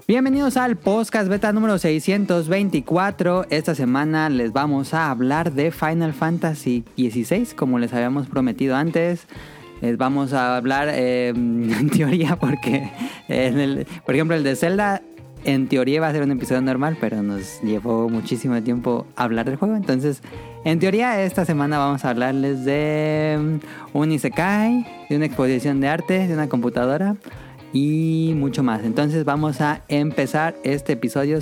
Bienvenidos al podcast beta número 624. Esta semana les vamos a hablar de Final Fantasy XVI, como les habíamos prometido antes. Les vamos a hablar en teoría porque, por ejemplo, el de Zelda, en teoría va a ser un episodio normal, pero nos llevó muchísimo tiempo hablar del juego. Entonces, en teoría, esta semana vamos a hablarles de un isekai, de una exposición de arte, de una computadora y mucho más. Entonces vamos a empezar este episodio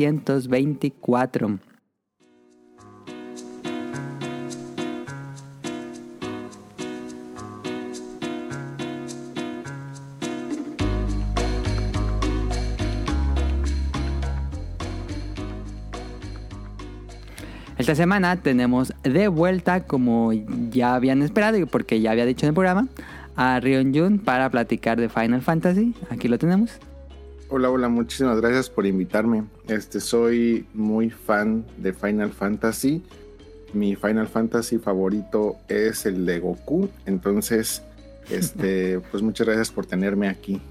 624. Esta semana tenemos de vuelta, como ya habían esperado y porque ya había dicho en el programa, a Rion Jun para platicar de Final Fantasy. Aquí lo tenemos. Hola, muchísimas gracias por invitarme. Soy muy fan de Final Fantasy. Mi Final Fantasy favorito es el de Goku. Entonces, pues muchas gracias por tenerme aquí.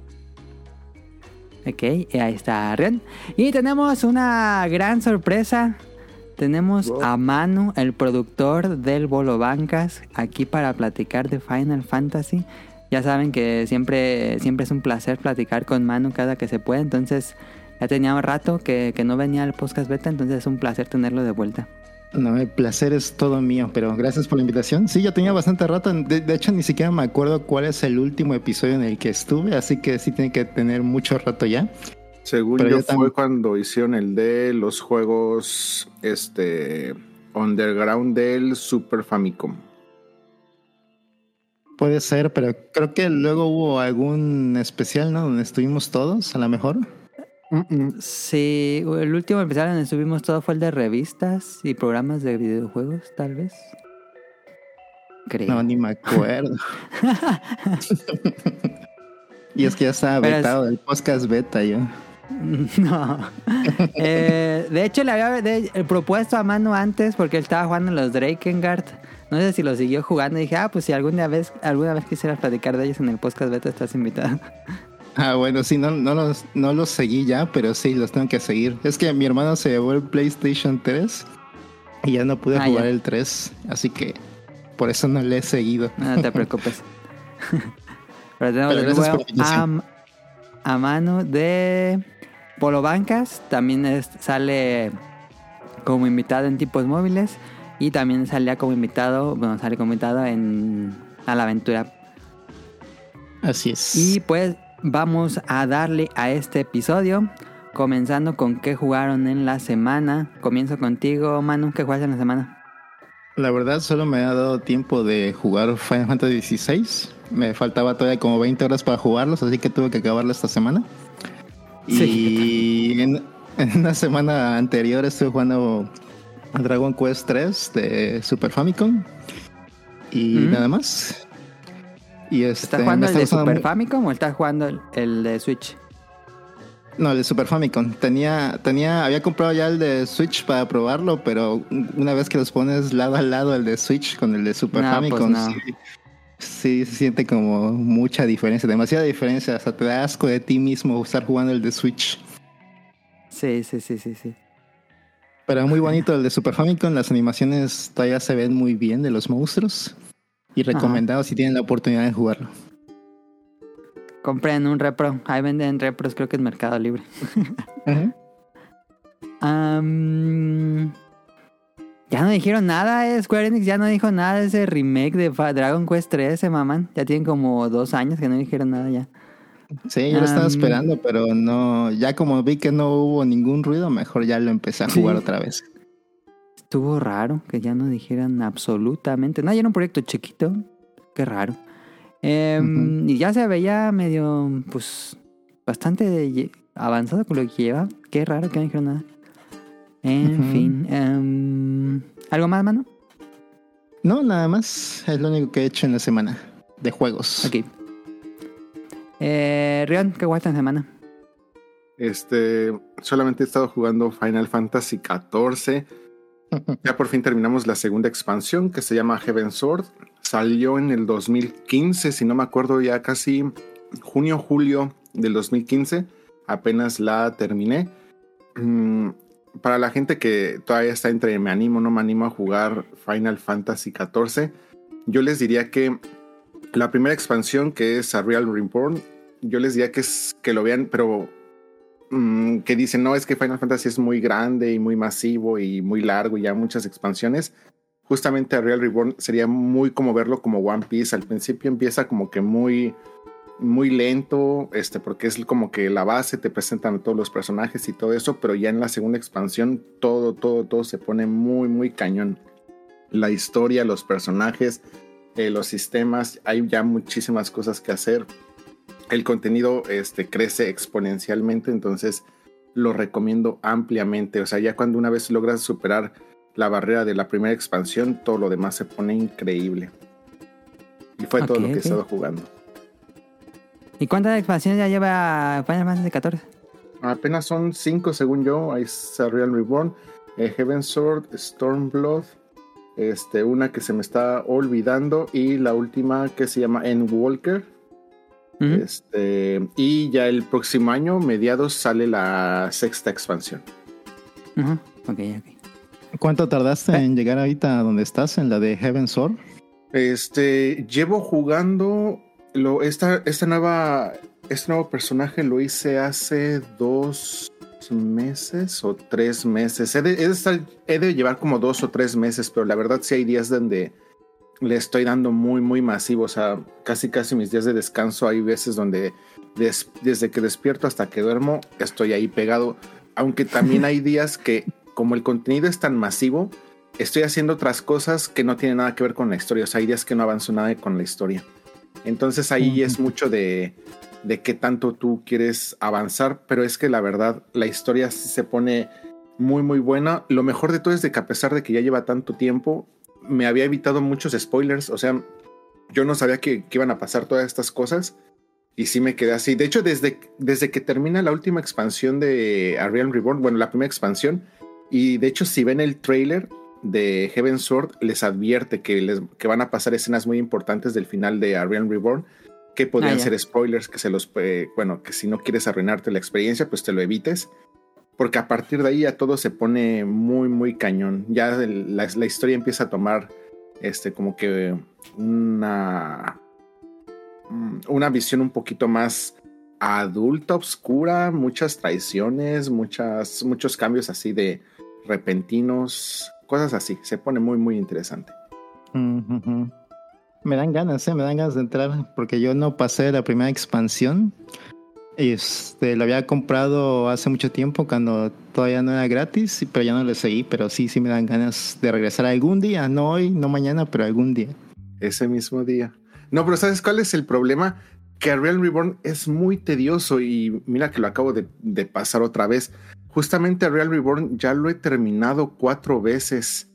Ok, ahí está Rion. Y tenemos una gran sorpresa. Tenemos a Manu, el productor del Bolo Bancas, aquí para platicar de Final Fantasy. Ya saben que siempre es un placer platicar con Manu cada que se puede. Entonces ya teníamos rato que no venía al podcast beta, entonces es un placer tenerlo de vuelta. No, el placer es todo mío, pero gracias por la invitación. Sí, ya tenía bastante rato. De hecho, ni siquiera me acuerdo cuál es el último episodio en el que estuve, así que sí tiene que tener mucho rato ya. Según yo fue cuando hicieron el de los juegos Underground del Super Famicom. Puede ser, pero creo que luego hubo algún especial, ¿no? Donde estuvimos todos, a lo mejor. Sí, el último especial donde estuvimos todos fue el de revistas y programas de videojuegos, tal vez. Creo. No, ni me acuerdo. Y es que ya estaba vetado del podcast beta yo. No. De hecho, le había propuesto a Manu antes porque él estaba jugando en los Drakengard. No sé si lo siguió jugando. Y dije, pues si alguna vez quisieras platicar de ellos en el podcast beta, estás invitado. Bueno, sí, no los seguí ya, pero sí, los tengo que seguir. Es que mi hermano se llevó el PlayStation 3 y ya no pude jugar el 3, así que por eso no le he seguido. No te preocupes. Pero tenemos a Manu de Bolo Bancas. También sale como invitado en Tipos Móviles. Y también sale como invitado en A la Aventura. Así es. Y pues vamos a darle a este episodio, comenzando con qué jugaron en la semana. Comienzo contigo, Manu. ¿Qué jugaste en la semana? La verdad, solo me ha dado tiempo de jugar Final Fantasy XVI. Me faltaba todavía como 20 horas para jugarlos, así que tuve que acabarlo esta semana. Sí. Y en una semana anterior estuve jugando Dragon Quest 3 de Super Famicom. Y nada más. Y ¿Estás jugando el de Super Famicom o estás jugando el de Switch? No, el de Super Famicom. Había comprado ya el de Switch para probarlo, pero una vez que los pones lado a lado el de Switch con el de Super Famicom, pues no. Sí se siente como mucha diferencia, demasiada diferencia. Hasta te da asco de ti mismo estar jugando el de Switch. Sí. Pero muy bonito el de Super Famicom. Las animaciones todavía se ven muy bien de los monstruos. Y recomendado si tienen la oportunidad de jugarlo. Compren un repro. Ahí venden repros, creo que en Mercado Libre. Ya no dijeron nada, Square Enix ya no dijo nada de ese remake de Dragon Quest 3, maman. Ya tienen como 2 años que no dijeron nada ya. Sí, yo lo estaba esperando, pero no. Ya como vi que no hubo ningún ruido, mejor ya lo empecé a jugar otra vez. Estuvo raro que ya no dijeran absolutamente nada. Ya era un proyecto chiquito. Qué raro. Y ya se veía medio, pues, bastante avanzado con lo que lleva. Qué raro que no dijeron nada. En fin. ¿Algo más, mano? No, nada más. Es lo único que he hecho en la semana de juegos. Ok. Rion, ¿qué jugaste en la semana? Solamente he estado jugando Final Fantasy XIV. Ya por fin terminamos la segunda expansión, que se llama Heaven Sword. Salió en el 2015, si no me acuerdo, ya casi junio, julio del 2015. apenas la terminé. Para la gente que todavía está entre me animo o no me animo a jugar Final Fantasy XIV, yo les diría que la primera expansión, que es A Realm Reborn, yo les diría que lo vean, pero que dicen, no, es que Final Fantasy es muy grande y muy masivo y muy largo y ya muchas expansiones. Justamente A Realm Reborn sería muy como verlo como One Piece. Al principio empieza como que muy lento, porque es como que la base, te presentan a todos los personajes y todo eso, pero ya en la segunda expansión todo se pone muy cañón. La historia, los personajes, los sistemas, hay ya muchísimas cosas que hacer. El contenido crece exponencialmente, entonces lo recomiendo ampliamente. O sea, ya cuando una vez logras superar la barrera de la primera expansión, todo lo demás se pone increíble. Y fue todo lo que he estado jugando. ¿Y cuántas expansiones ya lleva Final Fantasy XIV? Apenas son 5 según yo. Hay Realm Reborn, Heaven's Sword, Stormblood, una que se me está olvidando, y la última que se llama Endwalker. Uh-huh. Y ya el próximo año, mediados, sale la 6ª expansión. Uh-huh. Ok. ¿Cuánto tardaste en llegar ahorita a donde estás, en la de Heaven's Sword? Llevo jugando este nuevo personaje lo hice hace 2 meses o 3 meses. He de llevar como 2 o 3 meses, pero la verdad sí hay días donde le estoy dando muy masivo. O sea, casi mis días de descanso, hay veces donde desde que despierto hasta que duermo estoy ahí pegado. Aunque también hay días que, como el contenido es tan masivo, estoy haciendo otras cosas que no tienen nada que ver con la historia. O sea, hay días que no avanzo nada con la historia. Entonces ahí es mucho de qué tanto tú quieres avanzar, pero es que la verdad la historia sí se pone muy buena. Lo mejor de todo es de que, a pesar de que ya lleva tanto tiempo, me había evitado muchos spoilers. O sea, yo no sabía que iban a pasar todas estas cosas y sí me quedé así. De hecho, desde que termina la última expansión de A Realm Reborn, bueno, la primera expansión, y de hecho si ven el trailer de Heaven's Sword, les advierte que van a pasar escenas muy importantes del final de A Realm Reborn, que podrían ser spoilers, que que si no quieres arruinarte la experiencia, pues te lo evites, porque a partir de ahí ya todo se pone muy cañón. Ya la historia empieza a tomar como que una visión un poquito más adulta, oscura, muchas traiciones, muchos cambios así de repentinos, cosas así. Se pone muy interesante. Uh-huh. Me dan ganas de entrar, porque yo no pasé la primera expansión. Lo había comprado hace mucho tiempo, cuando todavía no era gratis, pero ya no lo seguí. Pero sí me dan ganas de regresar algún día, no hoy, no mañana, pero algún día. Ese mismo día. No, pero ¿sabes cuál es el problema? Que A Realm Reborn es muy tedioso, y mira que lo acabo de pasar otra vez. Justamente A Realm Reborn ya lo he terminado 4 veces.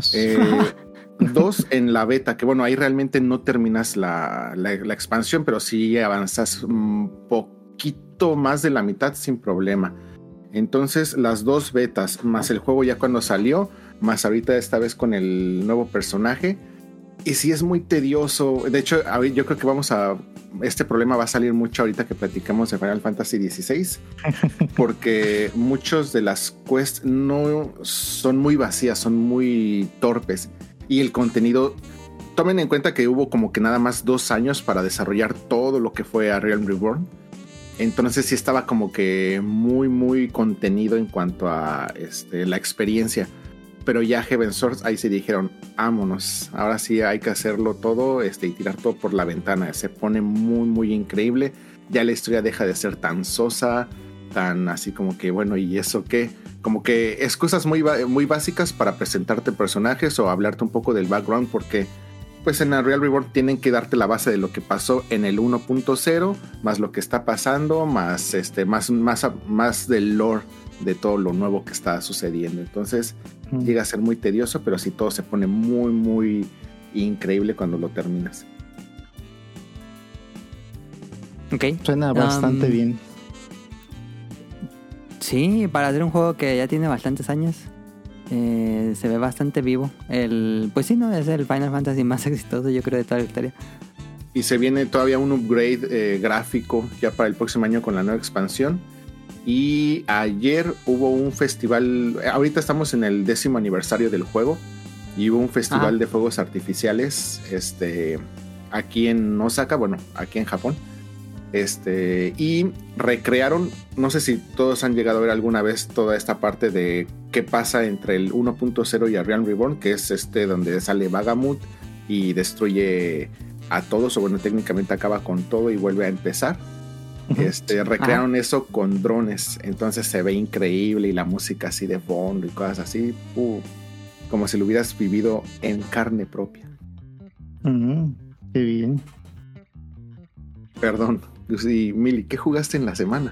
2 en la beta, que bueno, ahí realmente no terminas la expansión, pero sí avanzas un poquito más de la mitad sin problema. Entonces las 2 betas, más el juego ya cuando salió, más ahorita esta vez con el nuevo personaje, y sí es muy tedioso. De hecho, yo creo que este problema va a salir mucho ahorita que platicamos de Final Fantasy XVI, porque muchos de las quests no son muy vacías, son muy torpes, y el contenido, tomen en cuenta que hubo como que nada más 2 años para desarrollar todo lo que fue A Realm Reborn. Entonces sí estaba como que muy contenido en cuanto a la experiencia. Pero ya Heaven's Sword, ahí se dijeron, vámonos, ahora sí hay que hacerlo todo y tirar todo por la ventana. Se pone muy increíble. Ya la historia deja de ser tan sosa, tan así como que, bueno, ¿y eso qué? Como que excusas muy básicas para presentarte personajes o hablarte un poco del background, porque pues en A Realm Reborn tienen que darte la base de lo que pasó en el 1.0, más lo que está pasando, más del lore de todo lo nuevo que está sucediendo. Entonces llega a ser muy tedioso, pero sí todo se pone muy increíble cuando lo terminas. Ok. Suena bastante bien. Sí, para hacer un juego que ya tiene bastantes años, se ve bastante vivo. Pues sí, ¿no? Es el Final Fantasy más exitoso, yo creo, de toda la historia. Y se viene todavía un upgrade gráfico ya para el próximo año con la nueva expansión. Y ayer hubo un festival, ahorita estamos en el 10º aniversario del juego, y hubo un festival de fuegos artificiales aquí en Osaka, bueno, aquí en Japón. Y recrearon, no sé si todos han llegado a ver alguna vez toda esta parte de qué pasa entre el 1.0 y el Realm Reborn, que es donde sale Bagamut y destruye a todos, o bueno, técnicamente acaba con todo y vuelve a empezar. Recrearon eso con drones, entonces se ve increíble y la música así de fondo y cosas así, como si lo hubieras vivido en carne propia. Qué bien. Perdón, sí, Mili, ¿qué jugaste en la semana?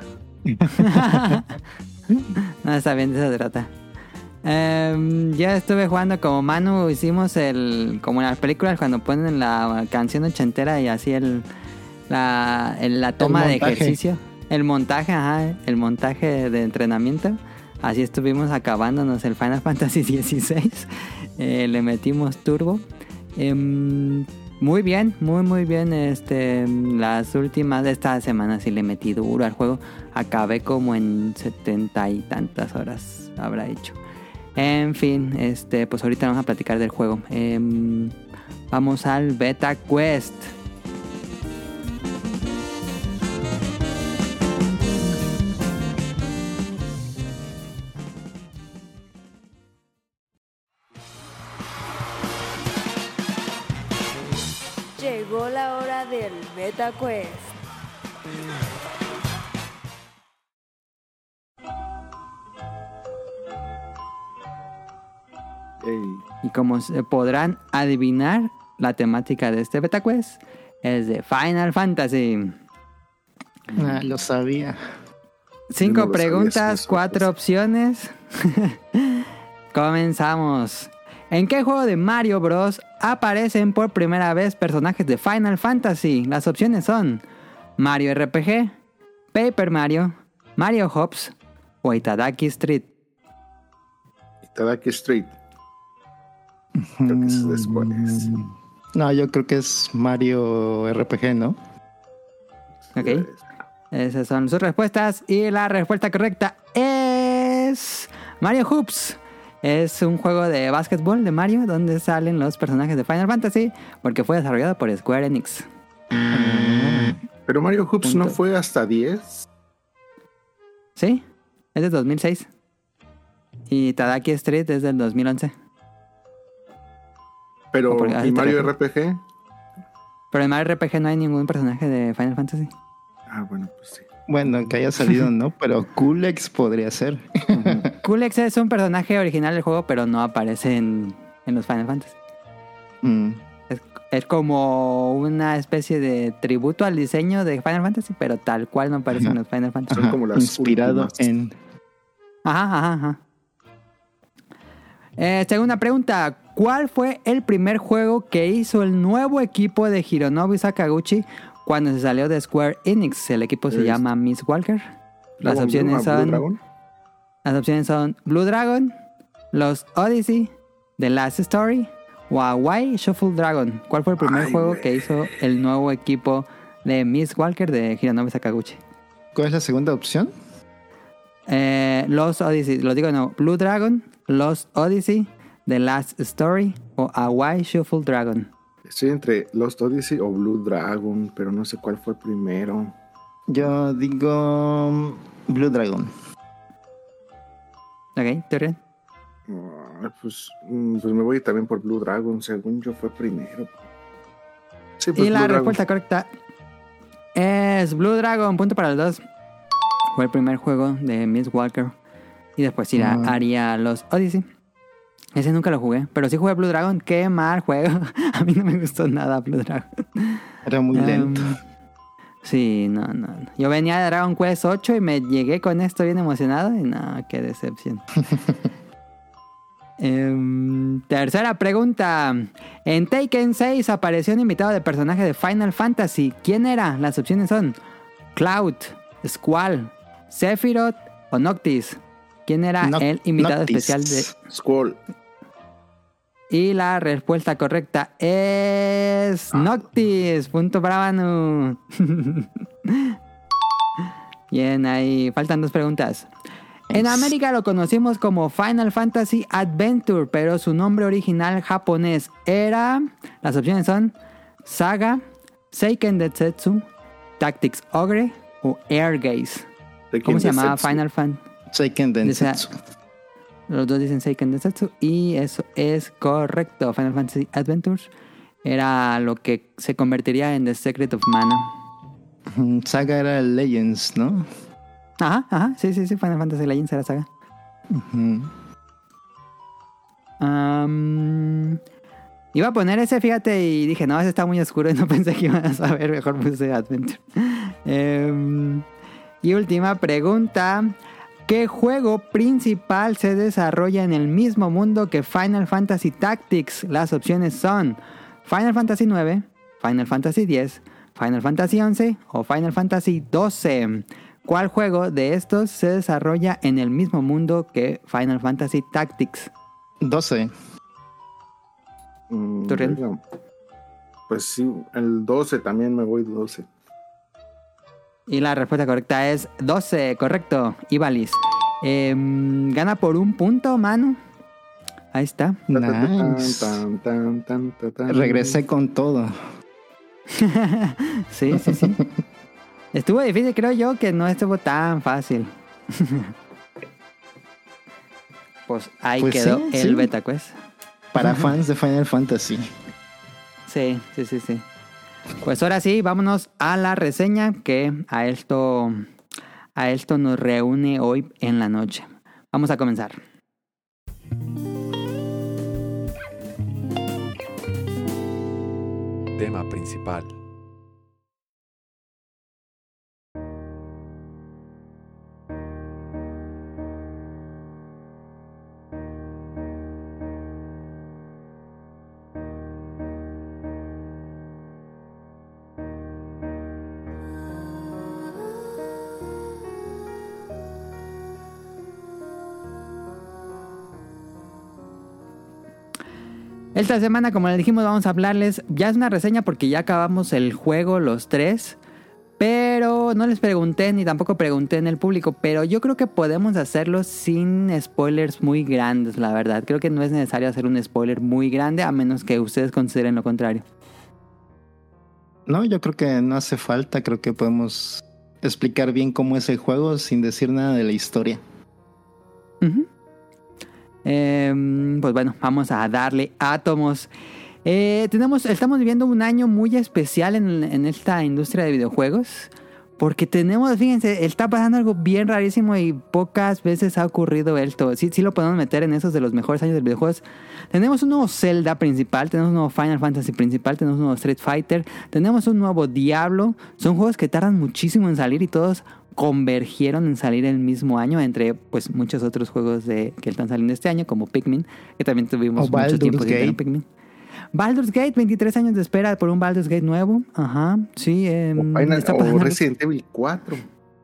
No, está bien, de eso se trata. Ya estuve jugando como Manu, hicimos como en las películas cuando ponen la canción ochentera y así la toma de ejercicio, el montaje de entrenamiento. Así estuvimos acabándonos el Final Fantasy XVI. Le metimos turbo. Muy bien, muy bien. Las últimas de esta semana sí le metí duro al juego. Acabé como en 70 y tantas horas habrá hecho. En fin, pues ahorita vamos a platicar del juego. Vamos al Beta Quest. Llegó la hora del Beta Quest. Y como se podrán adivinar, la temática de este Beta Quest es de Final Fantasy. Lo sabía. 5 preguntas, 4 opciones. Comenzamos. ¿En qué juego de Mario Bros. Aparecen por primera vez personajes de Final Fantasy? Las opciones son Mario RPG, Paper Mario, Mario Hops o Itadaki Street. Itadaki Street. Creo que es después. No, yo creo que es Mario RPG, ¿no? Ok. Esas son sus respuestas. Y la respuesta correcta es Mario Hoops. Es un juego de básquetbol de Mario donde salen los personajes de Final Fantasy porque fue desarrollado por Square Enix. Pero Mario Hoops no fue hasta 10. Sí, es de 2006. Y Tadaki Street es del 2011. Pero ¿y Mario RPG? Pero en Mario RPG no hay ningún personaje de Final Fantasy. Bueno, pues sí. Bueno, que haya salido, ¿no? Pero Kulex podría ser. Kulex es un personaje original del juego, pero no aparece en los Final Fantasy. Es como una especie de tributo al diseño de Final Fantasy, pero tal cual no aparece en los Final Fantasy. Son como las inspirado últimas. en... Ajá. Segunda pregunta. ¿Cuál fue el primer juego que hizo el nuevo equipo de Hironobu Sakaguchi cuando se salió de Square Enix? El equipo se llama Miss Walker. Las opciones son Blue Dragon, Lost Odyssey, The Last Story o Hawaii Shuffle Dragon. ¿Cuál fue el primer juego que hizo el nuevo equipo de Miss Walker de Hironobu Sakaguchi? ¿Cuál es la segunda opción? Lost Odyssey. Lo digo no. Blue Dragon, Lost Odyssey, The Last Story o Hawaii Shuffle Dragon. Estoy entre Lost Odyssey o Blue Dragon, pero no sé cuál fue primero. Yo digo Blue Dragon. Ok, ¿tú pues me voy también por Blue Dragon. Según yo fue primero. Sí, pues y la Blue respuesta Dragon. correcta es Blue Dragon. Punto para los dos. Fue el primer juego de Miss Walker. Y después haría Lost Odyssey. Ese nunca lo jugué, pero sí jugué Blue Dragon. Qué mal juego. A mí no me gustó nada Blue Dragon. Era muy lento. Sí, no. Yo venía de Dragon Quest 8 y me llegué con esto bien emocionado. Y no, qué decepción. Tercera pregunta. En Taken 6 apareció un invitado de personaje de Final Fantasy. ¿Quién era? Las opciones son Cloud, Squall, Sephiroth o Noctis. ¿Quién era el invitado Noctis. especial de Squall. Y la respuesta correcta es Noctis. Punto para Manu. Bien, ahí faltan 2 preguntas. En América lo conocimos como Final Fantasy Adventure, pero su nombre original japonés era... Las opciones son Saga, Seiken Densetsu, Tactics Ogre o Air Gaze. ¿Cómo se llamaba Final Fantasy? Seiken Densetsu. Los dos dicen Seiken Densetsu y eso es correcto. Final Fantasy Adventures era lo que se convertiría en The Secret of Mana. Saga era Legends, ¿no? Ajá, sí, Final Fantasy Legends era Saga. Iba a poner ese, fíjate, y dije, no, ese está muy oscuro y no pensé que iban a saber, mejor puse Adventure. Y última pregunta, ¿qué juego principal se desarrolla en el mismo mundo que Final Fantasy Tactics? Las opciones son Final Fantasy IX, Final Fantasy X, Final Fantasy XI o Final Fantasy XII. ¿Cuál juego de estos se desarrolla en el mismo mundo que Final Fantasy Tactics? 12. ¿Tú, Riel? Pues sí, el 12 también me voy 12. Y la respuesta correcta es 12, correcto. Ivalis. Gana por 1 punto, Manu. Ahí está. Nice. Regresé con todo. Sí. Estuvo difícil, creo yo, que no estuvo tan fácil. Pues ahí pues quedó el Beta Quest. Para fans de Final Fantasy. Sí. Pues ahora sí, vámonos a la reseña que a esto nos reúne hoy en la noche. Vamos a comenzar. Tema principal. Esta semana, como les dijimos, vamos a hablarles... Ya es una reseña porque ya acabamos el juego, los 3. Pero no les pregunté, ni tampoco pregunté en el público. Pero yo creo que podemos hacerlo sin spoilers muy grandes, la verdad. Creo que no es necesario hacer un spoiler muy grande, a menos que ustedes consideren lo contrario. No, yo creo que no hace falta. Creo que podemos explicar bien cómo es el juego sin decir nada de la historia. Pues bueno, vamos a darle átomos. Estamos viviendo un año muy especial en esta industria de videojuegos. Porque fíjense, está pasando algo bien rarísimo y pocas veces ha ocurrido esto. Sí lo podemos meter en esos de los mejores años de videojuegos. Tenemos un nuevo Zelda principal, tenemos un nuevo Final Fantasy principal, tenemos un nuevo Street Fighter, tenemos un nuevo Diablo. Son juegos que tardan muchísimo en salir y todos convergieron en salir el mismo año, entre pues muchos otros juegos que están saliendo este año, como Pikmin, que también tuvimos mucho tiempo sin tener Pikmin. Baldur's Gate, 23 años de espera por un Baldur's Gate nuevo. Ajá, sí. O Resident Evil 4.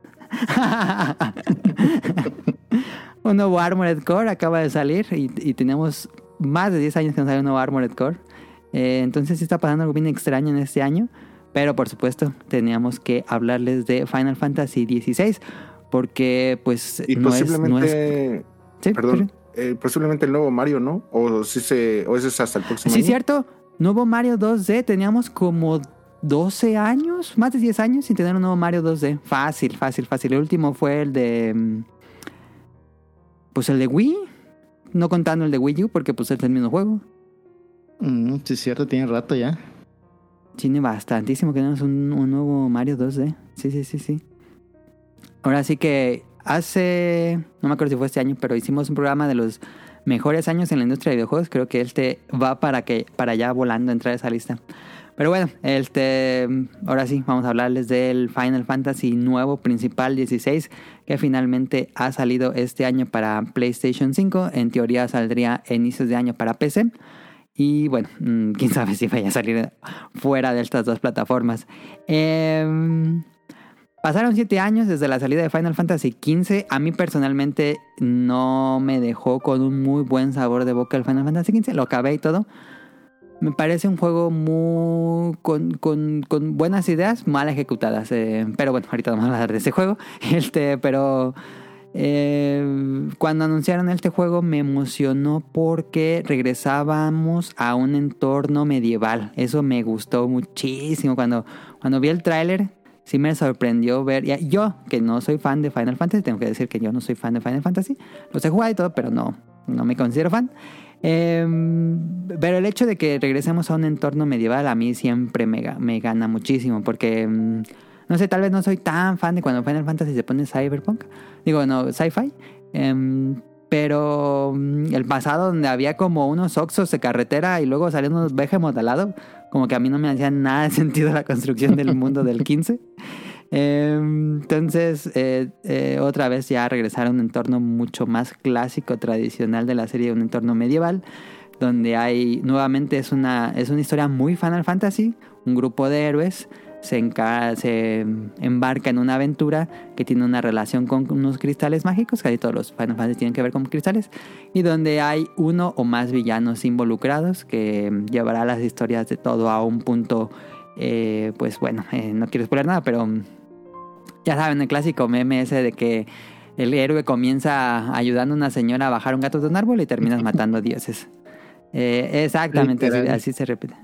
Un nuevo Armored Core acaba de salir y tenemos más de 10 años que no sale un nuevo Armored Core. Entonces sí está pasando algo bien extraño en este año. Pero por supuesto teníamos que hablarles de Final Fantasy XVI porque pues y no posiblemente es... ¿Sí? Perdón, posiblemente el nuevo Mario, ¿no? O eso es hasta el próximo año. Sí, cierto. Nuevo Mario 2D. Teníamos como 12 años, más de 10 años sin tener un nuevo Mario 2D. Fácil. El último fue el de... Pues el de Wii. No contando el de Wii U porque pues es el mismo juego. Sí, es cierto. Tiene rato ya. Tiene bastantísimo que tenemos un nuevo Mario 2D. Sí. Ahora sí que no me acuerdo si fue este año, pero hicimos un programa de los mejores años en la industria de videojuegos. Creo que va para allá volando a entrar a esa lista. Pero bueno, ahora sí, vamos a hablarles del Final Fantasy nuevo principal 16, que finalmente ha salido este año para PlayStation 5. En teoría saldría a inicios de año para PC. Y bueno, quién sabe si vaya a salir fuera de estas dos plataformas. Pasaron 7 años desde la salida de Final Fantasy XV. A mí personalmente no me dejó con un muy buen sabor de boca el Final Fantasy XV. Lo acabé y todo. me parece un juego muy con buenas ideas, mal ejecutadas. Pero bueno, ahorita vamos a hablar de ese juego. Pero cuando anunciaron este juego me emocionó porque regresábamos a un entorno medieval. Eso me gustó muchísimo. Cuando vi el tráiler, sí me sorprendió ver. Yo, que no soy fan de Final Fantasy, tengo que decir que yo no soy fan de Final Fantasy. Los he jugado y todo, pero no me considero fan. Pero el hecho de que regresemos a un entorno medieval a mí siempre me gana muchísimo porque no sé, tal vez no soy tan fan de cuando Final Fantasy se pone cyberpunk, digo no, sci-fi, pero el pasado donde había como unos Oxxos de carretera y luego salían unos Behemoth al lado, como que a mí no me hacía nada de sentido la construcción del mundo del 15. Entonces otra vez ya regresar a un entorno mucho más clásico, tradicional de la serie, un entorno medieval donde hay nuevamente es una historia muy Final Fantasy. Un grupo de héroes se embarca en una aventura que tiene una relación con unos cristales mágicos. Casi todos los Final Fantasy tienen que ver con cristales, y donde hay uno o más villanos involucrados que llevará las historias de todo a un punto pues bueno, no quiero spoiler nada, pero ya saben, el clásico meme ese de que el héroe comienza ayudando a una señora a bajar un gato de un árbol y terminas matando dioses. Exactamente, así se repite.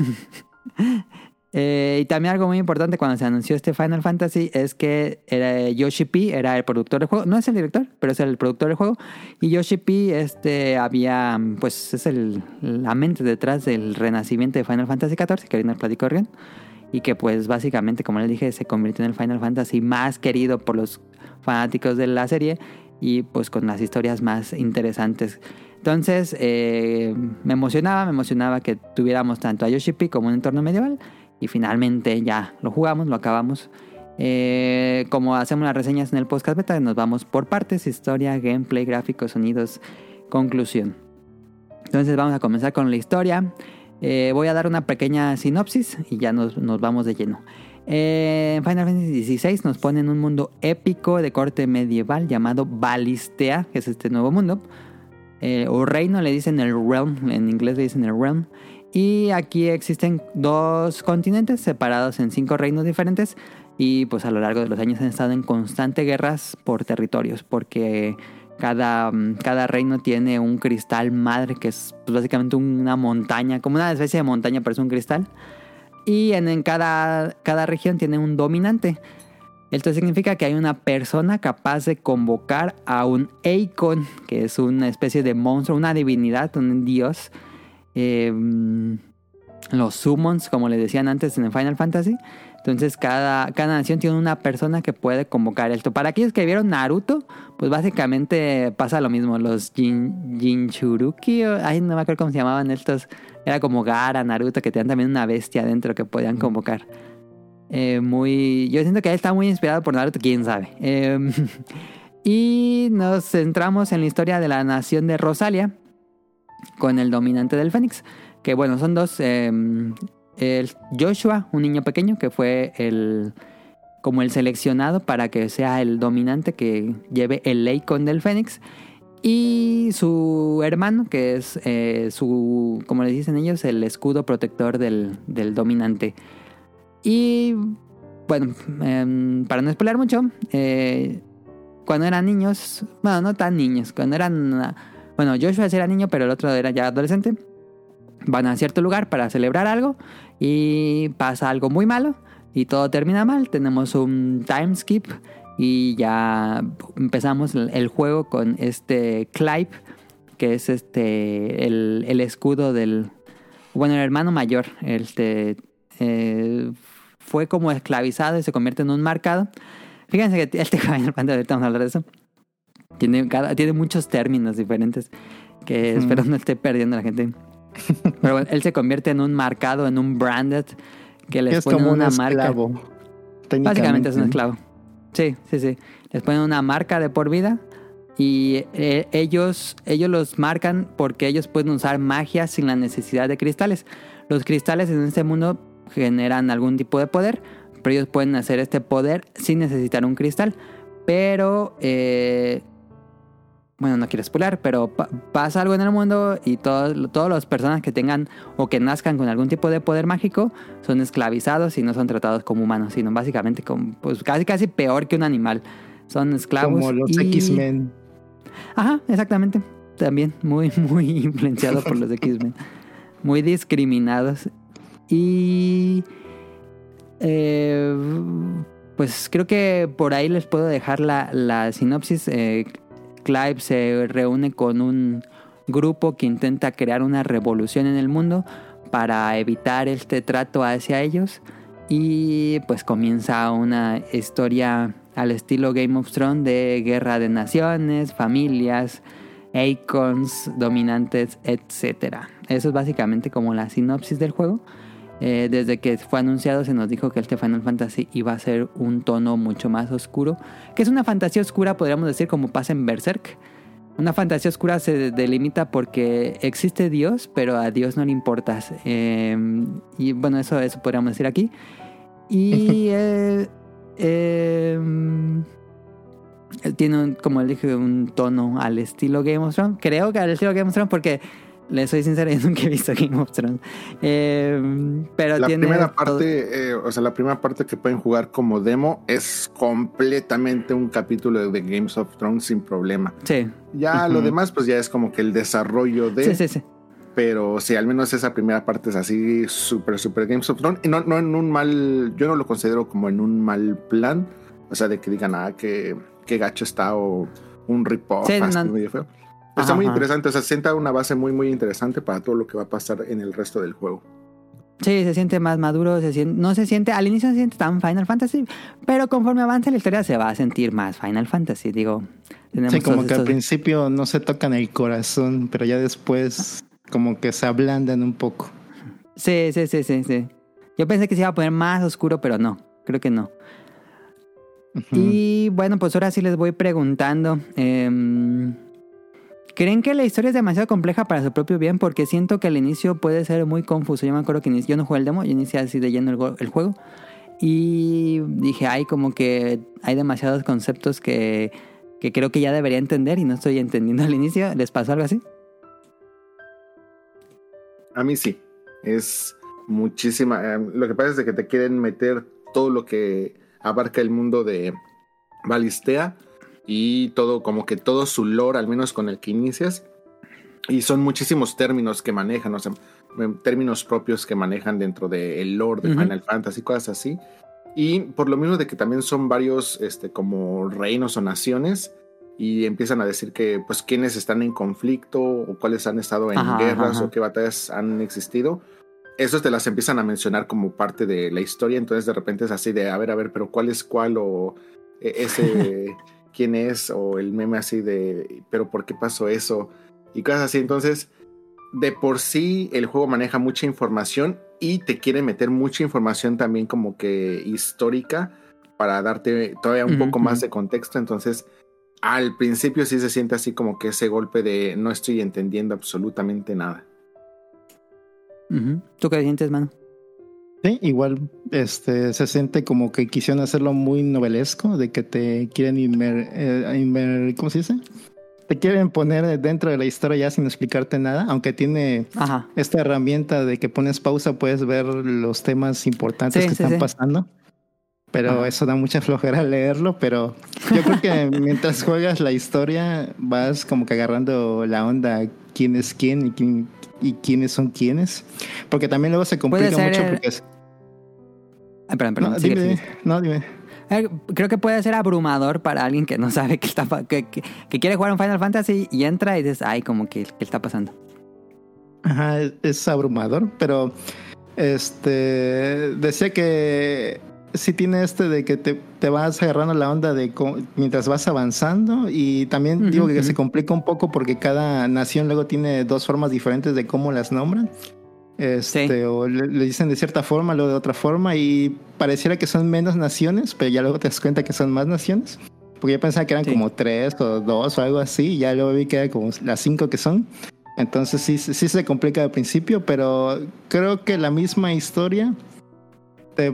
Y también algo muy importante cuando se anunció este Final Fantasy es que Yoshi P era el productor del juego. No es el director, pero es el productor del juego. Y Yoshi P había, pues es la mente detrás del renacimiento de Final Fantasy XIV, que ahorita nos platicó Rion. Y que pues básicamente, como les dije, se convirtió en el Final Fantasy más querido por los fanáticos de la serie y pues con las historias más interesantes. Entonces me emocionaba que tuviéramos tanto a Yoshi P como un entorno medieval, y finalmente ya lo jugamos, lo acabamos. Como hacemos las reseñas en el podcast beta, nos vamos por partes: historia, gameplay, gráficos, sonidos, conclusión. Entonces vamos a comenzar con la historia. Voy a dar una pequeña sinopsis y ya nos vamos de lleno. Final Fantasy XVI nos pone en un mundo épico de corte medieval llamado Valistea, que es este nuevo mundo. O reino, le dicen el realm, en inglés le dicen el realm. Y aquí existen 2 continentes separados en 5 reinos diferentes. Y pues a lo largo de los años han estado en constante guerras por territorios, porque cada reino tiene un cristal madre, que es pues básicamente una montaña, como una especie de montaña, pero es un cristal. Y en cada región tiene un dominante. Esto significa que hay una persona capaz de convocar a un Eikon, que es una especie de monstruo, una divinidad, un dios. Los summons, como les decían antes en el Final Fantasy. Entonces cada nación tiene una persona que puede convocar esto. Para aquellos que vieron Naruto, pues básicamente pasa lo mismo. Los Jinchuruki, no me acuerdo cómo se llamaban estos. Era como Gaara, Naruto, que tenían también una bestia dentro que podían convocar. Yo siento que él está muy inspirado por Naruto, quién sabe. Y nos centramos en la historia de la nación de Rosalia con el dominante del Fénix. Que bueno, son 2... el Joshua, un niño pequeño que fue como el seleccionado para que sea el dominante que lleve el Eikon del Fénix, y su hermano, que es como les dicen ellos, el escudo protector del dominante. Y bueno, para no spoiler mucho, cuando eran niños, bueno, no tan niños, bueno, Joshua era niño, pero el otro era ya adolescente. Van a cierto lugar para celebrar algo y pasa algo muy malo y todo termina mal. Tenemos un time skip y ya empezamos el juego con Clive, que es el escudo del... Bueno, el hermano mayor. Fue como esclavizado y se convierte en un marcado. Fíjense que Final Fantasy, ahorita vamos a hablar de eso. Tiene muchos términos diferentes que espero no esté perdiendo la gente. Pero bueno, él se convierte en un marcado, en un branded, que les pone una marca. Básicamente es un esclavo. Sí. Les ponen una marca de por vida. Y ellos los marcan porque ellos pueden usar magia sin la necesidad de cristales. Los cristales en este mundo generan algún tipo de poder, pero ellos pueden hacer este poder sin necesitar un cristal. Pero bueno, no quiero spoiler, pero pasa algo en el mundo y todas las personas que tengan o que nazcan con algún tipo de poder mágico son esclavizados y no son tratados como humanos, sino básicamente como, pues casi peor que un animal. Son esclavos. Como los X-Men. Ajá, exactamente. También muy influenciado por los X-Men. Muy discriminados. Y pues creo que por ahí les puedo dejar la sinopsis. Clive se reúne con un grupo que intenta crear una revolución en el mundo para evitar este trato hacia ellos, y pues comienza una historia al estilo Game of Thrones de guerra de naciones, familias, icons dominantes, etc. Eso es básicamente como la sinopsis del juego. Desde que fue anunciado se nos dijo que este Final Fantasy iba a ser un tono mucho más oscuro, que es una fantasía oscura, podríamos decir, como pasa en Berserk. Una fantasía oscura se delimita porque existe Dios, pero a Dios no le importas. Y bueno, eso podríamos decir aquí. Y tiene, como dije, un tono al estilo Game of Thrones. Creo que al estilo Game of Thrones porque... Les soy sincero, yo nunca he visto Game of Thrones. Pero la tiene primera parte, la primera parte que pueden jugar como demo es completamente un capítulo de Games of Thrones sin problema. Sí. Ya lo demás, pues ya es como que el desarrollo de... Sí. Pero sí, al menos esa primera parte es así súper Games of Thrones. Y no en un mal... Yo no lo considero como en un mal plan. O sea, de que digan, qué gacho está, o un rip-off, medio feo. Está muy interesante, o sea, sienta una base muy interesante para todo lo que va a pasar en el resto del juego. Sí, se siente más maduro, no se siente, al inicio se siente tan Final Fantasy, pero conforme avance la historia se va a sentir más Final Fantasy, digo. Sí, como que al principio no se tocan el corazón, pero ya después como que se ablandan un poco. Sí. Yo pensé que se iba a poner más oscuro, pero no, creo que no. Y bueno, pues ahora sí les voy preguntando... ¿Creen que la historia es demasiado compleja para su propio bien? Porque siento que al inicio puede ser muy confuso. Yo me acuerdo que yo no jugué el demo, yo inicié así de lleno el juego. Y dije, como que hay demasiados conceptos que creo que ya debería entender y no estoy entendiendo al inicio. ¿Les pasó algo así? A mí sí. Es muchísima. Lo que pasa es que te quieren meter todo lo que abarca el mundo de Valistea. Y todo, como que todo su lore, al menos con el que inicias. Y son muchísimos términos que manejan, o sea, términos propios que manejan dentro del lore de Final Fantasy, cosas así. Y por lo mismo de que también son varios como reinos o naciones, y empiezan a decir que pues quiénes están en conflicto, o cuáles han estado en guerras, o qué batallas han existido. Esos te las empiezan a mencionar como parte de la historia. Entonces de repente es así de, a ver, pero ¿cuál es cuál? O ese... quién es, o el meme así de pero ¿por qué pasó eso? Y cosas así. Entonces, de por sí el juego maneja mucha información y te quiere meter mucha información también como que histórica para darte todavía un poco más de contexto. Entonces, al principio sí se siente así como que ese golpe de no estoy entendiendo absolutamente nada. ¿Tú qué sientes, mano? Sí, igual se siente como que quisieron hacerlo muy novelesco, de que te quieren ¿cómo se dice? Te quieren poner dentro de la historia ya sin explicarte nada, aunque tiene esta herramienta de que pones pausa, puedes ver los temas importantes que están pasando. Pero eso da mucha flojera leerlo, pero yo creo que mientras juegas la historia vas como que agarrando la onda, quién es quién y quiénes son quiénes, porque también luego se complica mucho porque es... Perdón. Dime. Creo que puede ser abrumador para alguien que no sabe que quiere jugar un Final Fantasy y entra y dices, como que ¿qué está pasando? Ajá, es abrumador, pero decía que sí tiene de que te vas agarrando la onda de mientras vas avanzando, y también digo que se complica un poco porque cada nación luego tiene dos formas diferentes de cómo las nombran. O le dicen de cierta forma, luego de otra forma, y pareciera que son menos naciones, pero ya luego te das cuenta que son más naciones, porque yo pensaba que eran como 3 o 2 o algo así, y ya luego vi que eran como las 5 que son. Entonces sí se complica al principio, pero creo que la misma historia te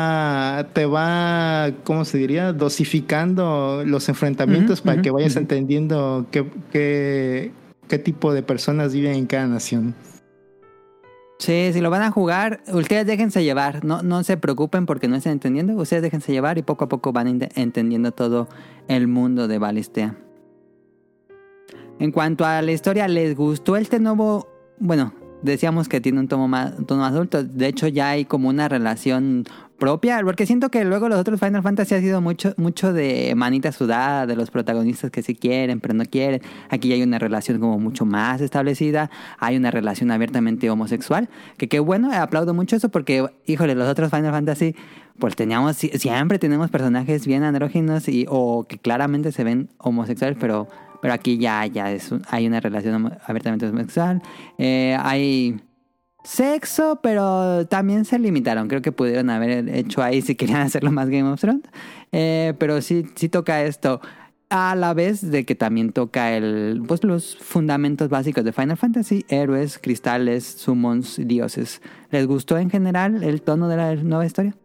va, ¿cómo se diría? Dosificando los enfrentamientos para que vayas entendiendo qué tipo de personas viven en cada nación. Sí, si lo van a jugar, ustedes déjense llevar, no se preocupen porque no estén entendiendo, ustedes déjense llevar y poco a poco van entendiendo todo el mundo de Valisthea. En cuanto a la historia, ¿les gustó este nuevo? Bueno, decíamos que tiene un tono más adulto, de hecho ya hay como una relación propia, porque siento que luego los otros Final Fantasy ha sido mucho de manita sudada, de los protagonistas que sí quieren, pero no quieren. Aquí ya hay una relación como mucho más establecida, hay una relación abiertamente homosexual, que qué bueno, aplaudo mucho eso porque, híjole, los otros Final Fantasy, pues siempre tenemos personajes bien andróginos o que claramente se ven homosexuales, pero aquí ya hay una relación abiertamente homosexual, hay sexo, pero también se limitaron. Creo que pudieron haber hecho ahí si querían hacerlo más Game of Thrones. Pero sí toca esto. A la vez de que también toca los fundamentos básicos de Final Fantasy. Héroes, cristales, summons, dioses. ¿Les gustó en general el tono de la nueva historia?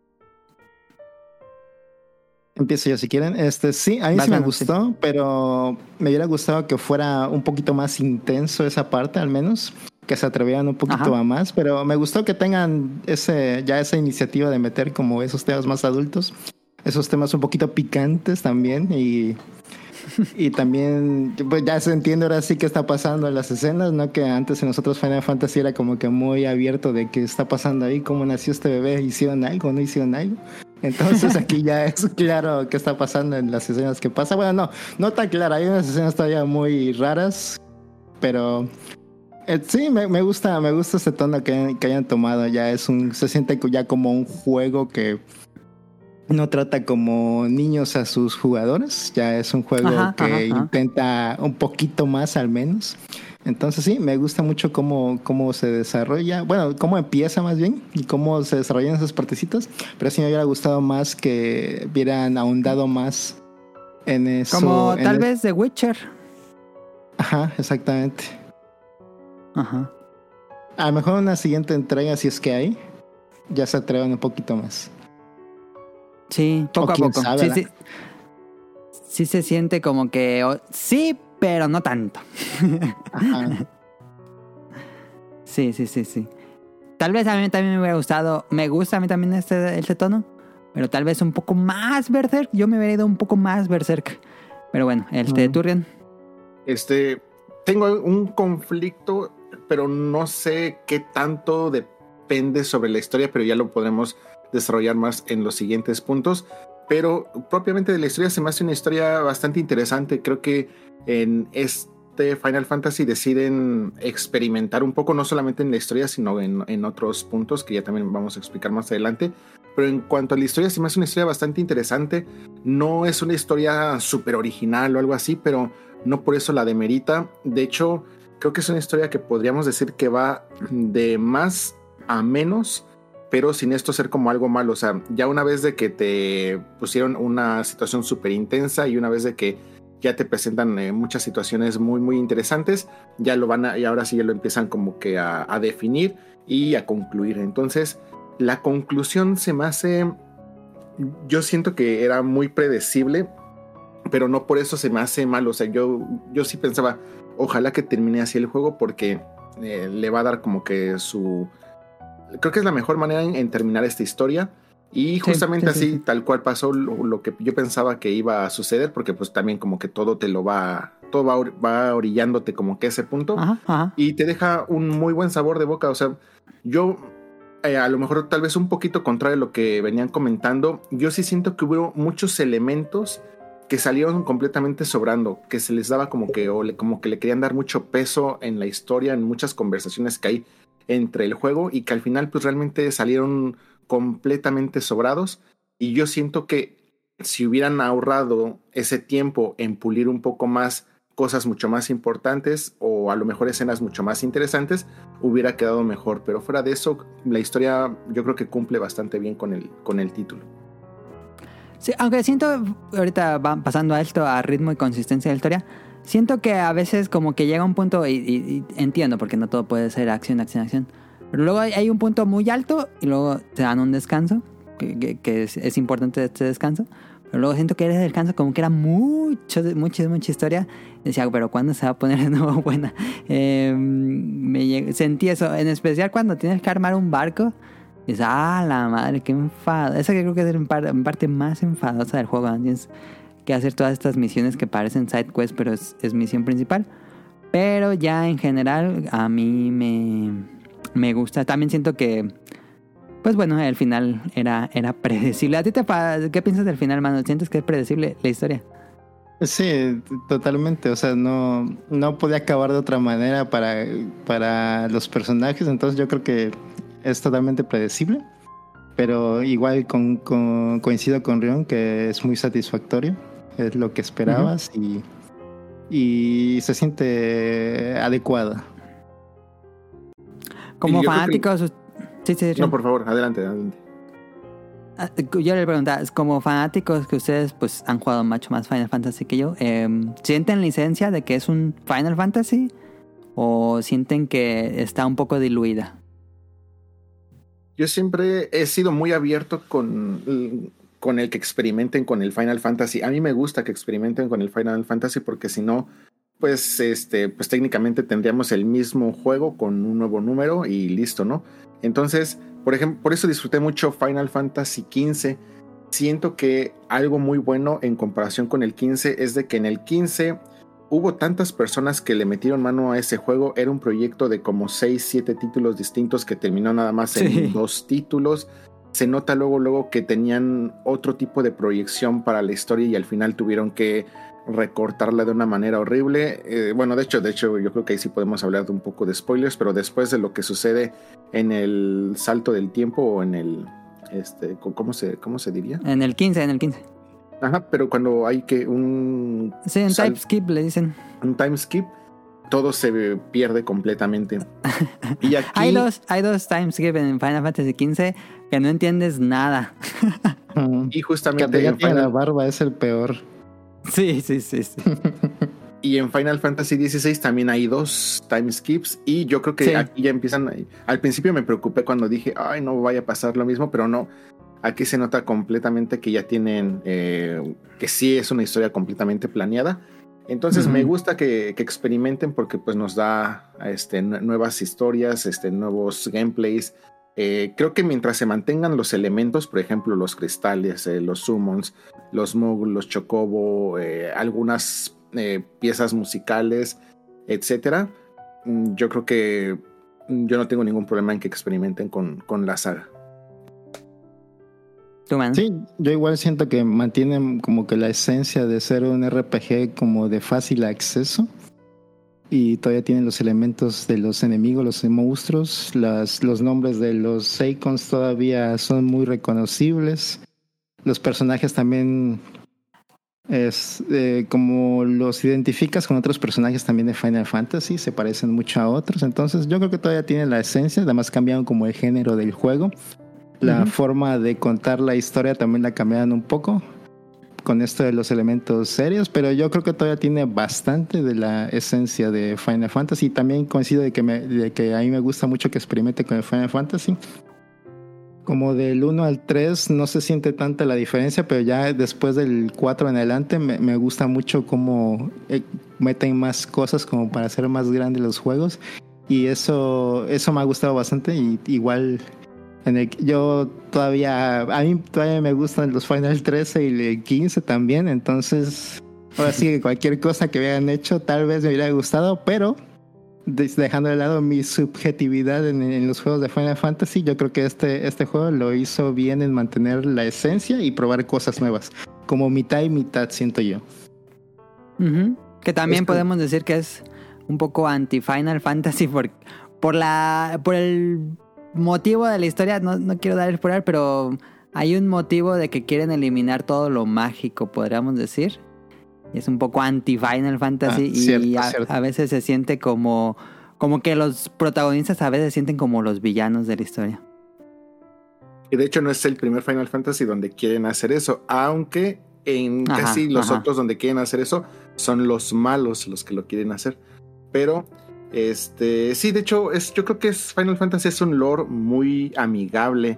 Empiezo yo si quieren. Sí, a mí sí me gustó, pero me hubiera gustado que fuera un poquito más intenso esa parte, al menos. Que se atrevieran un poquito a más, pero me gustó que tengan esa iniciativa de meter como esos temas más adultos, esos temas un poquito picantes también, y también pues ya se entiende ahora sí qué está pasando en las escenas, no que antes en nosotros Final Fantasy era como que muy abierto de qué está pasando ahí, cómo nació este bebé, hicieron algo, no hicieron algo. Entonces aquí ya es claro qué está pasando en las escenas que pasa. Bueno, no tan claro, hay unas escenas todavía muy raras, pero sí, me gusta este tono que hayan tomado. Ya se siente ya como un juego que no trata como niños a sus jugadores. Ya es un juego que intenta un poquito más al menos. Entonces sí, me gusta mucho cómo se desarrolla. Bueno, cómo empieza más bien y cómo se desarrollan esas partecitas. Pero sí me hubiera gustado más que hubieran ahondado más en eso. Como tal vez The Witcher. Ajá, exactamente. Ajá. A lo mejor una siguiente entrega, si es que hay, ya se atrevan un poquito más. Sí, poco a poco. Sabe, sí se siente como que sí, pero no tanto. Ajá. Sí. Tal vez a mí también me hubiera gustado. Me gusta a mí también este tono, pero tal vez un poco más Berserk. Yo me hubiera ido un poco más Berserk. Pero bueno, Turrian. Tengo un conflicto, pero no sé qué tanto depende sobre la historia, pero ya lo podremos desarrollar más en los siguientes puntos. Pero propiamente de la historia se me hace una historia bastante interesante. Creo que en Final Fantasy deciden experimentar un poco, no solamente en la historia, sino en otros puntos que ya también vamos a explicar más adelante. Pero en cuanto a la historia, se me hace una historia bastante interesante. No es una historia súper original o algo así, pero no por eso la demerita. De hecho, creo que es una historia que podríamos decir que va de más a menos, pero sin esto ser como algo malo. O sea, ya una vez de que te pusieron una situación súper intensa y una vez de que ya te presentan muchas situaciones muy muy interesantes, y ahora sí ya lo empiezan como que a definir y a concluir. Entonces la conclusión se me hace, yo siento que era muy predecible, pero no por eso se me hace mal. O sea, yo sí pensaba, ojalá que termine así el juego, porque le va a dar como que creo que es la mejor manera en terminar esta historia. Y justamente sí. Tal cual pasó lo que yo pensaba que iba a suceder, porque pues también como que todo va orillándote como que ese punto. Ajá. Y te deja un muy buen sabor de boca. O sea, yo a lo mejor tal vez un poquito contrario a lo que venían comentando, yo sí siento que hubo muchos elementos que salieron completamente sobrando, que se les daba como que le querían dar mucho peso en la historia, en muchas conversaciones que hay entre el juego, y que al final pues realmente salieron completamente sobrados. Y yo siento que si hubieran ahorrado ese tiempo en pulir un poco más cosas mucho más importantes, o a lo mejor escenas mucho más interesantes, hubiera quedado mejor. Pero fuera de eso, la historia yo creo que cumple bastante bien con el título. Sí, aunque siento, ahorita va pasando a esto, a ritmo y consistencia de la historia, siento que a veces como que llega un punto, y entiendo porque no todo puede ser acción, Pero luego hay un punto muy alto y luego te dan un descanso, que es importante este descanso. Pero luego siento que ese descanso como que era mucha historia. Decía, pero ¿cuándo se va a poner de nuevo buena? Sentí eso, en especial cuando tienes que armar un barco. Dices, la madre, qué enfado. Esa que creo que es en parte más enfadosa del juego. Tienes que hacer todas estas misiones que parecen side quest, pero es misión principal. Pero ya en general a mí me gusta. También siento que, pues bueno, el final era predecible. ¿A ti qué piensas del final, mano? ¿Sientes que es predecible la historia? Sí, totalmente. O sea, no podía acabar de otra manera para los personajes. Entonces yo creo que es totalmente predecible. Pero igual coincido con Rion que es muy satisfactorio. Es lo que esperabas y se siente adecuada. Como fanáticos... Sí. No, por favor, adelante. Yo le preguntaba, como fanáticos que ustedes pues han jugado mucho más Final Fantasy que yo, ¿sienten licencia de que es un Final Fantasy o sienten que está un poco diluida? Yo siempre he sido muy abierto con el que experimenten con el Final Fantasy. A mí me gusta que experimenten con el Final Fantasy porque si no, pues técnicamente tendríamos el mismo juego con un nuevo número y listo, ¿no? Entonces, por ejemplo, por eso disfruté mucho Final Fantasy XV. Siento que algo muy bueno en comparación con el 15 es de que en el 15 hubo tantas personas que le metieron mano a ese juego. Era un proyecto de como 6-7 títulos distintos que terminó nada más en 2 títulos. Se nota luego que tenían otro tipo de proyección para la historia y al final tuvieron que recortarla de una manera horrible. Bueno, de hecho yo creo que ahí sí podemos hablar de un poco de spoilers, pero después de lo que sucede en el salto del tiempo o en el ¿cómo se diría? En el 15. Ajá, pero cuando hay que un time skip le dicen. Un time skip, todo se pierde completamente. Y aquí hay dos time skip en Final Fantasy XV que no entiendes nada. Y justamente en Final... la barba es el peor. Sí. Y en Final Fantasy XVI también hay 2 time skips y yo creo que aquí ya empiezan. Al principio me preocupé cuando dije, no vaya a pasar lo mismo, pero no. Aquí se nota completamente que ya tienen, que sí es una historia completamente planeada. Entonces me gusta que experimenten porque pues nos da nuevas historias, nuevos gameplays. Creo que mientras se mantengan los elementos, por ejemplo los cristales, los summons, los Moogle, los chocobo, algunas piezas musicales, etcétera, yo creo que yo no tengo ningún problema en que experimenten con la saga. Sí, yo igual siento que mantienen como que la esencia de ser un RPG como de fácil acceso y todavía tienen los elementos de los enemigos, los monstruos, los nombres de los icons todavía son muy reconocibles. Los personajes también es como los identificas con otros personajes también de Final Fantasy, se parecen mucho a otros, entonces yo creo que todavía tienen la esencia, además cambiaron como el género del juego. La forma de contar la historia también la cambiaron un poco con esto de los elementos serios, pero yo creo que todavía tiene bastante de la esencia de Final Fantasy. Y también coincido de que a mí me gusta mucho que experimente con el Final Fantasy. Como del 1 al 3 no se siente tanta la diferencia, pero ya después del 4 en adelante me gusta mucho cómo meten más cosas como para hacer más grandes los juegos. Y eso me ha gustado bastante y igual... a mí todavía me gustan los Final 13 y el 15 también, entonces ahora sí que cualquier cosa que hubieran hecho tal vez me hubiera gustado, pero dejando de lado mi subjetividad en los juegos de Final Fantasy, yo creo que este juego lo hizo bien en mantener la esencia y probar cosas nuevas, como mitad y mitad siento yo. Que también podemos decir que es un poco anti Final Fantasy por el motivo de la historia. No quiero dar spoiler, pero hay un motivo de que quieren eliminar todo lo mágico, podríamos decir. Es un poco anti Final Fantasy y a veces se siente como que los protagonistas a veces se sienten como los villanos de la historia. Y de hecho no es el primer Final Fantasy donde quieren hacer eso, aunque en casi los otros donde quieren hacer eso son los malos los que lo quieren hacer. Pero Sí, de hecho, yo creo que Final Fantasy es un lore muy amigable,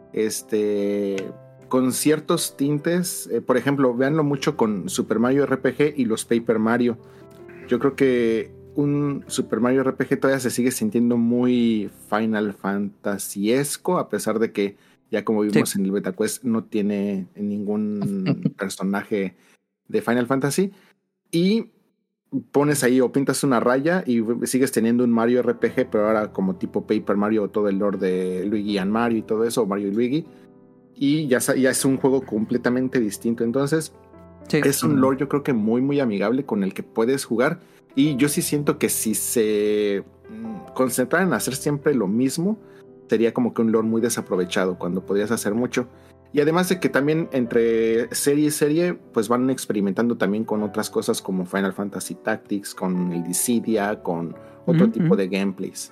con ciertos tintes. Por ejemplo, véanlo mucho con Super Mario RPG y los Paper Mario. Yo creo que un Super Mario RPG todavía se sigue sintiendo muy Final Fantasy-esco, a pesar de que ya como vimos en el Beta Quest no tiene ningún personaje de Final Fantasy. Y pones ahí o pintas una raya y sigues teniendo un Mario RPG, pero ahora como tipo Paper Mario, todo el lore de Luigi and Mario y todo eso, Mario y Luigi, y ya es un juego completamente distinto. Entonces es un lore, yo creo que muy muy amigable, con el que puedes jugar. Y yo sí siento que si se concentraran en hacer siempre lo mismo, sería como que un lore muy desaprovechado cuando podrías hacer mucho. Y además de que también entre serie y serie pues van experimentando también con otras cosas como Final Fantasy Tactics, con el Dissidia, con otro tipo de gameplays.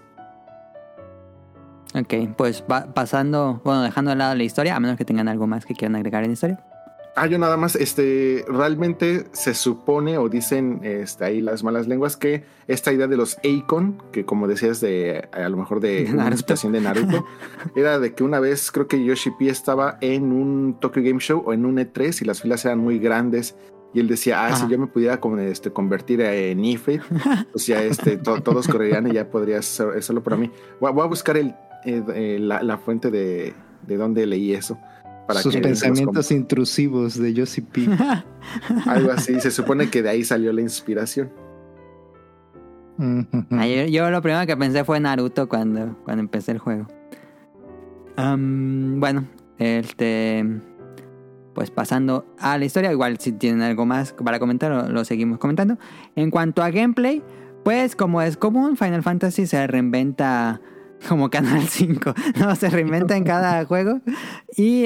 Ok, pues dejando de lado la historia, a menos que tengan algo más que quieran agregar en la historia. Yo nada más, realmente se supone o dicen ahí las malas lenguas que esta idea de los Eikon, que como decías a lo mejor de una inspiración de Naruto, era de que una vez creo que Yoshi P estaba en un Tokyo Game Show o en un E3 y las filas eran muy grandes y él decía, si yo me pudiera convertir en Ifrit, o sea, todos correrían y ya podría hacerlo para mí. Voy a buscar la fuente de donde leí eso. Sus pensamientos intrusivos de Yoshi P. Algo así, se supone que de ahí salió la inspiración. Yo lo primero que pensé fue Naruto cuando empecé el juego. Bueno, pues pasando a la historia, igual si tienen algo más para comentar lo seguimos comentando. En cuanto a gameplay, pues como es común, Final Fantasy se reinventa como Canal 5, ¿no? Se reinventa en cada juego. Y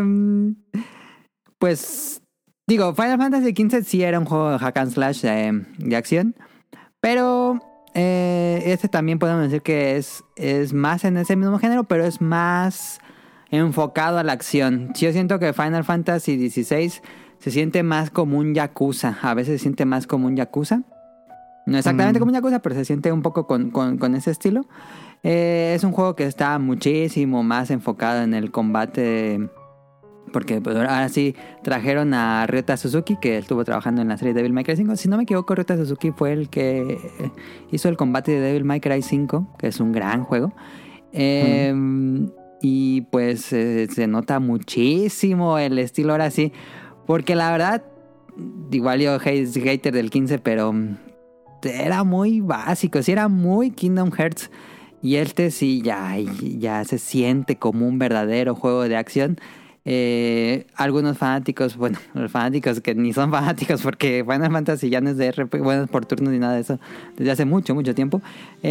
pues digo, Final Fantasy XV sí era un juego de hack and slash de acción, pero también podemos decir que es más en ese mismo género, pero es más enfocado a la acción. Yo siento que Final Fantasy XVI se siente más como un Yakuza. A veces se siente más como un Yakuza. No exactamente como un Yakuza, pero se siente un poco con ese estilo. Es un juego que está muchísimo más enfocado en el combate, porque pues, ahora sí trajeron a Ryota Suzuki, que estuvo trabajando en la serie Devil May Cry 5. Si no me equivoco, Ryota Suzuki fue el que hizo el combate de Devil May Cry 5, que es un gran juego. Y pues se nota muchísimo el estilo ahora sí, porque la verdad, igual yo hater del 15, pero era muy básico, sí era muy Kingdom Hearts. Y sí ya se siente como un verdadero juego de acción. Algunos fanáticos, bueno, los fanáticos que ni son fanáticos porque Final Fantasy ya no es de RPG, bueno, por turnos ni nada de eso, desde hace mucho tiempo.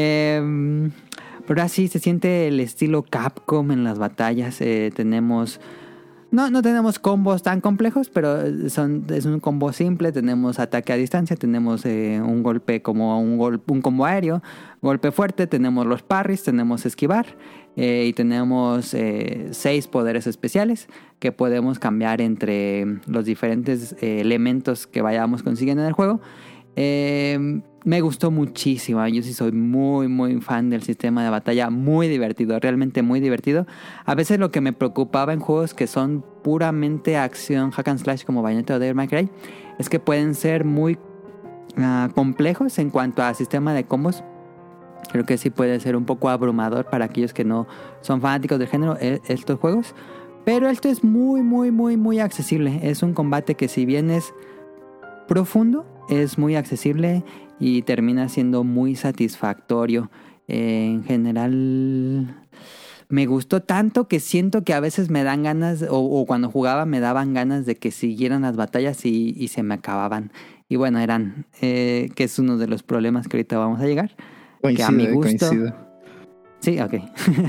Pero así se siente el estilo Capcom en las batallas. Tenemos... No tenemos combos tan complejos, pero es un combo simple. Tenemos ataque a distancia, tenemos un golpe como un combo aéreo, golpe fuerte, tenemos los parries, tenemos esquivar y tenemos 6 poderes especiales que podemos cambiar entre los diferentes elementos que vayamos consiguiendo en el juego. Me gustó muchísimo. Yo sí soy muy muy fan del sistema de batalla. Muy divertido, realmente muy divertido. A veces lo que me preocupaba en juegos que son puramente acción hack and slash como Bayonetta o Devil May Cry es que pueden ser muy complejos en cuanto a sistema de combos. Creo que sí puede ser un poco abrumador para aquellos que no son fanáticos del género estos juegos. Pero esto es muy muy muy muy accesible. Es un combate que si bien es profundo, es muy accesible y termina siendo muy satisfactorio. En general me gustó tanto que siento que a veces me dan ganas, o cuando jugaba me daban ganas de que siguieran las batallas y se me acababan. Y bueno, que es uno de los problemas que ahorita vamos a llegar. Que a mi gusto... Coincido. Sí, ok.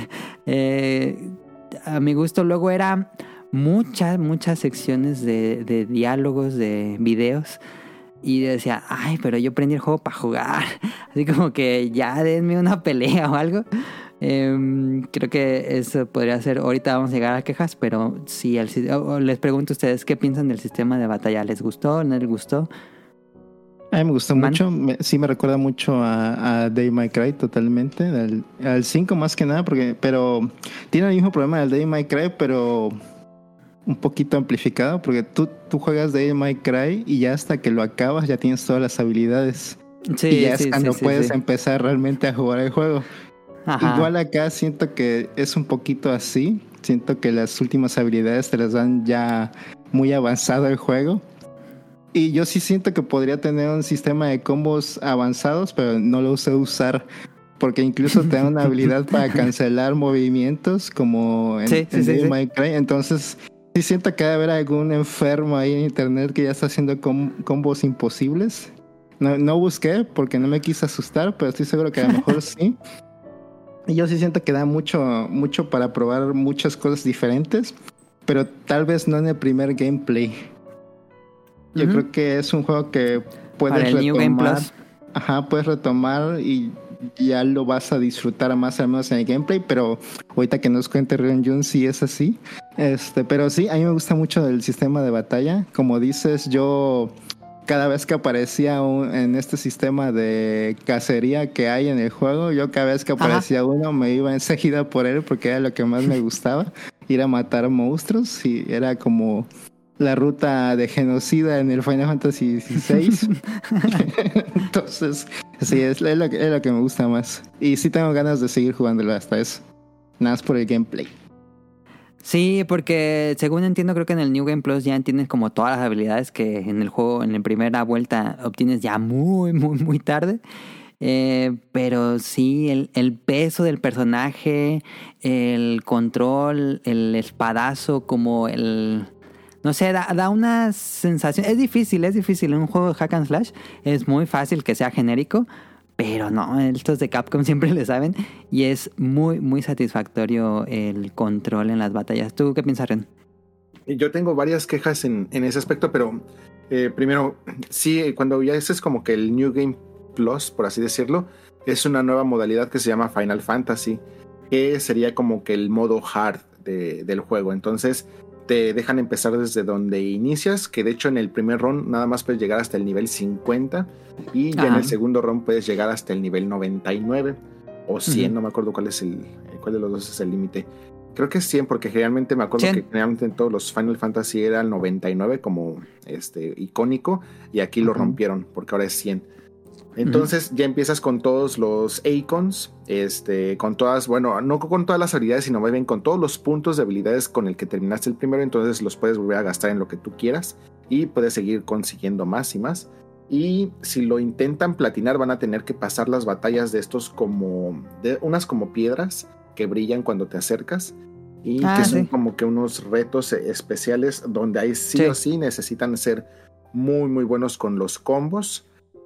A mi gusto luego era muchas secciones de diálogos, de videos. Y decía, pero yo prendí el juego para jugar. Así como que ya denme una pelea o algo. Creo que eso podría ser. Ahorita vamos a llegar a quejas, pero sí, les pregunto a ustedes qué piensan del sistema de batalla. ¿Les gustó? ¿No les gustó? A mí me gustó mucho, sí me recuerda mucho a Devil May Cry totalmente, al 5 más que nada, pero tiene el mismo problema del Devil May Cry, pero un poquito amplificado, porque tú juegas Devil May Cry y ya hasta que lo acabas ya tienes todas las habilidades. Sí, y ya es cuando puedes empezar realmente a jugar el juego. Ajá. Igual acá siento que es un poquito así, siento que las últimas habilidades te las dan ya muy avanzado el juego. Y yo sí siento que podría tener un sistema de combos avanzados, pero no lo sé usar, porque incluso te da una habilidad para cancelar movimientos como en Devil May Cry. Entonces sí siento que debe haber algún enfermo ahí en internet que ya está haciendo combos imposibles. No busqué porque no me quise asustar, pero estoy seguro que a lo mejor sí. Y yo sí siento que da mucho para probar muchas cosas diferentes, pero tal vez no en el primer gameplay. Yo creo que es un juego que puedes retomar. New Game Plus. Ajá, puedes retomar y ya lo vas a disfrutar más, al menos en el gameplay, pero ahorita que nos cuente Ryun sí es así. Pero sí, a mí me gusta mucho el sistema de batalla. Como dices, yo cada vez que aparecía en este sistema de cacería que hay en el juego, yo cada vez que aparecía uno me iba enseguida por él porque era lo que más me gustaba, ir a matar monstruos, y era como la ruta de genocida en el Final Fantasy XVI. Entonces, sí, es lo que me gusta más. Y sí tengo ganas de seguir jugándolo hasta eso. Nada más por el gameplay. Sí, porque según entiendo, creo que en el New Game Plus ya tienes como todas las habilidades que en el juego, en la primera vuelta, obtienes ya muy, muy, muy tarde. Pero sí, el peso del personaje, el control, el espadazo, como el... No sé, da una sensación... Es difícil. En un juego de hack and slash es muy fácil que sea genérico, pero no, estos de Capcom siempre le saben. Y es muy, muy satisfactorio el control en las batallas. ¿Tú qué piensas, Ren? Yo tengo varias quejas en ese aspecto, pero primero, sí, cuando ya ese es como que el New Game Plus, por así decirlo, es una nueva modalidad que se llama Final Fantasy, que sería como que el modo hard del juego. Entonces te dejan empezar desde donde inicias, que de hecho en el primer run nada más puedes llegar hasta el nivel 50 y ya en el segundo run puedes llegar hasta el nivel 99 o 100, no me acuerdo cuál de los dos es el límite. Creo que es 100 porque generalmente me acuerdo 100. Que generalmente en todos los Final Fantasy era el 99 como icónico, y aquí lo rompieron porque ahora es 100. Entonces ya empiezas con todos los icons, con todas, bueno, no con todas las habilidades, sino más bien con todos los puntos de habilidades con el que terminaste el primero. Entonces los puedes volver a gastar en lo que tú quieras y puedes seguir consiguiendo más y más. Y si lo intentan platinar, van a tener que pasar las batallas de estos unas como piedras que brillan cuando te acercas, y que son como que unos retos especiales donde ahí sí o sí necesitan ser muy muy buenos con los combos.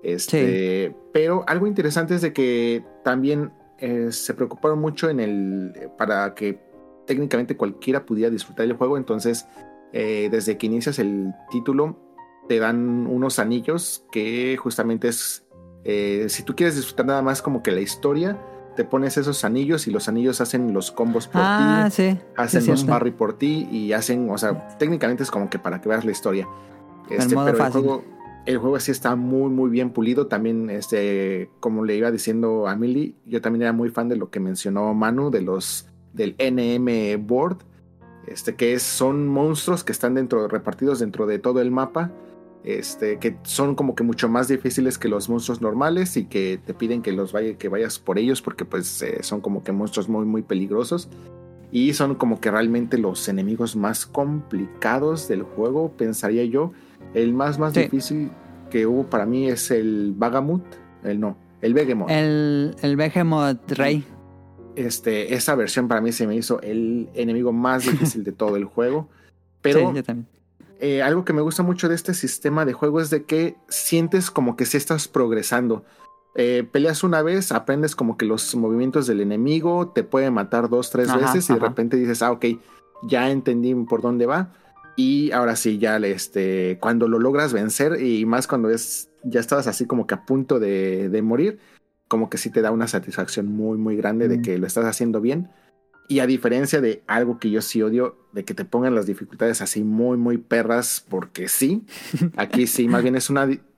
Pero algo interesante es de que también se preocuparon mucho para que técnicamente cualquiera pudiera disfrutar el juego. Entonces desde que inicias el título te dan unos anillos que justamente es si tú quieres disfrutar nada más como que la historia, te pones esos anillos y los anillos hacen los combos por ti, hacen los parry por ti y hacen, o sea, técnicamente es como que para que veas la historia. Pero fácil. El juego sí está muy muy bien pulido. También como le iba diciendo a Millie, yo también era muy fan de lo que mencionó Manu del NM Board, que son monstruos que están repartidos dentro de todo el mapa, que son como que mucho más difíciles que los monstruos normales y que te piden que vayas por ellos porque pues son como que monstruos muy muy peligrosos y son como que realmente los enemigos más complicados del juego, pensaría yo. El más difícil que hubo para mí es el Behemoth. El Behemoth. El Behemoth Rey. Esa versión para mí se me hizo el enemigo más difícil de todo el juego. Pero sí, yo también. Algo que me gusta mucho de este sistema de juego es de que sientes como que sí estás progresando. Peleas una vez, aprendes como que los movimientos del enemigo, te puede matar 2-3 veces y de repente dices, ok, ya entendí por dónde va. Y ahora sí, ya cuando lo logras vencer, y más cuando ya estabas así como que a punto de morir, como que sí te da una satisfacción muy muy grande de que lo estás haciendo bien. Y a diferencia de algo que yo sí odio, de que te pongan las dificultades así muy muy perras porque sí, aquí sí, más bien es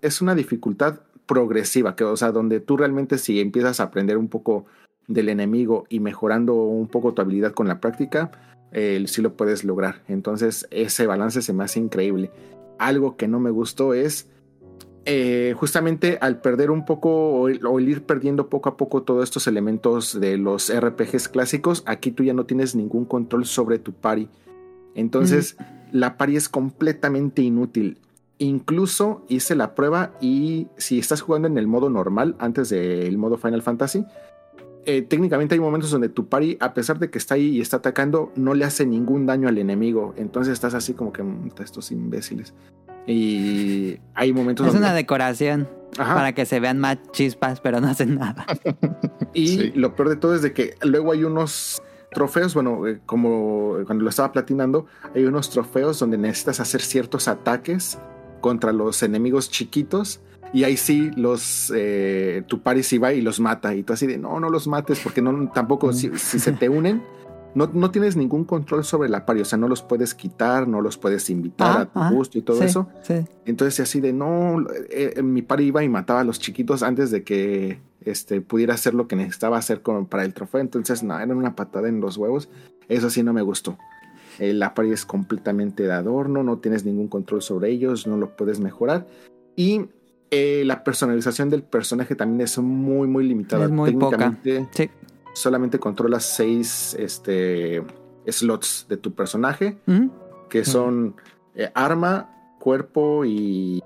es una dificultad progresiva, que, o sea, donde tú realmente si empiezas a aprender un poco del enemigo y mejorando un poco tu habilidad con la práctica, sí lo puedes lograr. Entonces ese balance se me hace increíble. Algo que no me gustó es justamente al perder un poco o el ir perdiendo poco a poco todos estos elementos de los RPGs clásicos, aquí tú ya no tienes ningún control sobre tu party. Entonces la party es completamente inútil. Incluso hice la prueba y si estás jugando en el modo normal antes del modo Final Fantasy, técnicamente hay momentos donde tu party, a pesar de que está ahí y está atacando, no le hace ningún daño al enemigo. Entonces estás así como que estos imbéciles. Y hay momentos donde... Es una donde... decoración para que se vean más chispas, pero no hacen nada. Y lo peor de todo es de que luego hay unos trofeos, bueno, como cuando lo estaba platinando, hay unos trofeos donde necesitas hacer ciertos ataques contra los enemigos chiquitos. Y ahí sí tu party sí va y los mata. Y tú así de, no los mates, porque no, tampoco, si se te unen, no tienes ningún control sobre la party. O sea, no los puedes quitar, no los puedes invitar a tu gusto y todo eso. Sí. Entonces así de, mi party iba y mataba a los chiquitos antes de que pudiera hacer lo que necesitaba hacer para el trofeo. Entonces, eran una patada en los huevos. Eso sí no me gustó. La party es completamente de adorno, no tienes ningún control sobre ellos, no lo puedes mejorar. Y la personalización del personaje también es muy, muy limitada. Es muy poca. Sí. Solamente controlas 6 slots de tu personaje, que son arma, cuerpo y...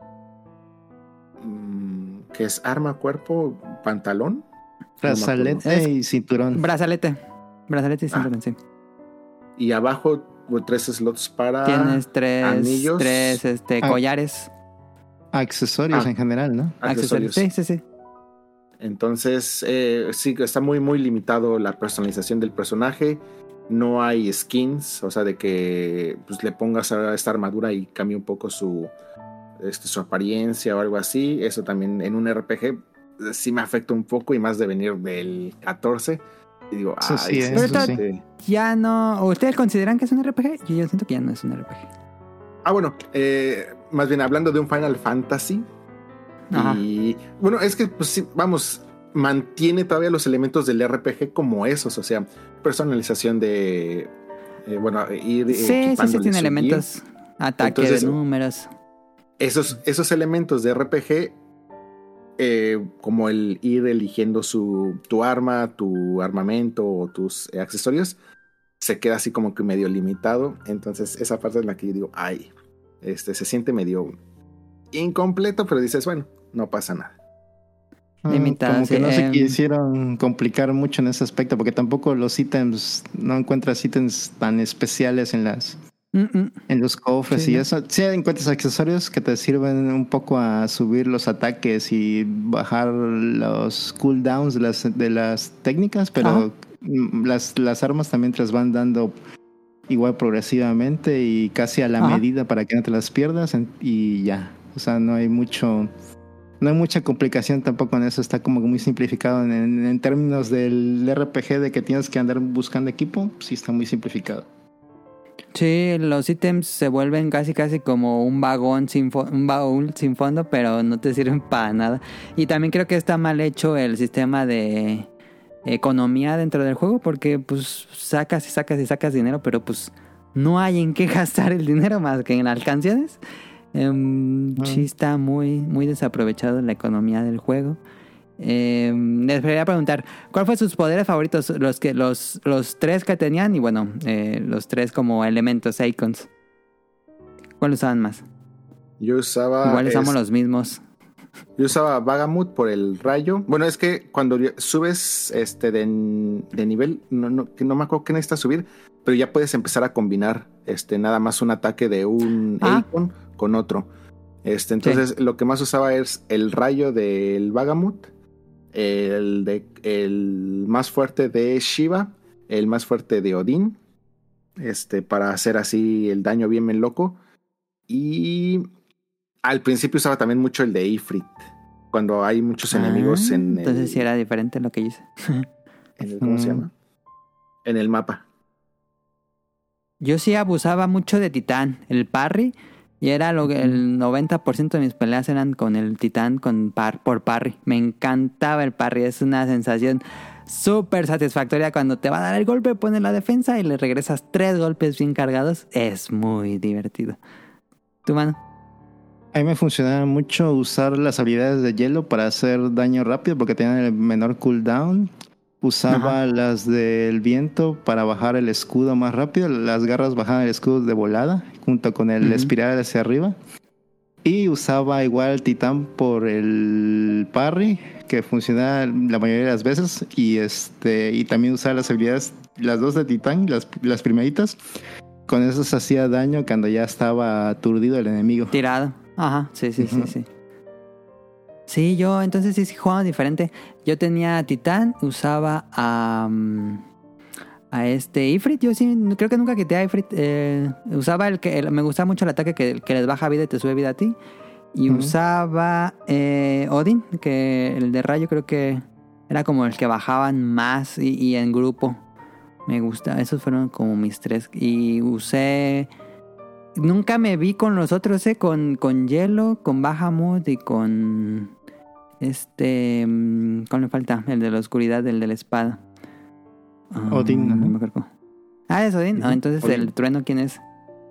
¿qué es arma, cuerpo, pantalón? Brazalete y cinturón. Brazalete y cinturón, sí. Y abajo 3 slots para... Tienes 3 anillos. 3 collares. Accesorios en general, ¿no? Accesorios. Sí. Entonces, sí, está muy, muy limitado la personalización del personaje. No hay skins, o sea, de que pues, le pongas a esta armadura y cambie un poco su apariencia o algo así. Eso también en un RPG sí me afecta un poco, y más de venir del 14. Y digo, ya no... ¿Ustedes consideran que es un RPG? Yo siento que ya no es un RPG. Bueno, más bien hablando de un Final Fantasy. Ajá. Y bueno, es que pues sí, vamos, mantiene todavía los elementos del RPG como esos, o sea, personalización de ir sí, tiene elementos, ataque de números. Esos elementos de RPG, como el ir eligiendo tu arma, tu armamento o tus accesorios, se queda así como que medio limitado. Entonces esa parte es la que yo digo, se siente medio incompleto, pero dices, bueno, no pasa nada. Limitado, como que no se quisieron complicar mucho en ese aspecto, porque tampoco los ítems, no encuentras ítems tan especiales en los cofres y eso. Sí encuentras accesorios que te sirven un poco a subir los ataques y bajar los cooldowns de las técnicas, pero las armas también te las van dando igual progresivamente y casi a la medida para que no te las pierdas, y ya. O sea, no hay mucha complicación tampoco en eso. Está como muy simplificado en términos del RPG, de que tienes que andar buscando equipo. Sí, está muy simplificado. Sí, los ítems se vuelven casi como un baúl sin fondo, pero no te sirven para nada. Y también creo que está mal hecho el sistema de economía dentro del juego, porque pues sacas dinero, pero pues no hay en qué gastar el dinero más que en las canciones. Sí está muy, muy desaprovechado la economía del juego. Les quería preguntar, ¿cuál fue sus poderes favoritos? Los 3 que tenían, y bueno, los 3 como elementos, icons. ¿Cuál usaban más? Yo usaba... Igual usamos los mismos. Yo usaba Bagamut por el rayo. Bueno, es que cuando subes de nivel, no me acuerdo qué necesitas subir, pero ya puedes empezar a combinar nada más un ataque de un icon con otro. Entonces lo que más usaba es el rayo del Bagamut, el más fuerte de Shiva, el más fuerte de Odín, para hacer así el daño bien loco. Y al principio usaba también mucho el de Ifrit, cuando hay muchos enemigos entonces sí era diferente lo que hice. ¿Cómo se llama? En el mapa. Yo sí abusaba mucho de Titán, el parry. Y era el 90% de mis peleas eran con el titán por parry. Me encantaba el parry. Es una sensación súper satisfactoria cuando te va a dar el golpe, pones la defensa y le regresas 3 golpes bien cargados. Es muy divertido. ¿Tu mano? A mí me funcionaba mucho usar las habilidades de hielo para hacer daño rápido porque tenían el menor cooldown. Usaba las del viento para bajar el escudo más rápido. Las garras bajaban el escudo de volada junto con el espiral hacia arriba. Y usaba igual el titán por el parry, que funcionaba la mayoría de las veces. Y también usaba las habilidades, las 2 de titán, las primeritas. Con eso se hacía daño cuando ya estaba aturdido el enemigo. Tirado. Ajá, sí. Sí, yo entonces sí jugaba diferente. Yo tenía Titán, usaba a Ifrit. Yo sí, creo que nunca quité a Ifrit. Usaba me gustaba mucho el ataque que les baja vida y te sube vida a ti. Y usaba Odin, que el de rayo creo que era como el que bajaban más y en grupo. Me gusta, esos fueron como mis 3. Y usé... Nunca me vi con los otros, con hielo, con Bahamut y con... ¿Cuál me falta? El de la oscuridad, el de la espada. Odín, ¿no? No me acuerdo. Es Odín. Entonces, Odín. ¿El trueno quién es?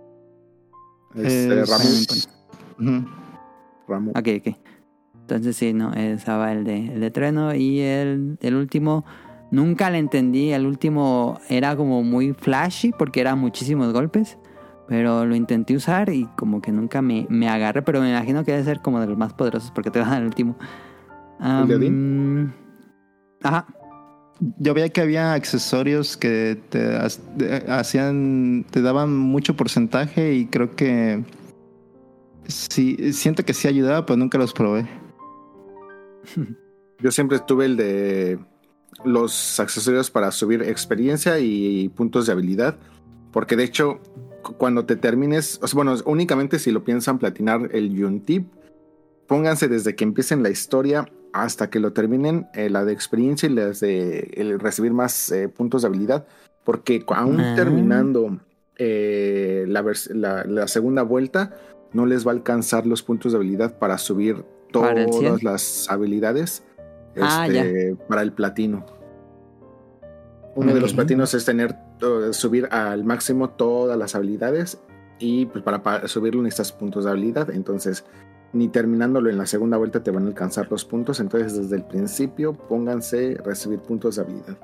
Ramu. Ok. Entonces sí, no, estaba el de trueno. Y el último, nunca le entendí. El último era como muy flashy porque eran muchísimos golpes. Pero lo intenté usar y como que nunca me agarré. Pero me imagino que debe ser como de los más poderosos porque te van al último. ¿El de Odín? Ajá. Yo veía que había accesorios que te daban mucho porcentaje y creo que sí, siento que sí ayudaba, pero nunca los probé. Yo siempre tuve el de los accesorios para subir experiencia y puntos de habilidad, porque de hecho cuando te termines, únicamente si lo piensan platinar el Yuntip, pónganse desde que empiecen la historia hasta que lo terminen, la de experiencia y las de el recibir más puntos de habilidad, porque aún terminando la segunda vuelta no les va a alcanzar los puntos de habilidad para subir todas las habilidades para el platino. Uno de los platinos es subir al máximo todas las habilidades y pues para subirlo necesitas puntos de habilidad. Entonces ni terminándolo en la segunda vuelta te van a alcanzar los puntos. Entonces desde el principio pónganse recibir puntos de habilidad.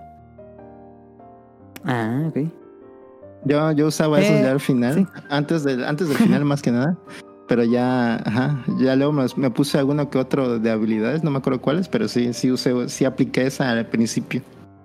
Ok. Yo usaba esos ya al final, sí. antes del final más que nada. Pero ya luego me puse alguno que otro de habilidades, no me acuerdo cuáles, pero sí usé, sí apliqué esa al principio.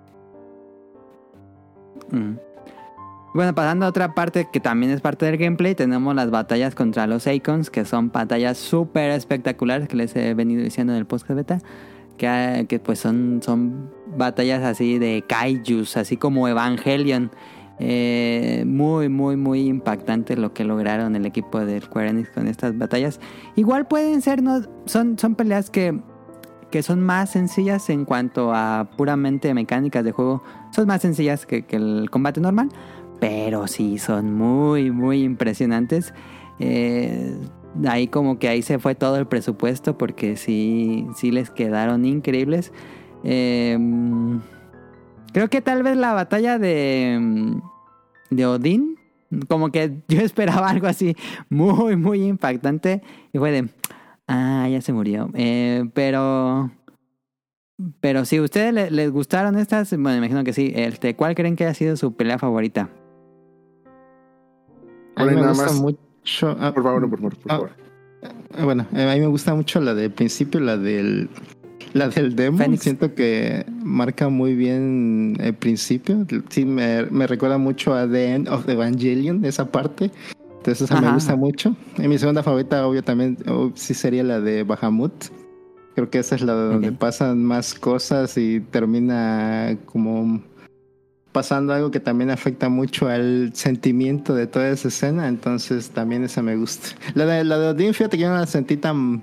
Bueno, pasando a otra parte que también es parte del gameplay, tenemos las batallas contra los Icons, que son batallas súper espectaculares que les he venido diciendo en el podcast beta, que pues son batallas así de kaijus, así como Evangelion. Muy, muy, muy impactante lo que lograron el equipo de Square Enix con estas batallas. Igual pueden ser, ¿no? Son peleas que son más sencillas en cuanto a puramente mecánicas de juego. Son más sencillas que el combate normal, pero sí son muy, muy impresionantes. Ahí como que ahí se fue todo el presupuesto porque sí les quedaron increíbles. Creo que tal vez la batalla de Odín, como que yo esperaba algo así muy, muy impactante y fue de... ya se murió. Pero si a ustedes les gustaron estas, bueno, imagino que sí. ¿Cuál creen que haya sido su pelea favorita? A mí me gusta mucho... por favor. Bueno, a mí me gusta mucho la del principio, la del demo. Phoenix. Siento que marca muy bien el principio. Sí, me recuerda mucho a The End of Evangelion, esa parte. Entonces esa me gusta mucho. Y mi segunda favorita, obvio, también sí sería la de Bahamut. Creo que esa es la donde pasan más cosas y termina como pasando algo que también afecta mucho al sentimiento de toda esa escena. Entonces también esa me gusta. La de Odin, fíjate que yo no la sentí tan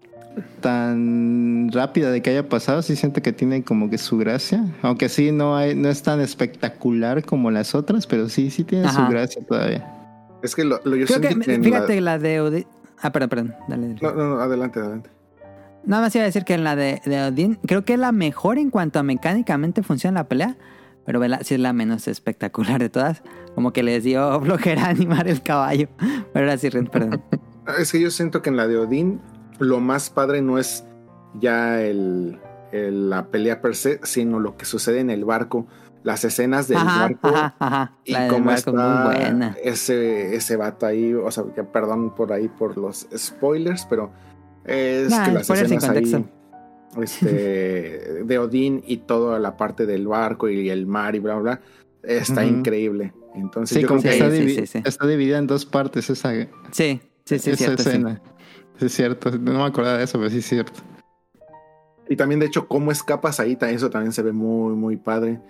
rápida de que haya pasado. Sí siento que tiene como que su gracia, aunque sí no es tan espectacular como las otras, pero sí tiene su gracia todavía. Es que yo creo sentí que fíjate la de Odín. Perdón, dale. No, adelante. Nada más iba a decir que en la de Odín creo que es la mejor en cuanto a mecánicamente funciona la pelea, pero sí es la menos espectacular de todas. Como que les dio flojera animar el caballo. Pero ahora sí, perdón. Es que yo siento que en la de Odín lo más padre no es ya la pelea per se, sino lo que sucede en el barco. Las escenas del barco y cómo está muy buena. Ese vato ahí, o sea, que perdón por ahí por los spoilers, pero es que las escenas ahí de Odín y toda la parte del barco y el mar y bla bla está increíble. Entonces sí, yo como creo que está dividida en dos partes esa cierto, escena. Sí. Es cierto, no me acordaba de eso, pero sí es cierto. Y también de hecho cómo escapas ahí, eso también se ve muy muy padre.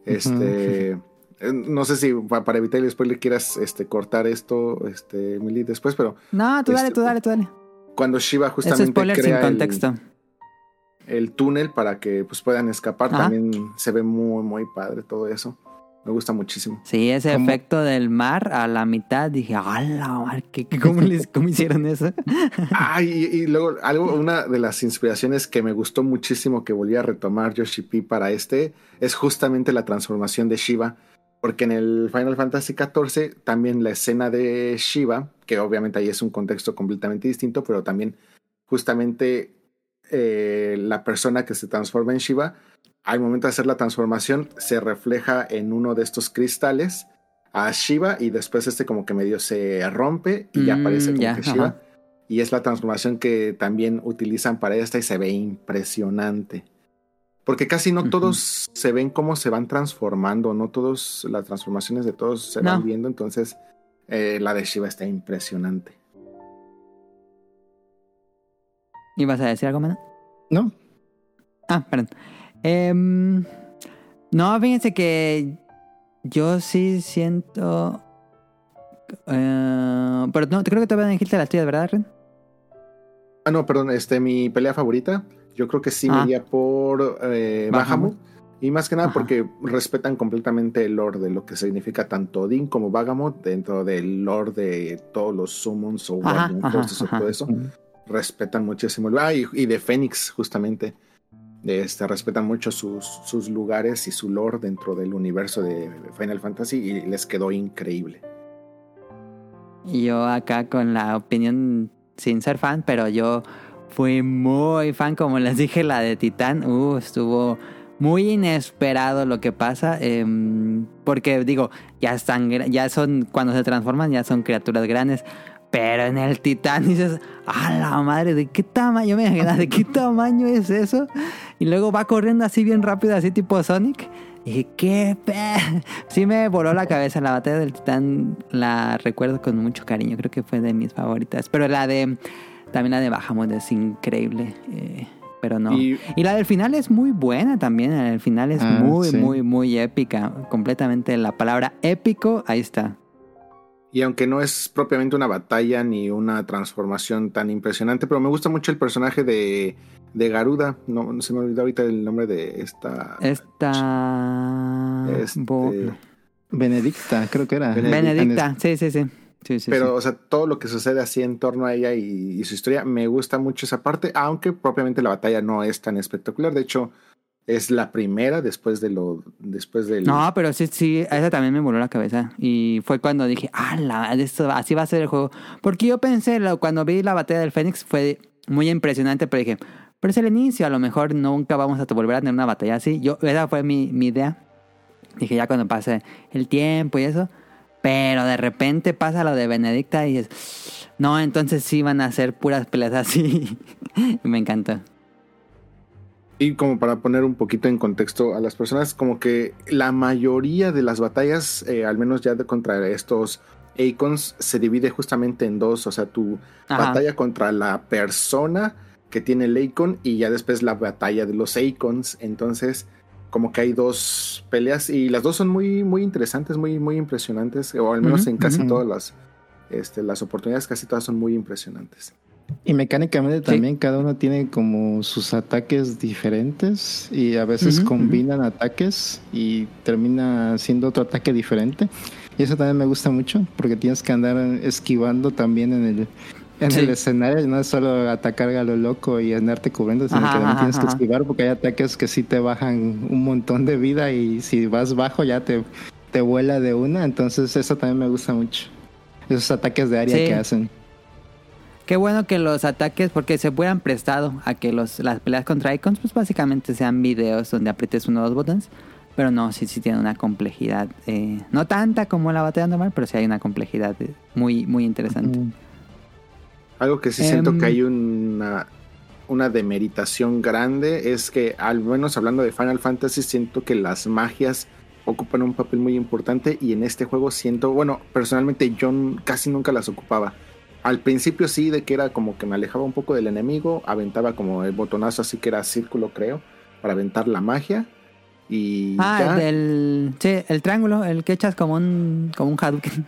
No sé si para evitar el spoiler quieras cortar esto, Mili, después, pero... No, tú dale. Cuando Shiva justamente spoiler crea sin contexto. El túnel para que pues puedan escapar, también se ve muy, muy padre todo eso. Me gusta muchísimo. Sí, ese efecto del mar a la mitad, dije, ¡hala, mar! ¿Cómo hicieron eso? Y luego una de las inspiraciones que me gustó muchísimo que volví a retomar Yoshi P para es justamente la transformación de Shiva, porque en el Final Fantasy XIV también la escena de Shiva, que obviamente ahí es un contexto completamente distinto, pero también justamente la persona que se transforma en Shiva, al momento de hacer la transformación se refleja en uno de estos cristales a Shiva y después como que medio se rompe y ya aparece como que Shiva. Y es la transformación que también utilizan para esta y se ve impresionante. Porque casi no todos se ven cómo se van transformando, no todos, las transformaciones de todos se van viendo, entonces la de Shiva está impresionante. ¿Ibas a decir algo, Mano? No. Perdón. No, fíjense que yo sí siento... pero no, creo que todavía no dijiste las tuyas, ¿verdad, Ren? No, perdón, mi pelea favorita, yo creo que sí me iría por Bahamut. Y más que nada porque respetan completamente el lore de lo que significa tanto Odín como Bahamut dentro del lore de todos los summons o todo eso. Respetan muchísimo. Y de Fénix, justamente. Respetan mucho sus lugares y su lore dentro del universo de Final Fantasy y les quedó increíble. Y yo acá con la opinión sin ser fan, pero yo fui muy fan, como les dije, la de Titán. Estuvo muy inesperado lo que pasa, porque digo, ya son, cuando se transforman ya son criaturas grandes. Pero en el Titán dices, ¡a la madre! ¿De qué tamaño? Yo me imaginaba, ¿de qué tamaño es eso? Y luego va corriendo así bien rápido, así tipo Sonic. Y dije, ¿qué? Sí me voló la cabeza. La batalla del Titán la recuerdo con mucho cariño. Creo que fue de mis favoritas. Pero también la de Bahamut es increíble. Pero no. Y la del final es muy buena también. El final es muy, muy épica. Completamente la palabra épico, ahí está. Y aunque no es propiamente una batalla ni una transformación tan impresionante, pero me gusta mucho el personaje de Garuda. No se me olvidó ahorita el nombre de esta... Benedicta, creo que era. Benedicta, sí. Pero, o sea, todo lo que sucede así en torno a ella y su historia, me gusta mucho esa parte, aunque propiamente la batalla no es tan espectacular. De hecho, es la primera después del... No, pero sí, esa también me voló la cabeza. Y fue cuando dije, esto así va a ser el juego. Porque yo pensé, cuando vi la batalla del Fénix, fue muy impresionante, pero dije, pero es el inicio, a lo mejor nunca vamos a volver a tener una batalla así. Esa fue mi idea. Dije, ya cuando pase el tiempo y eso. Pero de repente pasa lo de Benedicta y dices, no, entonces sí van a ser puras peleas así. Y me encantó. Y como para poner un poquito en contexto a las personas, como que la mayoría de las batallas, al menos ya contra estos Eikons, se divide justamente en dos. O sea, tu batalla contra la persona que tiene el Eikon y ya después la batalla de los Eikons. Entonces, como que hay dos peleas y las dos son muy, muy interesantes, muy, muy impresionantes. O al menos en casi todas las oportunidades, casi todas son muy impresionantes. Y mecánicamente también cada uno tiene como sus ataques diferentes y a veces combinan ataques y termina siendo otro ataque diferente. Y eso también me gusta mucho, porque tienes que andar esquivando también en el escenario. No es solo atacar a lo loco y andarte cubriendo, sino que también tienes que esquivar, porque hay ataques que sí te bajan un montón de vida y si vas bajo ya te vuela de una. Entonces eso también me gusta mucho. Esos ataques de área que hacen. Qué bueno que los ataques, porque se hubieran prestado a que las peleas contra icons, pues básicamente sean videos donde aprietes uno o dos botones. Pero no, sí tiene una complejidad. No tanta como la batalla normal, pero sí hay una complejidad muy, muy interesante. Algo que sí siento que hay una demeritación grande es que, al menos hablando de Final Fantasy, siento que las magias ocupan un papel muy importante. Y en este juego siento, bueno, personalmente yo casi nunca las ocupaba. Al principio sí, de que era como que me alejaba un poco del enemigo, aventaba como el botonazo, así que era círculo, creo, para aventar la magia. Y el triángulo, el que echas como un Hadouken.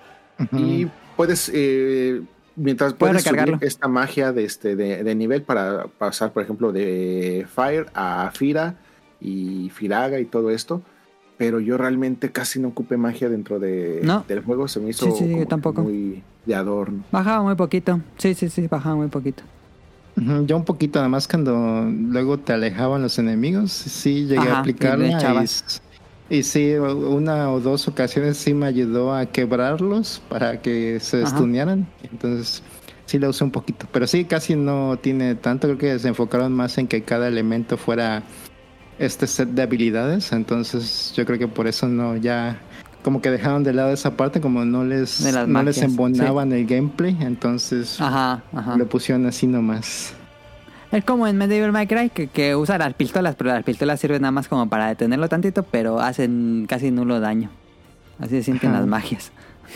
Y puedes, mientras puedes subir esta magia de nivel para pasar, por ejemplo, de Fire a Fira y Firaga y todo esto. Pero yo realmente casi no ocupé magia dentro del juego. Se me hizo como muy de adorno. Bajaba muy poquito. Sí, bajaba muy poquito. Yo un poquito, además cuando luego te alejaban los enemigos, sí llegué a aplicarla y sí, una o dos ocasiones sí me ayudó a quebrarlos para que se stunearan. Entonces sí la usé un poquito, pero sí, casi no tiene tanto. Creo que se enfocaron más en que cada elemento fuera este set de habilidades. Entonces yo creo que por eso ya como que dejaron de lado esa parte, como no les embonaban el gameplay, entonces le pusieron así nomás. Es como en Medieval May Cry que usa las pistolas, pero las pistolas sirven nada más como para detenerlo tantito, pero hacen casi nulo daño. Así se sienten las magias.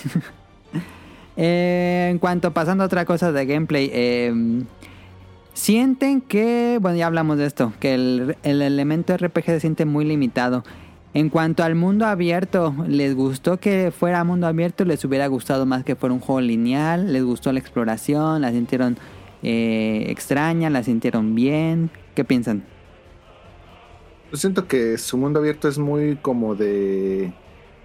En cuanto, pasando a otra cosa de gameplay, sienten que, bueno, ya hablamos de esto, que el elemento RPG se siente muy limitado. En cuanto al mundo abierto, ¿les gustó que fuera mundo abierto? ¿Les hubiera gustado más que fuera un juego lineal? ¿Les gustó la exploración? ¿La sintieron extraña? ¿La sintieron bien? ¿Qué piensan? Yo siento que su mundo abierto es muy como de...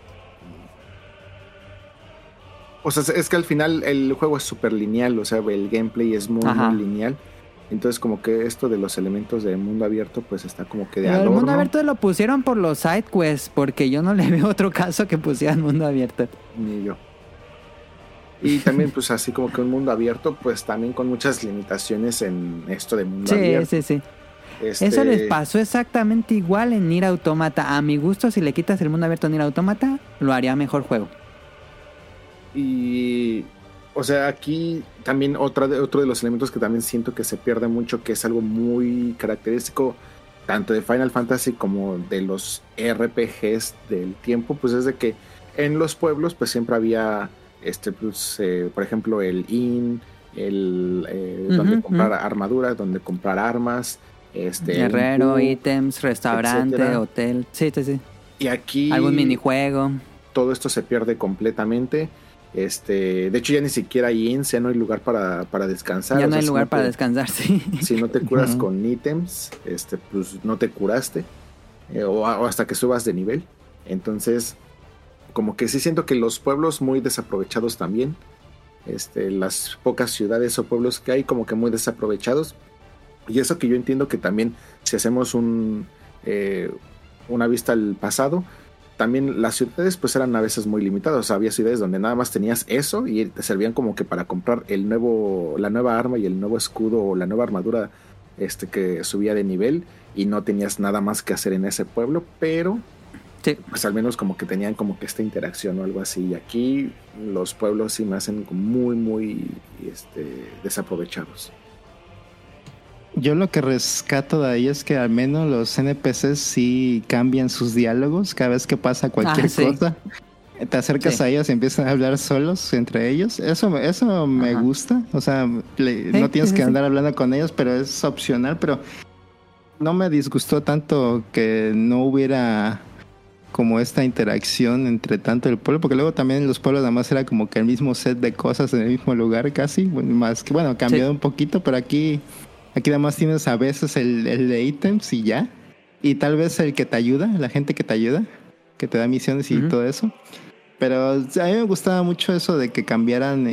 O sea, es que al final el juego es súper lineal, o sea, el gameplay es muy lineal. Entonces como que esto de los elementos de mundo abierto pues está como que de adorno. El mundo abierto lo pusieron por los side quests, porque yo no le veo otro caso que pusieran mundo abierto. Ni yo. Y también pues así como que un mundo abierto pues también con muchas limitaciones en esto de mundo abierto. Sí. Eso les pasó exactamente igual en Nier Automata. A mi gusto, si le quitas el mundo abierto a Nier Automata, lo haría mejor juego. Y... O sea, aquí también otro de los elementos que también siento que se pierde mucho, que es algo muy característico tanto de Final Fantasy como de los RPGs del tiempo, pues es de que en los pueblos pues siempre había por ejemplo el inn, donde comprar armaduras, donde comprar armas, herrero, ítems, restaurante, etcétera, hotel. Sí. Y aquí algún minijuego. Todo esto se pierde completamente. De hecho ya ni siquiera hay inns, ya no hay lugar para descansar. Ya no hay lugar para descansar, sí. Si no te curas con ítems, pues no te curaste, o hasta que subas de nivel. Entonces como que sí siento que los pueblos muy desaprovechados también, las pocas ciudades o pueblos que hay como que muy desaprovechados. Y eso que yo entiendo que también si hacemos una vista al pasado, también las ciudades pues eran a veces muy limitadas. O sea, había ciudades donde nada más tenías eso y te servían como que para comprar la nueva arma y el nuevo escudo o la nueva armadura que subía de nivel, y no tenías nada más que hacer en ese pueblo, pero pues al menos como que tenían como que esta interacción o algo así. Y aquí los pueblos sí me hacen como muy muy desaprovechados. Yo lo que rescato de ahí es que al menos los NPCs sí cambian sus diálogos cada vez que pasa cualquier cosa. Te acercas a ellos y empiezan a hablar solos entre ellos. Eso me gusta. O sea, no tienes que andar hablando con ellos, pero es opcional. Pero no me disgustó tanto que no hubiera como esta interacción entre tanto el pueblo, porque luego también en los pueblos nada más era como que el mismo set de cosas en el mismo lugar casi. Más que cambiado un poquito, pero aquí nada más tienes a veces el de ítems y ya. Y tal vez el que te ayuda, la gente que te ayuda, que te da misiones y todo eso. Pero a mí me gustaba mucho eso de que cambiaran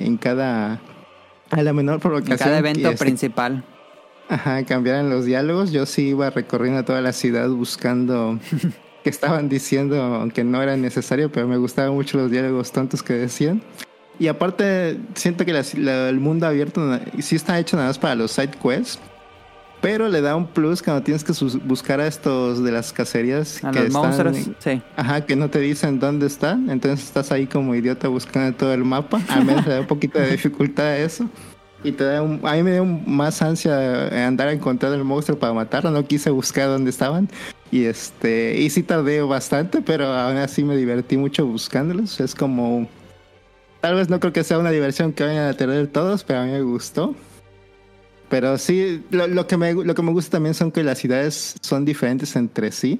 a la menor provocación. En cada evento principal. Ajá, cambiaran los diálogos. Yo sí iba recorriendo toda la ciudad buscando qué estaban diciendo, aunque no era necesario, pero me gustaban mucho los diálogos tontos que decían. Y aparte, siento que el mundo abierto sí está hecho nada más para los side quests, pero le da un plus cuando tienes que buscar a estos de las cacerías. A los monstruos, sí. Ajá, que no te dicen dónde están. Entonces estás ahí como idiota buscando todo el mapa. Al menos le da un poquito de dificultad a eso. Y a mí me dio más ansia andar a encontrar el monstruo para matarlo. No quise buscar dónde estaban. Y sí tardé bastante, pero aún así me divertí mucho buscándolos. Es como... Tal vez no creo que sea una diversión que vayan a tener todos, pero a mí me gustó. Pero sí, lo que me gusta también son que las ciudades son diferentes entre sí.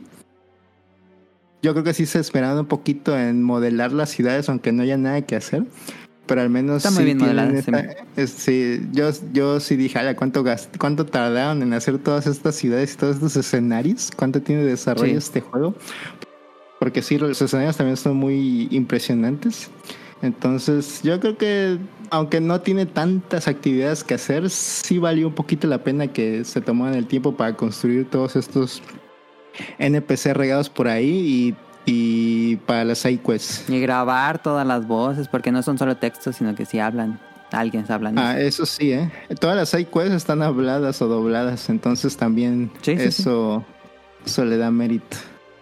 Yo creo que sí se esperaron un poquito en modelar las ciudades, aunque no haya nada que hacer. Pero al menos está muy bien modelada. Sí, yo sí dije, ¿cuánto tardaron en hacer todas estas ciudades y todos estos escenarios? ¿Cuánto tiene de desarrollo este juego? Porque sí, los escenarios también son muy impresionantes. Entonces, yo creo que, aunque no tiene tantas actividades que hacer, sí valió un poquito la pena que se tomaran el tiempo para construir todos estos NPC regados por ahí y para las side quests. Y grabar todas las voces, porque no son solo textos, sino que sí hablan. Alguien está hablando. Eso sí, Todas las side quests están habladas o dobladas, entonces también eso le da mérito.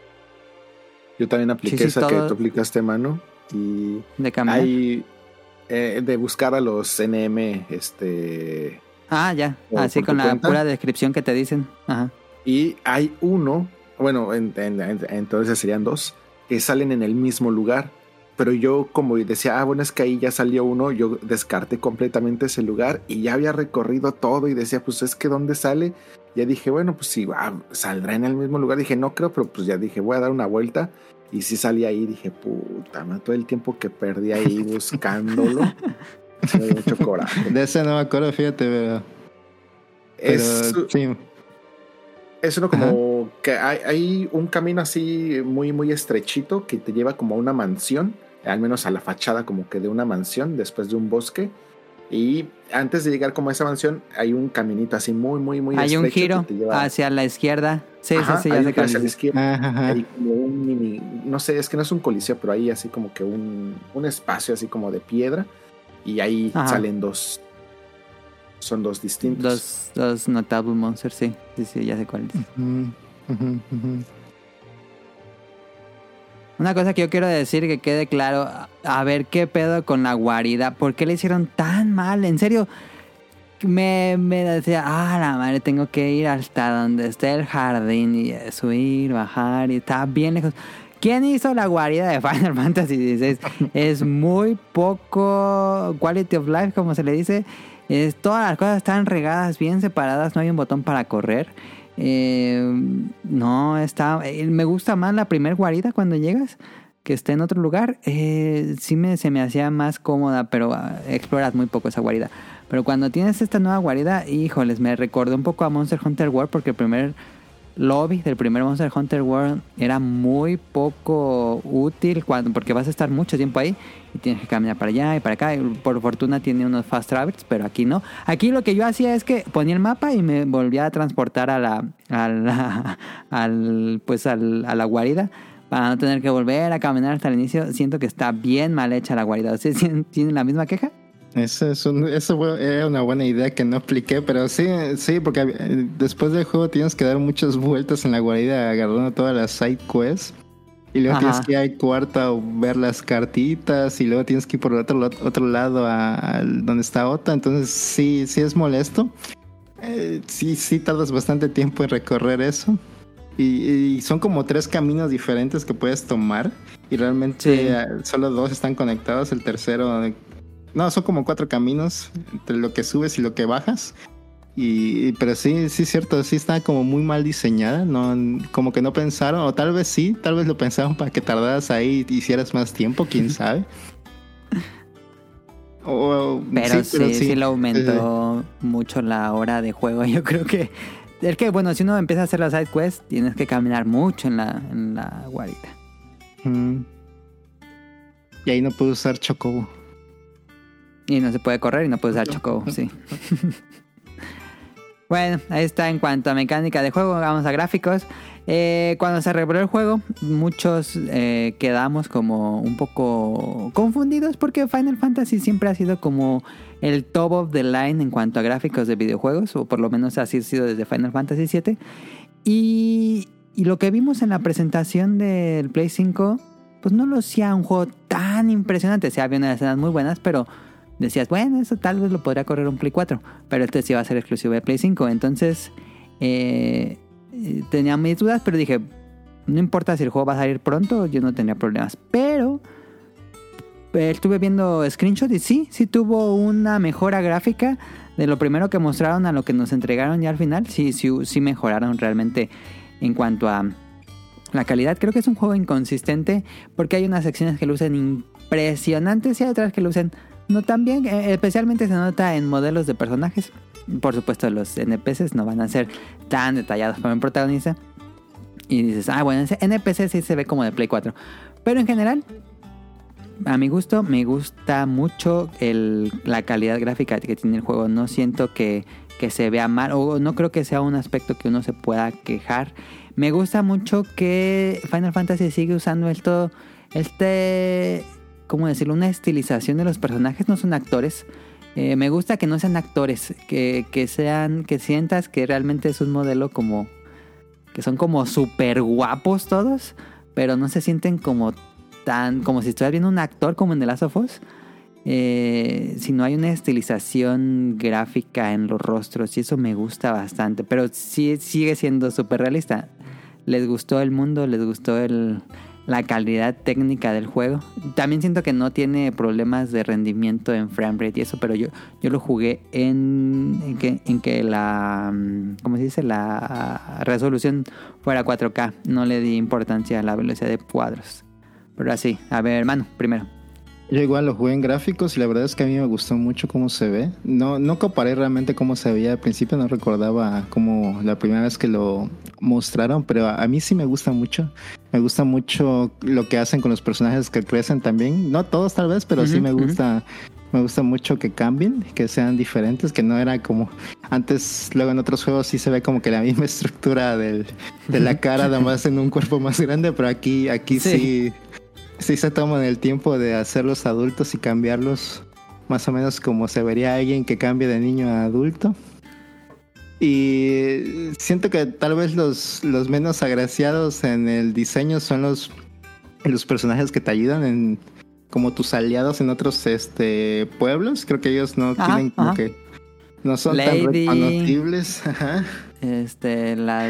Yo también apliqué esa que tú aplicaste, Manu. Y de caminar. Hay de buscar a los NM ya, así con la pura descripción que te dicen. Ajá. Y hay uno, bueno, entonces serían dos que salen en el mismo lugar, pero yo como decía, bueno, es que ahí ya salió uno, yo descarté completamente ese lugar y ya había recorrido todo y decía, pues es que ¿dónde sale? Ya dije, bueno, pues sí, saldrá en el mismo lugar. Dije, no creo, pero pues ya dije, voy a dar una vuelta. Y sí salí ahí, dije, puta, todo el tiempo que perdí ahí buscándolo. Me dio mucho coraje. De ese no me acuerdo, fíjate, sí. Es uno como que hay un camino así muy, muy estrechito que te lleva como a una mansión, al menos a la fachada como que de una mansión, después de un bosque. Y antes de llegar como a esa mansión hay un caminito así muy, muy, muy estrecho. Hay un giro que te lleva hacia la izquierda. Sí, ya sé que hacia la izquierda. Hay como un mini, no sé, es que no es un coliseo, pero hay así como que un espacio así como de piedra. Y ahí salen dos. Son dos distintos. Dos Notable Monsters, sí, ya sé cuál es. Una cosa que yo quiero decir, que quede claro, a ver qué pedo con la guarida. ¿Por qué le hicieron tan mal? En serio, me decía, la madre, tengo que ir hasta donde esté el jardín y subir, bajar y está bien lejos. ¿Quién hizo la guarida de Final Fantasy XVI? Es muy poco quality of life, como se le dice. Todas las cosas están regadas, bien separadas, no hay un botón para correr. No está. Me gusta más la primer guarida cuando llegas, que esté en otro lugar. Sí se me hacía más cómoda, pero exploras muy poco esa guarida. Pero cuando tienes esta nueva guarida, híjoles, me recordó un poco a Monster Hunter World, porque el primer lobby del primer Monster Hunter World era muy poco útil porque vas a estar mucho tiempo ahí y tienes que caminar para allá y para acá. Por fortuna tiene unos fast travels, pero aquí no. Aquí lo que yo hacía es que ponía el mapa y me volvía a transportar a la guarida para no tener que volver a caminar hasta el inicio. Siento que está bien mal hecha la guarida. ¿Ustedes tienen la misma queja? Eso era una buena idea que no apliqué, pero sí, porque después del juego tienes que dar muchas vueltas en la guarida agarrando todas las side quests y luego tienes que ir al cuarto a ver las cartitas y luego tienes que ir por el otro lado a donde está Ota. Entonces sí es molesto. Sí tardas bastante tiempo en recorrer eso y son como 3 caminos diferentes que puedes tomar y realmente solo 2 están conectados, el tercero... No, son como 4 caminos entre lo que subes y lo que bajas. Pero sí es cierto, sí está como muy mal diseñada. No, como que no pensaron, o tal vez lo pensaron para que tardaras ahí y hicieras más tiempo, quién sabe. Pero sí lo aumentó mucho la hora de juego. Yo creo que es que, bueno, si uno empieza a hacer las side quests, tienes que caminar mucho en la guarita. Y ahí no puedo usar Chocobo. Y no se puede correr y no puede usar Chocobo, sí. Bueno, ahí está en cuanto a mecánica de juego. Vamos a gráficos. Cuando se reveló el juego, muchos quedamos como un poco confundidos porque Final Fantasy siempre ha sido como el top of the line en cuanto a gráficos de videojuegos, o por lo menos así ha sido desde Final Fantasy VII. Y lo que vimos en la presentación del Play 5, pues no lo hacía un juego tan impresionante. Sí, había unas escenas muy buenas, pero decías, bueno, eso tal vez lo podría correr un Play 4, pero este sí va a ser exclusivo de Play 5. Entonces tenía mis dudas, pero dije, no importa si el juego va a salir pronto, yo no tenía problemas. Pero estuve viendo screenshots y sí tuvo una mejora gráfica de lo primero que mostraron a lo que nos entregaron ya al final. Sí mejoraron realmente en cuanto a la calidad. Creo que es un juego inconsistente porque hay unas secciones que lucen impresionantes y hay otras que lucen no tan bien. Especialmente se nota en modelos de personajes. Por supuesto, los NPCs no van a ser tan detallados como el protagonista. Y dices, bueno, ese NPC sí se ve como de Play 4. Pero en general, a mi gusto, me gusta mucho la calidad gráfica que tiene el juego. No siento que se vea mal, o no creo que sea un aspecto que uno se pueda quejar. Me gusta mucho que Final Fantasy sigue usando ¿cómo decirlo? Una estilización de los personajes. No son actores. Me gusta que no sean actores, que sientas que realmente es un modelo como que son como súper guapos todos, pero no se sienten como si estuvieras viendo un actor como en The Last of Us, sino hay una estilización gráfica en los rostros y eso me gusta bastante, pero sí sigue siendo súper realista. Les gustó el mundo, les gustó la calidad técnica del juego. También siento que no tiene problemas de rendimiento en framerate y eso, pero yo lo jugué en que la, ¿cómo se dice? La resolución fuera 4K. No le di importancia a la velocidad de cuadros. Pero así, a ver, hermano, primero. Yo igual lo jugué en gráficos y la verdad es que a mí me gustó mucho cómo se ve. No comparé realmente cómo se veía al principio, no recordaba como la primera vez que lo mostraron, pero a mí sí me gusta mucho. Me gusta mucho lo que hacen con los personajes que crecen también. No todos tal vez, pero sí me gusta mucho que cambien, que sean diferentes, que no era como antes. Luego en otros juegos sí se ve como que la misma estructura de la cara, nada más en un cuerpo más grande, pero aquí sí se toman el tiempo de hacerlos adultos y cambiarlos más o menos como se vería alguien que cambie de niño a adulto. Y siento que tal vez los menos agraciados en el diseño son los personajes que te ayudan en como tus aliados en otros pueblos. Creo que ellos no tienen como que no son Lady, tan reconocibles. Ajá. La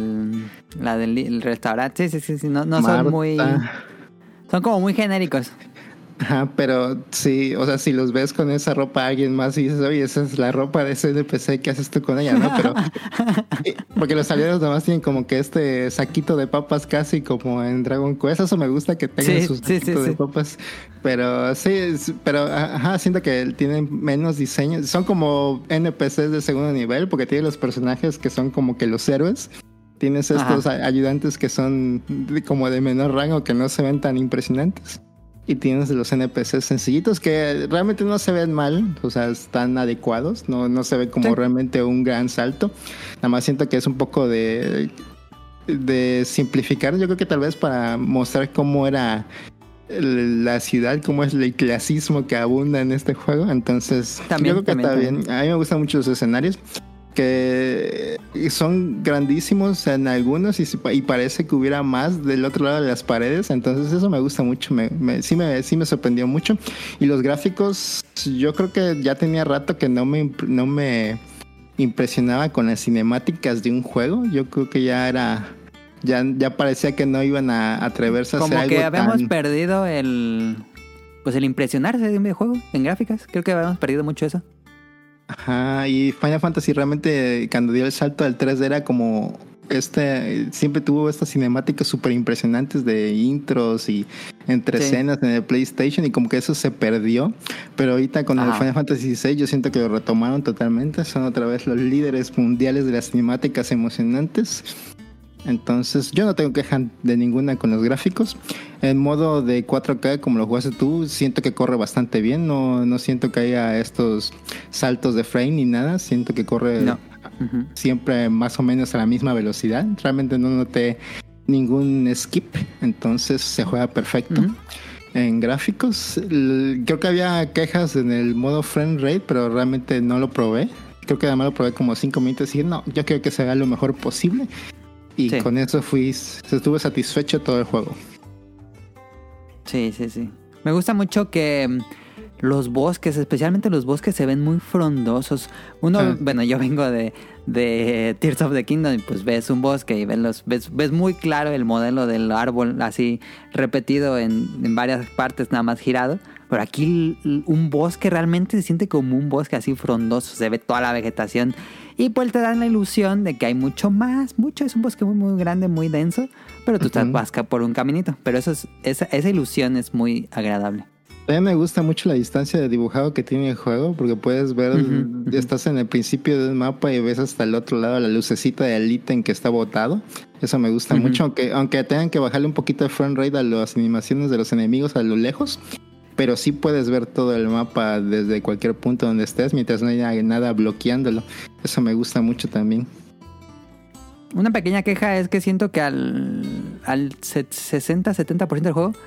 del restaurante, sí, no Marta. Son muy... Son como muy genéricos. Ajá, pero sí, o sea, si los ves con esa ropa a alguien más y dices, oye, esa es la ropa de ese NPC, ¿qué haces tú con ella? ¿No? Pero porque los aliados nada más tienen como que saquito de papas casi como en Dragon Quest. Eso me gusta que tengan sus saquitos de papas. Pero siento que tienen menos diseño. Son como NPCs de segundo nivel porque tienen los personajes que son como que los héroes. Tienes estos ayudantes que son como de menor rango, que no se ven tan impresionantes. Y tienes los NPCs sencillitos que realmente no se ven mal, o sea, están adecuados. No se ve como realmente un gran salto. Nada más siento que es un poco de simplificar. Yo creo que tal vez para mostrar cómo era la ciudad, cómo es el clasismo que abunda en este juego. Entonces, yo creo que está bien. A mí me gustan mucho los escenarios, que son grandísimos en algunos y parece que hubiera más del otro lado de las paredes. Entonces eso me gusta mucho, sí me sorprendió mucho. Y los gráficos, yo creo que ya tenía rato que no me impresionaba con las cinemáticas de un juego. Yo creo que ya parecía que no iban a atreverse a hacer algo. Como que habíamos perdido el impresionarse de un videojuego en gráficas. Creo que habíamos perdido mucho eso. Ajá, y Final Fantasy realmente cuando dio el salto al 3D era como siempre tuvo estas cinemáticas súper impresionantes de intros y entre escenas en el PlayStation, y como que eso se perdió. Pero ahorita con el Final Fantasy VI yo siento que lo retomaron totalmente. Son otra vez los líderes mundiales de las cinemáticas emocionantes. Entonces yo no tengo queja de ninguna con los gráficos. En modo de 4K, como lo jugaste tú, siento que corre bastante bien. No siento que haya estos saltos de frame ni nada. Siento que corre siempre más o menos a la misma velocidad. Realmente no noté ningún skip, entonces se juega perfecto. En gráficos, creo que había quejas en el modo frame rate, pero realmente no lo probé. Creo que además lo probé como 5 minutos y dije, no, yo quiero que se haga lo mejor posible. Y con eso estuve satisfecho todo el juego. Sí. Me gusta mucho que los bosques, especialmente los bosques, se ven muy frondosos. Bueno, yo vengo de Tears of the Kingdom y pues ves un bosque y ves muy claro el modelo del árbol así repetido en varias partes, nada más girado. Pero aquí un bosque realmente se siente como un bosque así frondoso, se ve toda la vegetación y pues te dan la ilusión de que hay mucho, es un bosque muy muy grande, muy denso, pero tú vas por un caminito, pero esa ilusión es muy agradable. También me gusta mucho la distancia de dibujado que tiene el juego, porque puedes ver, estás en el principio del mapa y ves hasta el otro lado la lucecita del ítem que está botado. Eso me gusta mucho, aunque tengan que bajarle un poquito de frame rate a las animaciones de los enemigos a lo lejos, pero sí puedes ver todo el mapa desde cualquier punto donde estés, mientras no haya nada bloqueándolo. Eso me gusta mucho también. Una pequeña queja es que siento que al 60-70% del juego,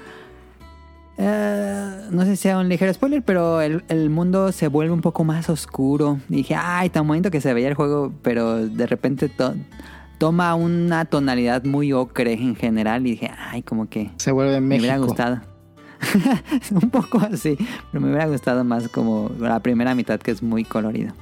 no sé si sea un ligero spoiler, pero el mundo se vuelve un poco más oscuro. Y dije, ay, tan bonito que se veía el juego, pero de repente toma una tonalidad muy ocre en general. Y dije, ay, como que se vuelve México. Me hubiera gustado. Un poco así, pero me hubiera gustado más como la primera mitad, que es muy colorido.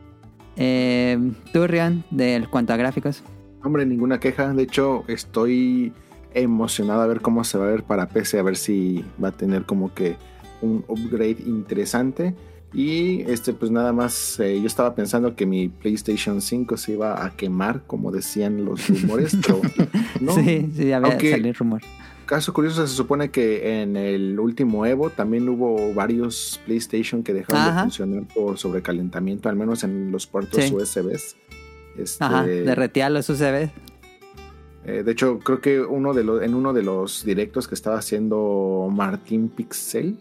¿Tú, Rion, del cuanto a gráficos? Hombre, ninguna queja. De hecho, estoy emocionado a ver cómo se va a ver para PC, a ver si va a tener como que un upgrade interesante. Y pues nada más, yo estaba pensando que mi PlayStation 5 se iba a quemar, como decían los rumores, pero no. Sí, había salido el rumor. Caso curioso, se supone que en el último Evo también hubo varios PlayStation que dejaron de funcionar por sobrecalentamiento, al menos en los puertos USBs. Derretía los USBs. De hecho, creo que en uno de los directos que estaba haciendo Martín Pixel,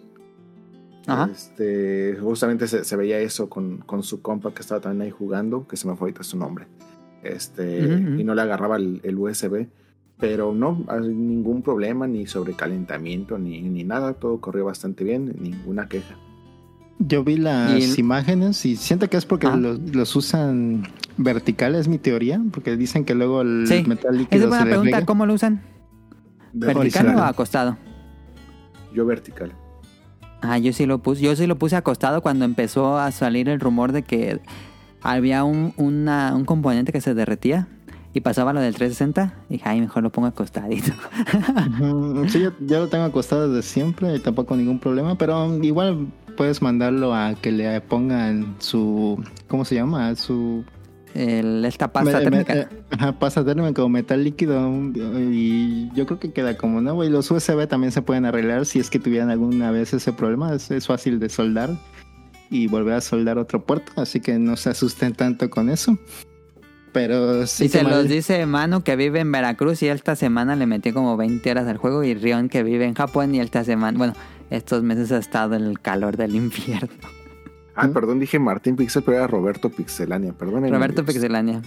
justamente se veía eso con su compa que estaba también ahí jugando, que se me fue ahorita su nombre, y no le agarraba el USB. Pero no, ningún problema, ni sobrecalentamiento, ni nada. Todo corrió bastante bien, ninguna queja. Yo vi las imágenes y siento que es porque los usan vertical, es mi teoría. Porque dicen que luego el metal líquido es buena pregunta, riega. ¿Cómo lo usan? ¿Vertical o acostado? Yo vertical. Yo sí lo puse acostado cuando empezó a salir el rumor de que había un componente que se derretía. Y pasaba lo del 360, y dije, mejor lo pongo acostadito. Sí, yo lo tengo acostado desde siempre y tampoco ningún problema, pero igual puedes mandarlo a que le pongan su, ¿cómo se llama? Esta pasta térmica. Pasta térmica o metal líquido, y yo creo que queda como nuevo. Y los USB también se pueden arreglar si es que tuvieran alguna vez ese problema. Es fácil de soldar y volver a soldar otro puerto, así que no se asusten tanto con eso. Pero sí, y se los dice Manu, que vive en Veracruz, y esta semana le metió como 20 horas al juego, y Rion, que vive en Japón, y esta semana, bueno, estos meses ha estado en el calor del infierno. Perdón, dije Martín Pixel, pero era Roberto Pixelania, perdón. Roberto Pixelania.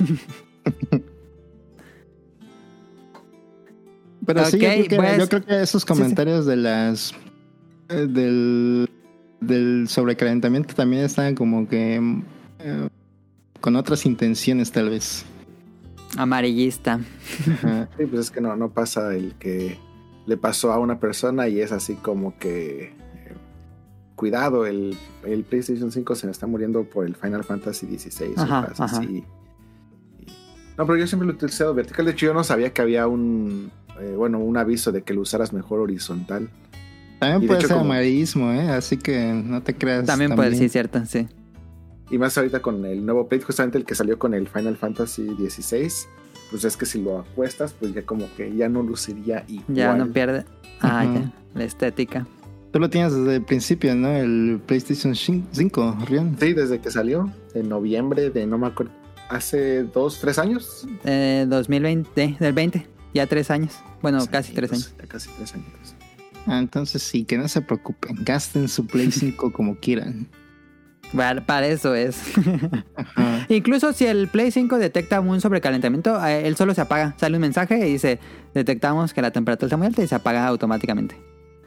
Pero sí, yo creo que esos comentarios de las del sobrecalentamiento también están como que con otras intenciones, tal vez. Amarillista. Sí, pues es que no pasa el que le pasó a una persona y es así como que cuidado, el PlayStation 5 se me está muriendo por el Final Fantasy XVI. Así. No, pero yo siempre lo he utilizado vertical. De hecho, yo no sabía que había un aviso de que lo usaras mejor horizontal. También puede ser amarillismo, así que no te creas. También puede ser, cierto, sí. Y más ahorita con el nuevo Plate, justamente el que salió con el Final Fantasy XVI, pues es que si lo acuestas, pues ya como que ya no luciría igual. Ya no pierde ya, la estética. Tú lo tienes desde el principio, ¿no? El PlayStation 5, Rion. Sí, desde que salió, en noviembre de no me acuerdo. hace 2-3 años. 2020, del 20, ya 3 años. Bueno, sí, casi 3 años. Ya casi 3 años. Entonces sí, que no se preocupen, gasten su Play 5 como quieran. Para eso es. Incluso si el Play 5 detecta un sobrecalentamiento, él solo se apaga. Sale un mensaje y dice, detectamos que la temperatura está muy alta y se apaga automáticamente.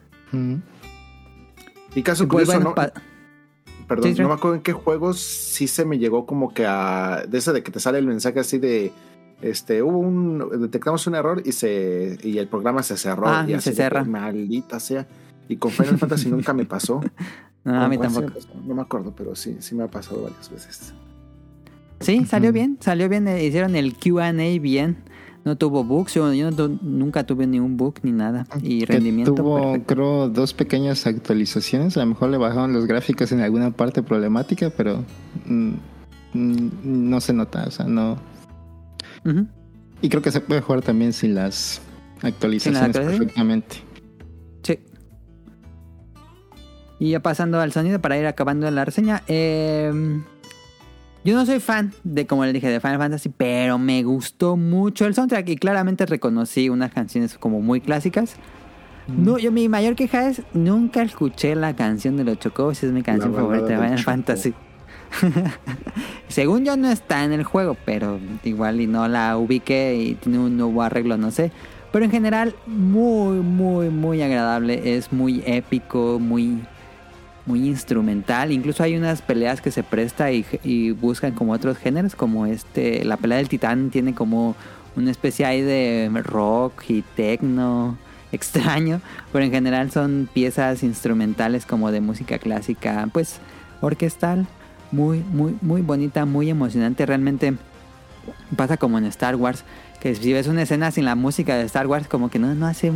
Y caso curioso, ¿no? Perdón, no me acuerdo en qué juegos sí se me llegó como que a... De ese de que te sale el mensaje así de... detectamos un error y el programa se cerró. Y se cerra. Maldita sea. Y con Final Fantasy nunca me pasó. No, a mí tampoco. No me acuerdo, pero sí me ha pasado varias veces. Sí, salió bien. Hicieron el Q&A bien. No tuvo bugs. Yo nunca tuve ni un bug ni nada. Y rendimiento tuvo, perfecto. Creo, 2 pequeñas actualizaciones. A lo mejor le bajaron los gráficos en alguna parte problemática, pero no se nota. O sea, no. Y creo que se puede jugar también sin las actualizaciones perfectamente. Sí. Y ya pasando al sonido para ir acabando la reseña. Yo no soy fan de, como le dije, de Final Fantasy, pero me gustó mucho el soundtrack y claramente reconocí unas canciones como muy clásicas. No, mi mayor queja es nunca escuché la canción de los Chocobos, es mi canción favorita de Final Fantasy. Según yo no está en el juego, pero igual y no la ubiqué y tiene un nuevo arreglo, no sé. Pero en general muy, muy, muy agradable, es muy épico, muy instrumental. Incluso hay unas peleas que se presta y buscan como otros géneros, como la pelea del titán tiene como una especie ahí de rock y techno extraño, pero en general son piezas instrumentales como de música clásica, pues orquestal, muy, muy, muy bonita, muy emocionante. Realmente pasa como en Star Wars, que si ves una escena sin la música de Star Wars como que no hace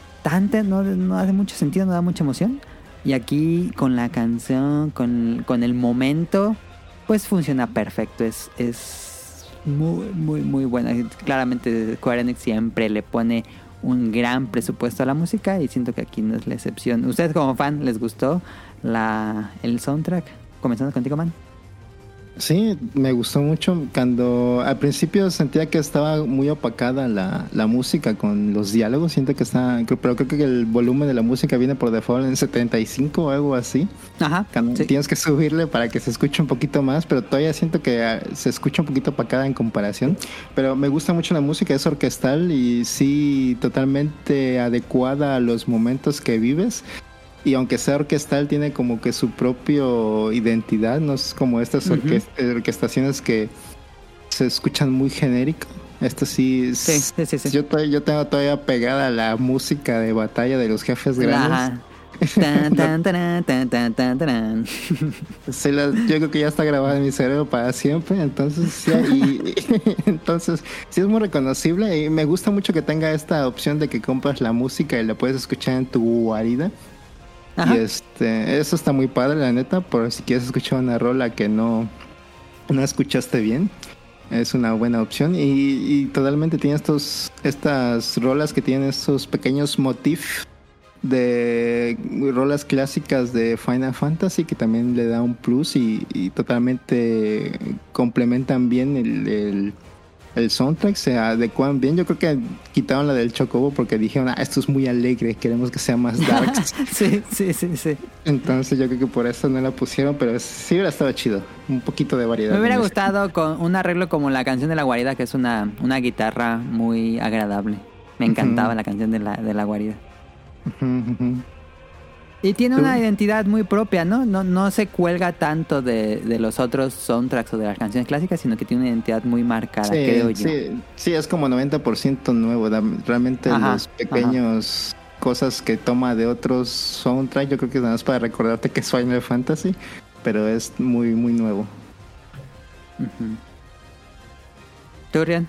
no hace mucho sentido, no da mucha emoción. Y aquí con la canción, con el momento, pues funciona perfecto. Es muy, muy, muy buena. Claramente Square Enix siempre le pone un gran presupuesto a la música y siento que aquí no es la excepción. ¿Ustedes como fan les gustó el soundtrack? Comenzando contigo, Man. Sí, me gustó mucho. Cuando al principio sentía que estaba muy opacada la música con los diálogos, siento que pero creo que el volumen de la música viene por default en 75 o algo así. Ajá. Sí. Tienes que subirle para que se escuche un poquito más, pero todavía siento que se escucha un poquito opacada en comparación. Pero me gusta mucho la música, es orquestal y sí, totalmente adecuada a los momentos que vives. Y aunque sea orquestal, tiene como que su propia identidad. No es como estas orquestaciones que se escuchan muy genérico. Esto sí. Sí. Yo tengo todavía pegada la música de batalla de los jefes grandes. Sí, yo creo que ya está grabada en mi cerebro para siempre. Entonces sí es muy reconocible. Y me gusta mucho que tenga esta opción de que compras la música y la puedes escuchar en tu guarida. Ajá. Y eso está muy padre, la neta, por si quieres escuchar una rola que no escuchaste bien, es una buena opción. Y totalmente tiene estas rolas que tienen estos pequeños motifs de rolas clásicas de Final Fantasy que también le da un plus y totalmente complementan bien el soundtrack, se adecuan bien. Yo creo que quitaron la del Chocobo porque dijeron, esto es muy alegre, queremos que sea más dark. Sí. Entonces yo creo que por eso no la pusieron, pero sí hubiera estado chido, un poquito de variedad. Me hubiera gustado con un arreglo como la canción de la guarida, que es una guitarra muy agradable. Me encantaba la canción de la guarida. Y tiene una identidad muy propia, ¿no? No se cuelga tanto de los otros soundtracks o de las canciones clásicas, sino que tiene una identidad muy marcada, creo yo. Sí, es como 90% nuevo. Realmente los pequeños cosas que toma de otros soundtracks, yo creo que es nada más para recordarte que es Final Fantasy, pero es muy, muy nuevo. ¿Tú, Rian?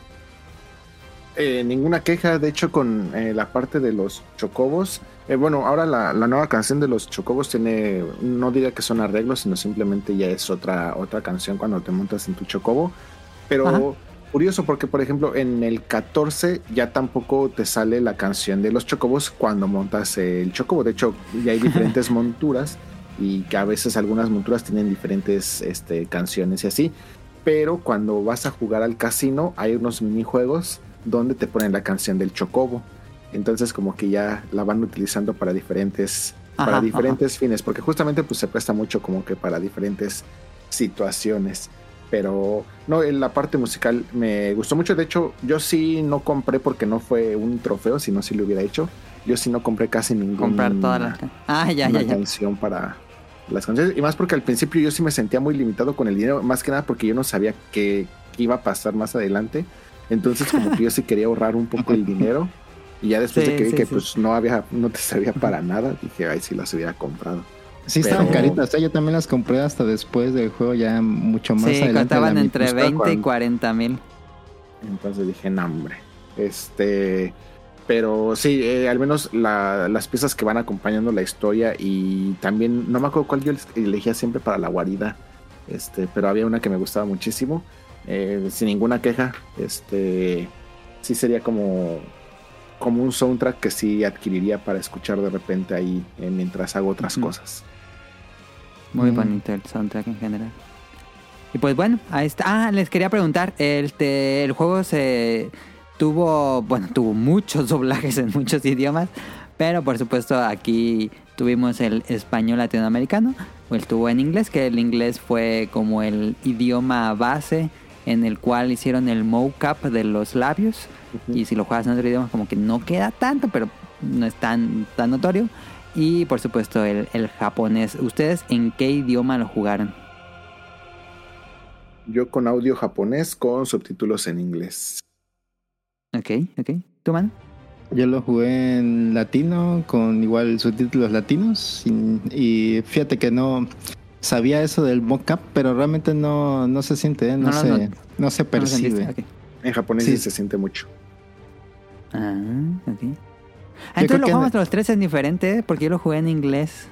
Ninguna queja, de hecho, con la parte de los chocobos. Bueno, ahora la nueva canción de los chocobos tiene, no diría que son arreglos, sino simplemente ya es otra canción cuando te montas en tu chocobo. Pero curioso porque, por ejemplo, en el 14 ya tampoco te sale la canción de los chocobos cuando montas el chocobo. De hecho, ya hay diferentes monturas y que a veces algunas monturas tienen diferentes canciones y así. pero cuando vas a jugar al casino hay unos minijuegos donde te ponen la canción del Chocobo. Entonces como que ya la van utilizando para diferentes fines, porque justamente pues se presta mucho como que para diferentes situaciones. Pero no, en la parte musical me gustó mucho. De hecho, yo sí no compré porque no fue un trofeo, si no, sí lo hubiera hecho. Yo sí no compré casi ninguna canción para las canciones. Y más porque al principio yo sí me sentía muy limitado con el dinero, más que nada porque yo no sabía qué iba a pasar más adelante. Entonces como que yo sí quería ahorrar un poco el dinero. Y ya después de que vi que pues no te servía para nada, dije, ay, sí las hubiera comprado. Sí, estaban caritas, yo también las compré hasta después del juego, ya mucho más adelante. Sí, costaban entre 20 y 40 mil. Entonces dije, no, hombre. Pero sí, al menos las piezas que van acompañando la historia, y también, no me acuerdo cuál yo elegía siempre para la guarida, pero había una que me gustaba muchísimo, sin ninguna queja, sí sería como un soundtrack que sí adquiriría para escuchar de repente ahí mientras hago otras cosas. Muy bonito el soundtrack en general. Y pues bueno, ahí está. Les quería preguntar, el juego tuvo muchos doblajes en muchos idiomas, pero por supuesto aquí tuvimos el español latinoamericano, o estuvo en inglés, que el inglés fue como el idioma base en el cual hicieron el mocap de los labios. Y si lo juegas en otro idioma como que no queda tanto, pero no es tan notorio. Y por supuesto el japonés. ¿Ustedes en qué idioma lo jugaron? Yo con audio japonés con subtítulos en inglés. Ok. ¿Tú, man? Yo lo jugué en latino con igual subtítulos latinos. Y fíjate que no sabía eso del mocap, pero realmente no se siente, no se percibe. Okay. En japonés sí se siente mucho. Ah, ok. Entonces lo jugamos los tres en diferente, porque yo lo jugué en inglés.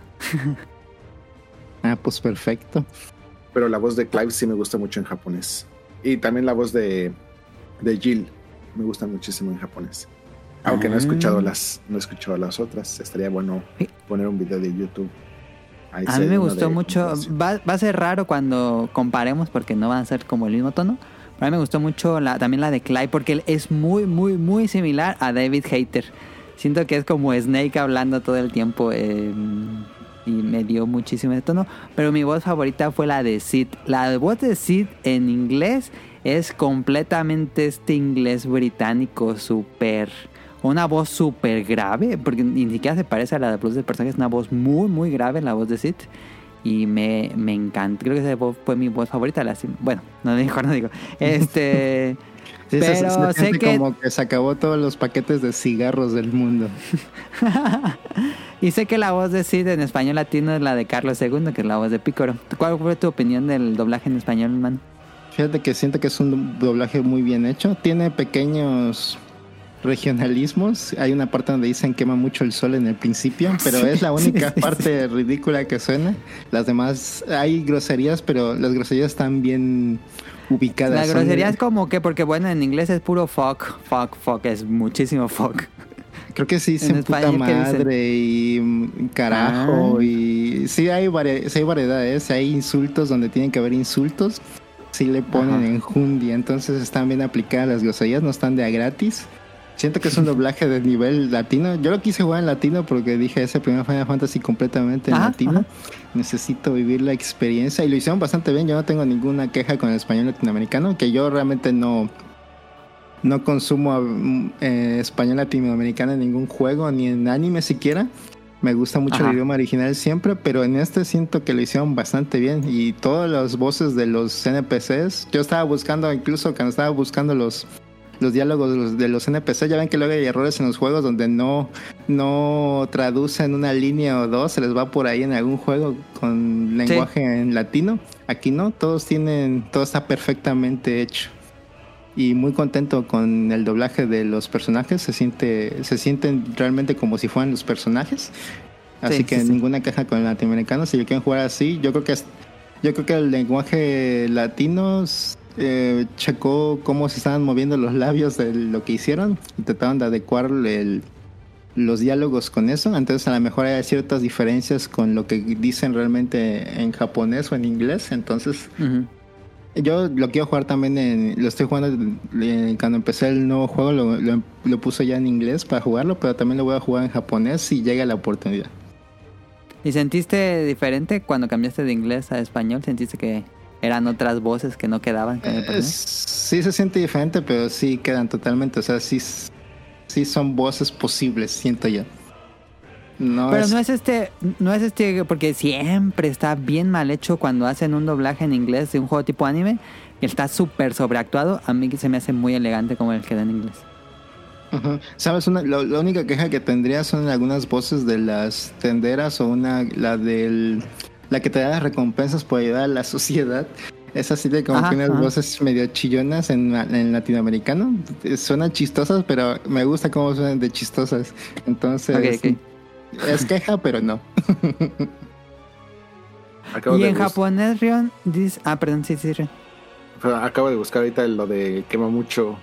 Pues perfecto. Pero la voz de Clive sí me gusta mucho en japonés. Y también la voz de Jill me gusta muchísimo en japonés. Aunque no he escuchado las otras. Estaría bueno poner un video de YouTube. A mí me gustó mucho. Va a ser raro cuando comparemos, porque no van a ser como el mismo tono. Pero a mí me gustó mucho también la de Clive, porque él es muy, muy, muy similar a David Hayter. Siento que es como Snake hablando todo el tiempo, y me dio muchísimo de tono. Pero mi voz favorita fue la de Sid. La voz de Sid en inglés es completamente inglés británico, una voz súper grave, porque ni siquiera se parece a la de voz del personaje. Es una voz muy, muy grave, la voz de Sid. Y me encanta. Creo que esa fue mi voz favorita. Bueno, no digo. Sí, pero sé que como que se acabó todos los paquetes de cigarros del mundo. Y sé que la voz de Sid en español latino es la de Carlos II, que es la voz de Pícoro. ¿Cuál fue tu opinión del doblaje en español, man? Fíjate que siento que es un doblaje muy bien hecho. Tiene pequeños regionalismos. Hay una parte donde dicen quema mucho el sol en el principio, pero es la única parte ridícula que suena. Las demás, hay groserías, pero las groserías están bien ubicadas. La grosería es como que, porque bueno, en inglés es puro fuck, es muchísimo fuck. Creo que sí dicen puta madre y carajo, y sí hay variedades, hay insultos donde tienen que haber insultos, sí le ponen enjundia, entonces están bien aplicadas las groserías, no están de a gratis. Siento que es un doblaje de nivel latino. Yo lo quise jugar en latino porque dije, ese primer Final Fantasy completamente en latino. Necesito vivir la experiencia. Y lo hicieron bastante bien. Yo no tengo ninguna queja con el español latinoamericano, que yo realmente no consumo español latinoamericano en ningún juego, ni en anime siquiera. Me gusta mucho el idioma original siempre, pero en este siento que lo hicieron bastante bien. Y todas las voces de los NPCs, yo estaba buscando, incluso cuando estaba buscando los diálogos de los NPC, ya ven que luego hay errores en los juegos donde no traducen una línea o dos, se les va por ahí en algún juego con lenguaje en latino. Aquí no, todo está perfectamente hecho. Y muy contento con el doblaje de los personajes, se sienten realmente como si fueran los personajes. Así que ninguna queja con el latinoamericano. Si lo quieren jugar así, yo creo que el lenguaje latino checó cómo se estaban moviendo los labios de lo que hicieron y trataron de adecuar los diálogos con eso. Entonces a lo mejor hay ciertas diferencias con lo que dicen realmente en japonés o en inglés. Entonces Yo lo quiero jugar también lo estoy jugando cuando empecé el nuevo juego, lo puse ya en inglés para jugarlo, pero también lo voy a jugar en japonés si llega la oportunidad. ¿Y sentiste diferente cuando cambiaste de inglés a español? ¿Sentiste que eran otras voces que no quedaban con el japonés? Sí se siente diferente, pero sí quedan totalmente, o sea, sí son voces posibles, siento yo. Pero no es porque siempre está bien mal hecho cuando hacen un doblaje en inglés de un juego tipo anime, que está súper sobreactuado. A mí se me hace muy elegante como el que da en inglés. Uh-huh. ¿Sabes? La única queja que tendría son algunas voces de las tenderas o la que te da las recompensas por ayudar a la sociedad. Es así de como que unas voces medio chillonas en latinoamericano. Suenan chistosas, pero me gusta cómo suenan de chistosas. Entonces... Okay. Es queja, pero no. Y en japonés, Rion dice... perdón, sí, Rion. Acabo de buscar ahorita lo de quema mucho.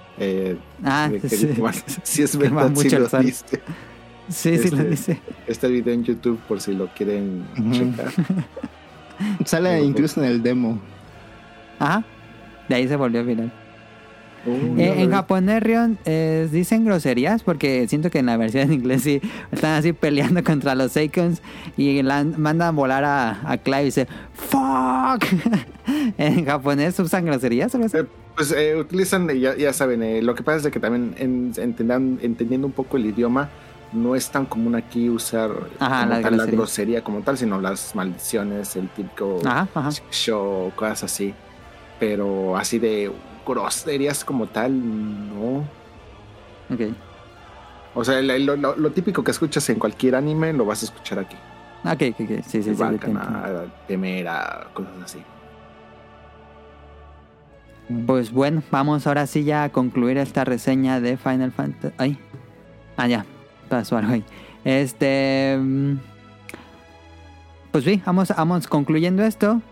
Si es verdad, sí lo dice. Sí, lo dice. Está el video en YouTube por si lo quieren checar. Sale incluso en el demo. Ajá. De ahí se volvió viral. En japonés, Rion, dicen groserías porque siento que en la versión en inglés sí están así peleando contra los Seikons y mandan a volar a Clive y dice ¡Fuck! ¿En japonés usan groserías? Pues utilizan, ya saben, lo que pasa es de que también entendiendo un poco el idioma, no es tan común aquí usar la grosería como tal, sino las maldiciones, el típico show, cosas así. Pero así de groserías como tal, no. Ok. O sea, lo típico que escuchas en cualquier anime lo vas a escuchar aquí. Ok. Sí. Bacana, temera, cosas así. Pues bueno, vamos ahora sí ya a concluir esta reseña de Final Fantasy. Ya, pasó algo ahí. Pues sí, vamos concluyendo esto.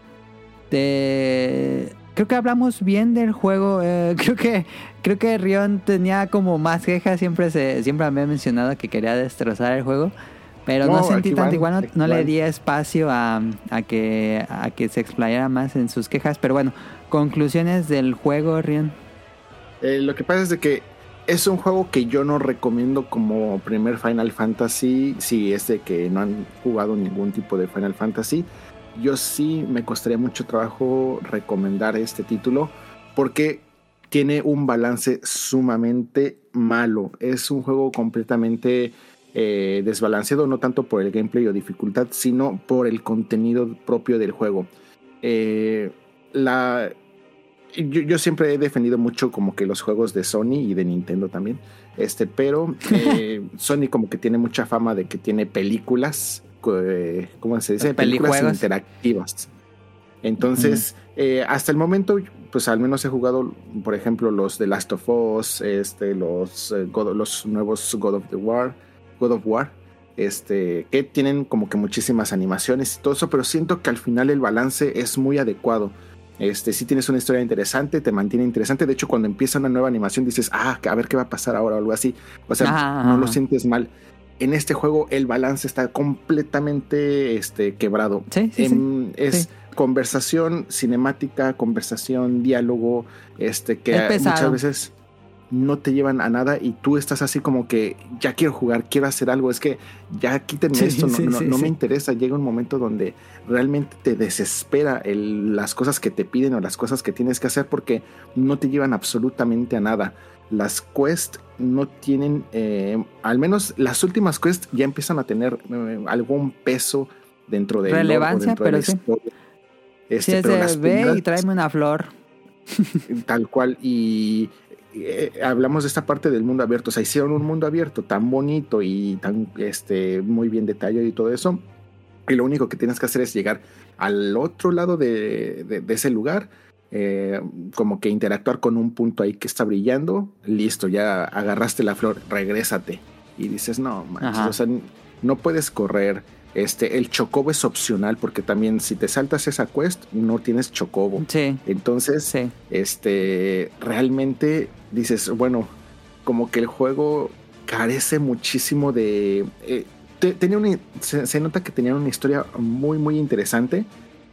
Creo que hablamos bien del juego. Creo que Rion tenía como más quejas. Siempre había mencionado que quería destrozar el juego. Pero no sentí tanto. Igual no le di espacio a que se explayara más en sus quejas. Pero bueno, conclusiones del juego, Rion. Lo que pasa es de que es un juego que yo no recomiendo como primer Final Fantasy. Si es de que no han jugado ningún tipo de Final Fantasy, yo sí me costaría mucho trabajo recomendar este título porque tiene un balance sumamente malo. Es un juego completamente desbalanceado, no tanto por el gameplay o dificultad, sino por el contenido propio del juego. Yo siempre he defendido mucho como que los juegos de Sony y de Nintendo también, pero Sony como que tiene mucha fama de que tiene películas, ¿cómo se dice? Películas interactivas. Entonces, hasta el momento, pues al menos he jugado, por ejemplo, los de Last of Us, los nuevos God of War, que tienen como que muchísimas animaciones y todo eso, pero siento que al final el balance es muy adecuado. Sí tienes una historia interesante, te mantiene interesante. De hecho, cuando empieza una nueva animación dices, a ver qué va a pasar ahora o algo así. O sea, no lo sientes mal. En este juego el balance está completamente quebrado. Es conversación cinemática, conversación, diálogo, que muchas veces no te llevan a nada y tú estás así como que ya quiero jugar, quiero hacer algo, es que ya quítenme esto, no me interesa. Llega un momento donde realmente te desespera las cosas que te piden o las cosas que tienes que hacer porque no te llevan absolutamente a nada. Las quests no tienen, al menos las últimas quests ya empiezan a tener algún peso dentro de relevancia, dentro pero de la historia. Sí, es de ve y tráeme una flor. Tal cual, y hablamos de esta parte del mundo abierto. O sea, hicieron un mundo abierto tan bonito y tan muy bien detallado y todo eso, y lo único que tienes que hacer es llegar al otro lado de ese lugar, como que interactuar con un punto ahí que está brillando, listo, ya agarraste la flor, regrésate. Y dices, no manches, o sea, no puedes correr. El chocobo es opcional porque también si te saltas esa quest no tienes chocobo. Entonces realmente dices, bueno, como que el juego carece muchísimo de se nota que tenían una historia muy muy interesante,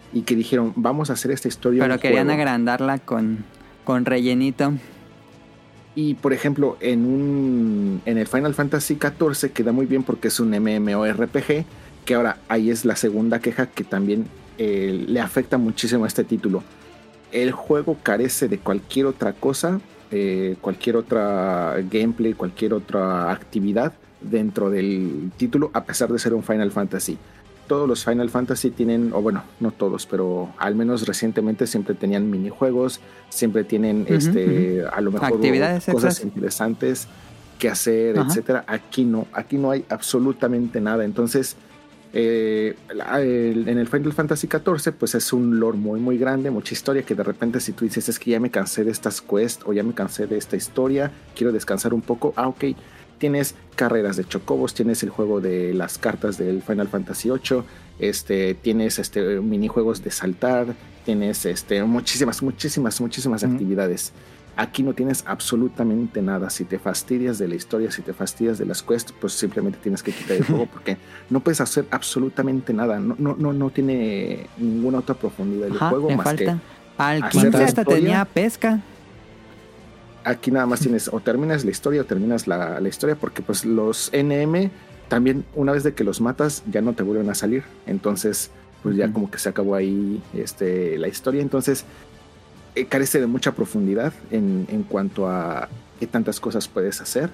y que dijeron, vamos a hacer esta historia. Pero querían agrandarla con rellenito. Y por ejemplo, en el Final Fantasy XIV queda muy bien porque es un MMORPG, que ahora ahí es la segunda queja que también le afecta muchísimo a este título. El juego carece de cualquier otra cosa, cualquier otra gameplay, cualquier otra actividad dentro del título, a pesar de ser un Final Fantasy. Todos los Final Fantasy tienen, o bueno, no todos, pero al menos recientemente siempre tenían minijuegos, siempre tienen a lo mejor actividades cosas extras interesantes que hacer, etcétera. Aquí no hay absolutamente nada. Entonces, en el Final Fantasy XIV, pues es un lore muy muy grande, mucha historia, que de repente si tú dices, es que ya me cansé de estas quests o ya me cansé de esta historia, quiero descansar un poco, ok. Tienes carreras de chocobos, tienes el juego de las cartas del Final Fantasy VIII, tienes minijuegos de saltar, tienes muchísimas actividades. Aquí no tienes absolutamente nada. Si te fastidias de la historia, si te fastidias de las quests, pues simplemente tienes que quitar el juego porque no puedes hacer absolutamente nada. No tiene ninguna otra profundidad el juego más falta. Que al 15 hasta tenía pesca. Aquí nada más tienes o terminas la historia o terminas la historia, porque pues los NM también una vez de que los matas ya no te vuelven a salir, entonces pues ya como que se acabó ahí la historia. Entonces carece de mucha profundidad en cuanto a qué tantas cosas puedes hacer.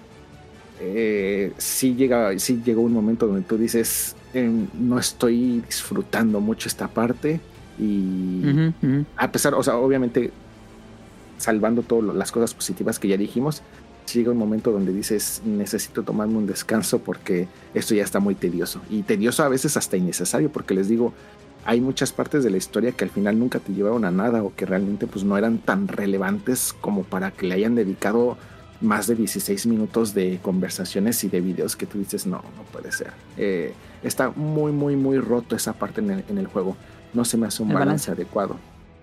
Sí llegó un momento donde tú dices, no estoy disfrutando mucho esta parte, y a pesar, o sea, obviamente salvando todas las cosas positivas que ya dijimos, llega un momento donde dices, necesito tomarme un descanso porque esto ya está muy tedioso, y tedioso a veces hasta innecesario, porque les digo, hay muchas partes de la historia que al final nunca te llevaron a nada, o que realmente pues no eran tan relevantes como para que le hayan dedicado más de 16 minutos de conversaciones y de videos que tú dices, no puede ser. Está muy muy muy roto esa parte en el juego, no se me hace un balance adecuado.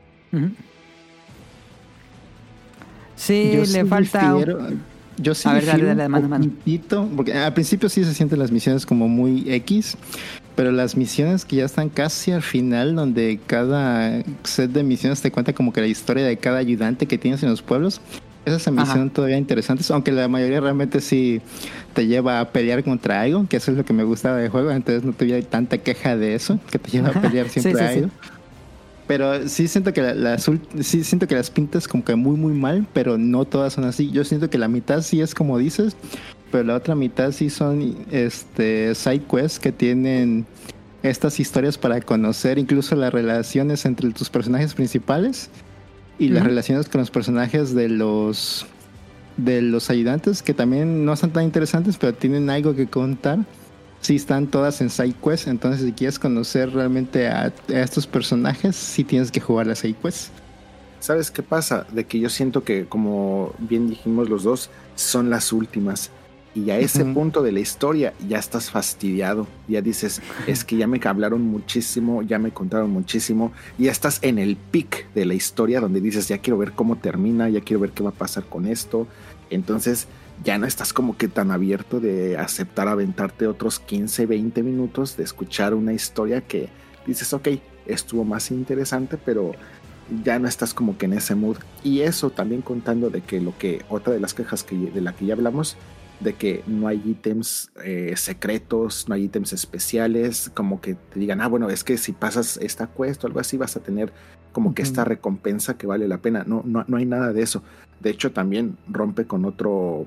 Sí, le falta. Yo sí dale, mano. Porque al principio sí se sienten las misiones como muy X, pero las misiones que ya están casi al final, donde cada set de misiones te cuenta como que la historia de cada ayudante que tienes en los pueblos, esas se me hicieron todavía interesantes, aunque la mayoría realmente sí te lleva a pelear contra algo, que eso es lo que me gustaba del juego, entonces no tuviera tanta queja de eso, que te lleva a pelear siempre a algo. Sí. Pero sí siento que siento que las pintas como que muy muy mal, pero no todas son así. Yo siento que la mitad sí es como dices, pero la otra mitad sí son side quests que tienen estas historias para conocer incluso las relaciones entre tus personajes principales y las relaciones con los personajes de los ayudantes, que también no son tan interesantes, pero tienen algo que contar. Sí, están todas en side quests, entonces si quieres conocer realmente a estos personajes, sí tienes que jugar las side quests. ¿Sabes qué pasa? De que yo siento que, como bien dijimos los dos, son las últimas. Y a ese punto de la historia ya estás fastidiado. Ya dices, es que ya me hablaron muchísimo, ya me contaron muchísimo. Y ya estás en el pic de la historia donde dices, ya quiero ver cómo termina, ya quiero ver qué va a pasar con esto. Entonces ya no estás como que tan abierto de aceptar aventarte otros 15, 20 minutos de escuchar una historia que dices, ok, estuvo más interesante, pero ya no estás como que en ese mood. Y eso también contando de que otra de las quejas de la que ya hablamos, de que no hay ítems secretos, no hay ítems especiales, como que te digan, bueno, es que si pasas esta quest o algo así vas a tener como que esta recompensa que vale la pena. No hay nada de eso. De hecho, también rompe con otro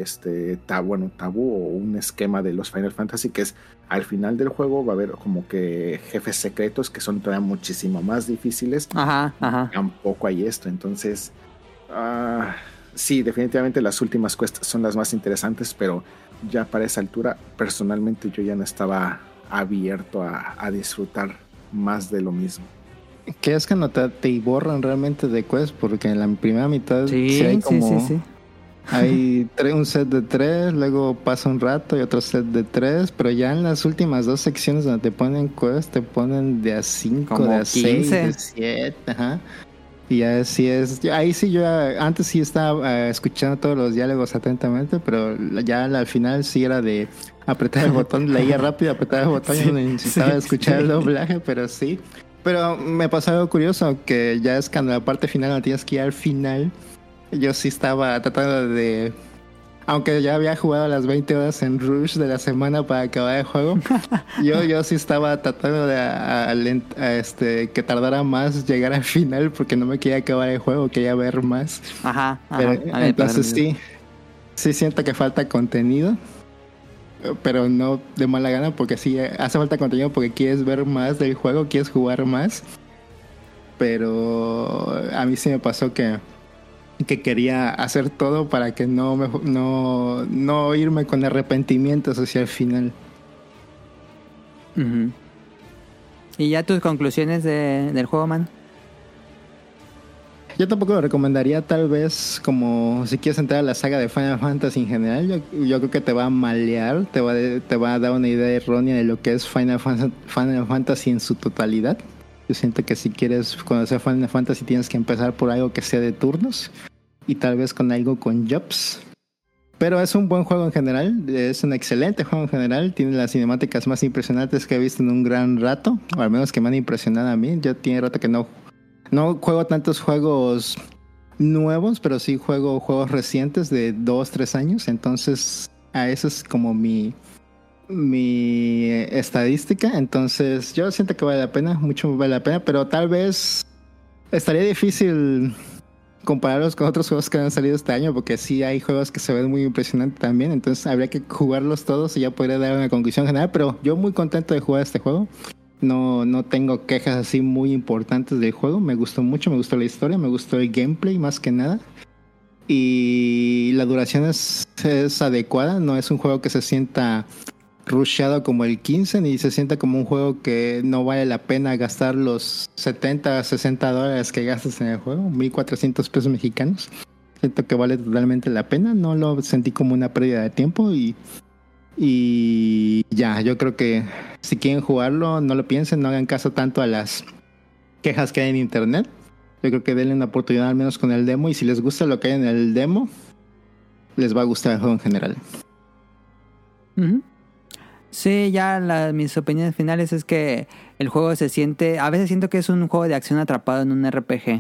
tabú o un esquema de los Final Fantasy, que es al final del juego va a haber como que jefes secretos que son todavía muchísimo más difíciles. Tampoco hay esto. Entonces sí, definitivamente las últimas quests son las más interesantes, pero ya para esa altura personalmente yo ya no estaba abierto a disfrutar más de lo mismo. Que es que no te borran realmente de quest, porque en la primera mitad sí hay como sí. Hay un set de 3, luego pasa un rato y otro set de 3, pero ya en las últimas 2 secciones donde te ponen quest, te ponen de a 5, de a 6, de 7, y así es. Ahí sí yo antes sí estaba escuchando todos los diálogos atentamente, pero ya al final sí era de apretar el botón, leía rápido, apretar el botón, y no necesitaba escuchar el doblaje, pero sí. Pero me pasó algo curioso, que ya es cuando la parte final no tienes que ir al final. Yo sí estaba tratando de... Aunque ya había jugado las 20 horas en Rush de la semana para acabar el juego, yo sí estaba tratando de que tardara más llegar al final porque no me quería acabar el juego, quería ver más. Ajá. Entonces sí siento que falta contenido, pero no de mala gana, porque sí hace falta contenido porque quieres ver más del juego, quieres jugar más. Pero a mí sí me pasó que quería hacer todo para que no irme con arrepentimientos hacia el final. Uh-huh. ¿Y ya tus conclusiones del juego, man? Yo tampoco lo recomendaría, tal vez, como si quieres entrar a la saga de Final Fantasy en general. Yo creo que te va a malear, te va a dar una idea errónea de lo que es Final Fantasy en su totalidad. Yo siento que si quieres conocer Final Fantasy tienes que empezar por algo que sea de turnos y tal vez con algo con jobs. Pero es un buen juego en general, es un excelente juego en general. Tiene las cinemáticas más impresionantes que he visto en un gran rato, o al menos que me han impresionado a mí. Yo tiene rato que no juego tantos juegos nuevos, pero sí juego juegos recientes de 2-3 años. Entonces a eso es como mi estadística. Entonces yo siento que vale la pena, mucho vale la pena, pero tal vez estaría difícil compararlos con otros juegos que han salido este año, porque sí hay juegos que se ven muy impresionantes también. Entonces habría que jugarlos todos y ya podría dar una conclusión general, pero yo muy contento de jugar este juego. No tengo quejas así muy importantes del juego. Me gustó mucho, me gustó la historia, me gustó el gameplay más que nada. Y la duración es adecuada, no es un juego que se sienta rusheado como el 15, ni se sienta como un juego que no vale la pena gastar los $70-$60 que gastas en el juego, 1,400 pesos mexicanos. Siento que vale totalmente la pena, no lo sentí como una pérdida de tiempo y ya, yo creo que si quieren jugarlo, no lo piensen, no hagan caso tanto a las quejas que hay en internet. Yo creo que denle una oportunidad al menos con el demo, y si les gusta lo que hay en el demo, les va a gustar el juego en general. Uh-huh. Sí, ya mis opiniones finales es que el juego se siente... A veces siento que es un juego de acción atrapado en un RPG.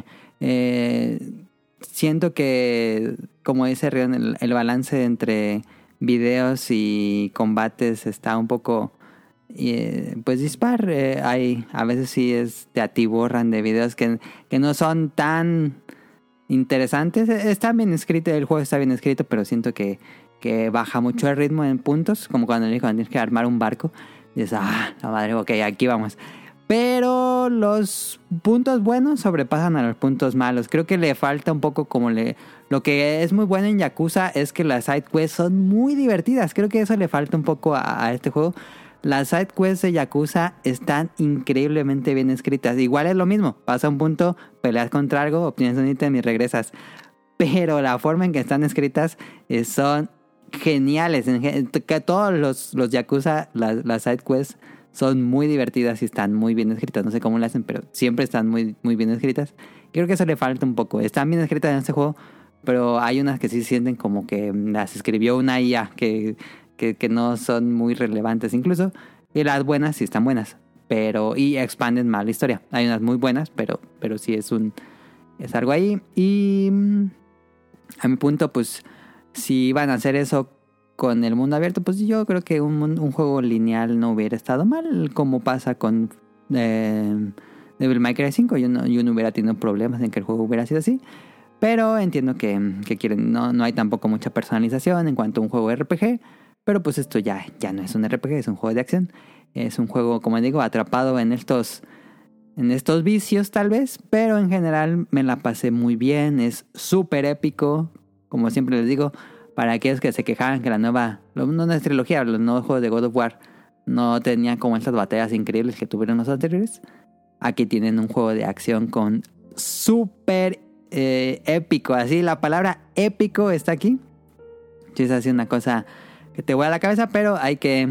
Siento que, como dice Rion, el balance entre videos y combates está un poco pues dispar. A veces sí te atiborran de videos que no son tan interesantes. Está bien escrito, el juego está bien escrito, pero siento que baja mucho el ritmo en puntos, como cuando tienes que armar un barco y dices, la madre, ok, aquí vamos. Pero los puntos buenos sobrepasan a los puntos malos. Creo que le falta un poco lo que es muy bueno en Yakuza es que las side quests son muy divertidas. Creo que eso le falta un poco a este juego. Las side quests de Yakuza están increíblemente bien escritas. Igual es lo mismo, vas a un punto, peleas contra algo, obtienes un ítem y regresas. Pero la forma en que están escritas son geniales. Que todos los Yakuza, las side quests son muy divertidas y están muy bien escritas. No sé cómo lo hacen, pero siempre están muy, muy bien escritas. Creo que eso le falta un poco. Están bien escritas en este juego, pero hay unas que sí sienten como que las escribió una IA que no son muy relevantes incluso. Y las buenas sí están buenas, y expanden más la historia. Hay unas muy buenas, pero sí es algo ahí. Y a mi punto, pues si iban a hacer eso con el mundo abierto, pues yo creo que un juego lineal no hubiera estado mal, como pasa con Devil May Cry 5. Yo no hubiera tenido problemas en que el juego hubiera sido así. Pero entiendo que quieren, no hay tampoco mucha personalización en cuanto a un juego RPG. Pero pues esto ya no es un RPG, es un juego de acción. Es un juego, como digo, atrapado en estos vicios tal vez. Pero en general me la pasé muy bien. Es súper épico. Como siempre les digo, para aquellos que se quejaban que no es trilogía, los nuevos juegos de God of War no tenían como estas batallas increíbles que tuvieron los anteriores. Aquí tienen un juego de acción con súper épico. Así, la palabra épico está aquí. Sí, es así una cosa que te vuela la cabeza, pero hay que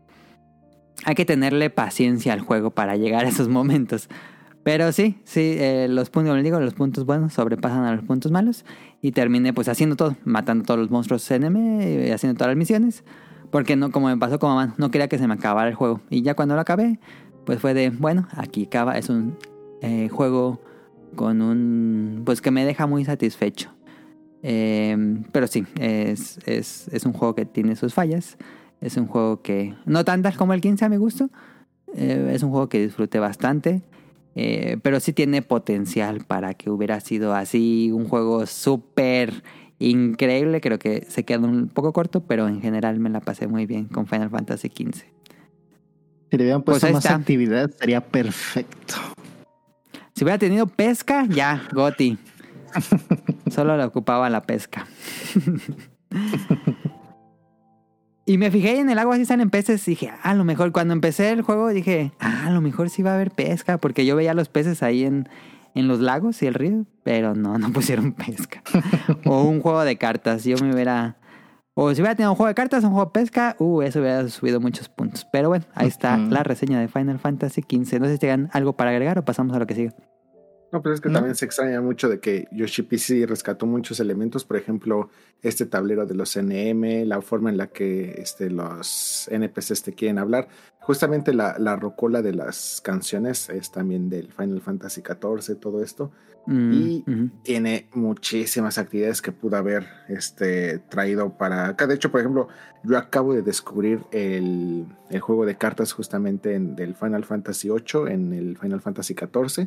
tenerle paciencia al juego para llegar a esos momentos. Pero sí, los puntos buenos sobrepasan a los puntos malos. Y terminé pues haciendo todo, matando todos los monstruos enemy, haciendo todas las misiones. Porque no, como me pasó con mamá, no quería que se me acabara el juego. Y ya cuando lo acabé, pues fue de, bueno, aquí acaba. Es un juego con un... pues que me deja muy satisfecho. Pero sí, es un juego que tiene sus fallas. Es un juego que... no tantas como el 15 a mi gusto. Es un juego que disfruté bastante. Pero sí tiene potencial para que hubiera sido así un juego súper increíble. Creo que se quedó un poco corto, pero en general me la pasé muy bien con Final Fantasy XV. Si le hubieran puesto Pues más actividad, sería perfecto. Si hubiera tenido pesca, ya, Goti. Solo le ocupaba la pesca. Y me fijé en el agua si salen peces. Y dije, a lo mejor cuando empecé el juego dije, a lo mejor sí va a haber pesca. Porque yo veía los peces ahí en los lagos y el río. Pero no pusieron pesca. O un juego de cartas. Yo me hubiera... o si hubiera tenido un juego de cartas, un juego de pesca, eso hubiera subido muchos puntos. Pero bueno, ahí está la reseña de Final Fantasy XV. No sé si tengan algo para agregar o pasamos a lo que sigue. No, pero es que también se extraña mucho de que Yoshi P.C. rescató muchos elementos, por ejemplo, este tablero de los NM, la forma en la que los NPCs te quieren hablar. Justamente la rocola de las canciones es también del Final Fantasy XIV, todo esto. Y tiene muchísimas actividades que pudo haber traído para acá. De hecho, por ejemplo, yo acabo de descubrir el juego de cartas justamente del Final Fantasy VIII, en el Final Fantasy XIV.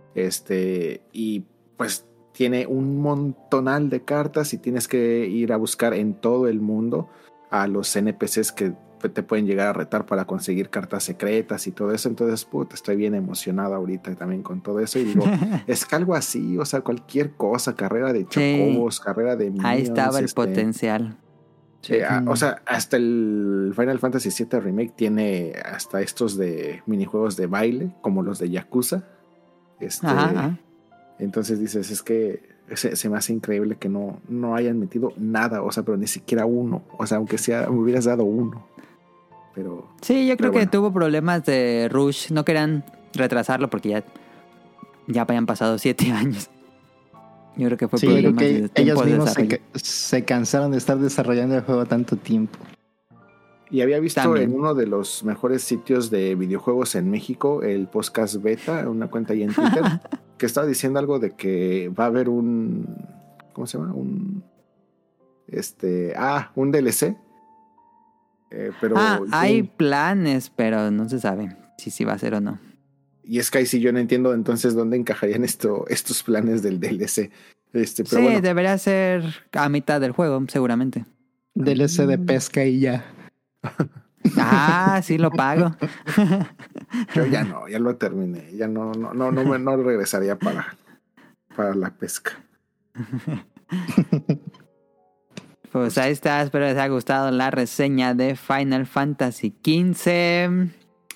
Y pues tiene un montonal de cartas y tienes que ir a buscar en todo el mundo a los NPCs que te pueden llegar a retar para conseguir cartas secretas y todo eso. Entonces, estoy bien emocionado ahorita también con todo eso y digo, es que algo así, o sea, cualquier cosa, carrera de chocobos, carrera de minions, ahí estaba el potencial. O sea, hasta el Final Fantasy VII Remake tiene hasta estos de minijuegos de baile, como los de Yakuza. Entonces dices, es que se me hace increíble que no hayan metido nada, o sea, pero ni siquiera uno, o sea, aunque sea, me hubieras dado uno. Pero sí, yo creo que tuvo problemas de rush, no querían retrasarlo porque ya habían pasado 7 años. Yo creo que fue problemas creo que de tiempo ellos mismos de desarrollo. se cansaron de estar desarrollando el juego tanto tiempo. Y había visto también en uno de los mejores sitios de videojuegos en México, el Podcast Beta, una cuenta ahí en Twitter, que estaba diciendo algo de que va a haber ¿cómo se llama? Un DLC. Pero hay planes, pero no se sabe si va a ser o no. Y es que ahí sí yo no entiendo entonces dónde encajarían estos planes del DLC. Pero sí, bueno. Debería ser a mitad del juego, seguramente. DLC de pesca y ya. Sí lo pago. Yo ya lo terminé. Ya no regresaría para la pesca. Pues ahí está, espero les haya gustado la reseña de Final Fantasy XV.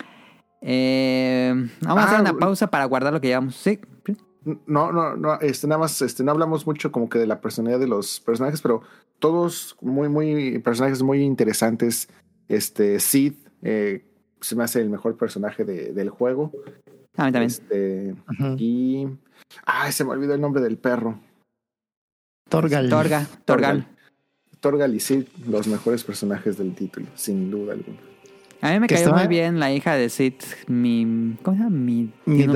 Vamos a hacer una pausa para guardar lo que llevamos. Sí. No, nada más, no hablamos mucho como que de la personalidad de los personajes, pero todos muy personajes muy interesantes. Sid se me hace el mejor personaje del juego. A mí también. Y se me olvidó el nombre del perro. Torgal y Sid, los mejores personajes del título, sin duda alguna. A mí me cayó muy bien la hija de Sid, ¿cómo se llama?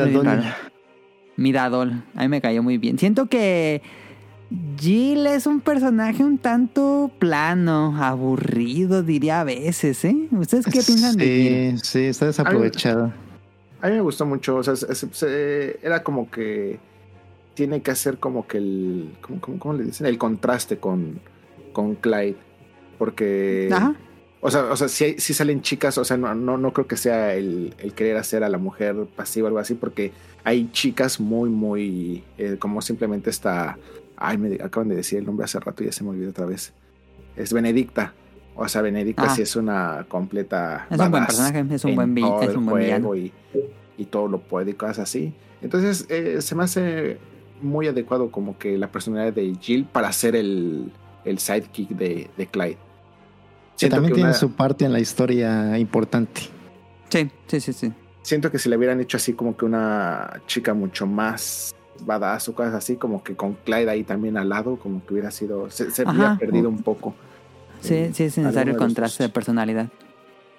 Midadol. A mí me cayó muy bien. Siento que Jill es un personaje un tanto plano, aburrido, diría a veces, ¿eh? ¿Ustedes qué piensan de Jill? Sí, está desaprovechado. A mí me gustó mucho, o sea, era como que tiene que hacer como que ¿cómo le dicen? El contraste con Clyde, porque o sea si salen chicas, o sea, no creo que sea el querer hacer a la mujer pasiva o algo así, porque hay chicas muy como simplemente me acaban de decir el nombre hace rato y ya se me olvidó otra vez. Es Benedicta. O sea, Benedicta sí es una completa... Es un buen personaje, es un buen villano. Y todo lo puede y cosas así. Entonces, se me hace muy adecuado como que la personalidad de Jill para ser el sidekick de Clyde. Sí, también tiene su parte en la historia importante. Sí. Siento que si le hubieran hecho así como que una chica mucho más badass o cosas así, como que con Clyde ahí también al lado, como que hubiera sido... Se había perdido un poco. Sí, es necesario el contraste de personalidad.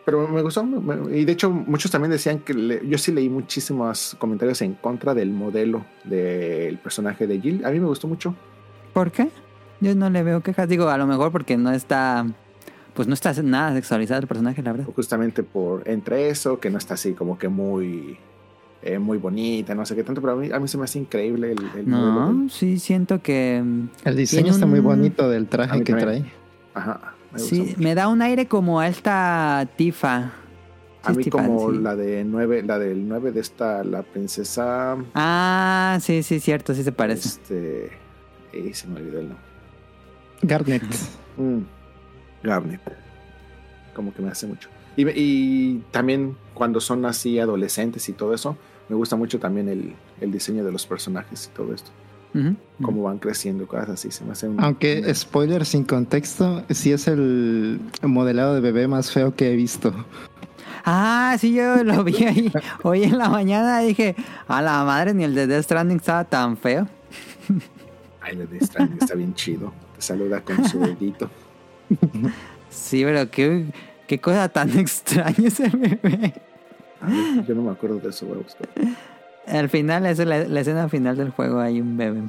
Pero me gustó. Y de hecho, muchos también decían que yo sí leí muchísimos comentarios en contra del modelo del personaje de Jill. A mí me gustó mucho. ¿Por qué? Yo no le veo quejas. Digo, a lo mejor porque no está... Pues no está nada sexualizado el personaje, la verdad. Justamente por entre eso, que no está así como que muy bonita, no sé qué tanto, pero a mí se me hace increíble el modelo. No, sí siento que... El diseño está muy bonito del traje que trae. Ajá. Sí, me da un aire como a esta Tifa. A mí como la del 9 de esta, la princesa... Ah, sí, cierto, sí se parece. Se me olvidó el nombre. Garnet. Garnet. Como que me hace mucho. Y también cuando son así adolescentes y todo eso, me gusta mucho también el diseño de los personajes y todo esto. Cómo van creciendo, cosas así. Se me hace Aunque, spoiler sin contexto, sí es el modelado de bebé más feo que he visto. Ah, sí, yo lo vi ahí hoy en la mañana. Dije, a la madre, ni el de Death Stranding estaba tan feo. Ay, el de Death Stranding está bien chido. Te saluda con su dedito. Sí, pero qué cosa tan extraña ese bebé. Ay, yo no me acuerdo de eso, voy a buscar. Al final, es la escena final del juego, hay un bebé.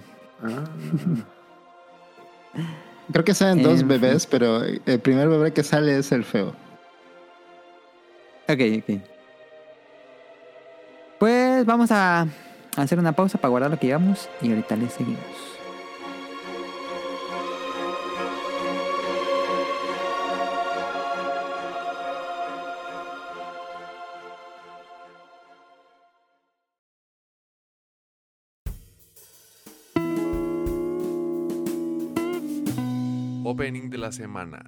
Creo que salen dos bebés, pero el primer bebé que sale es el feo. Ok. Pues vamos a hacer una pausa para guardar lo que llevamos y ahorita les seguimos. Opening de la semana.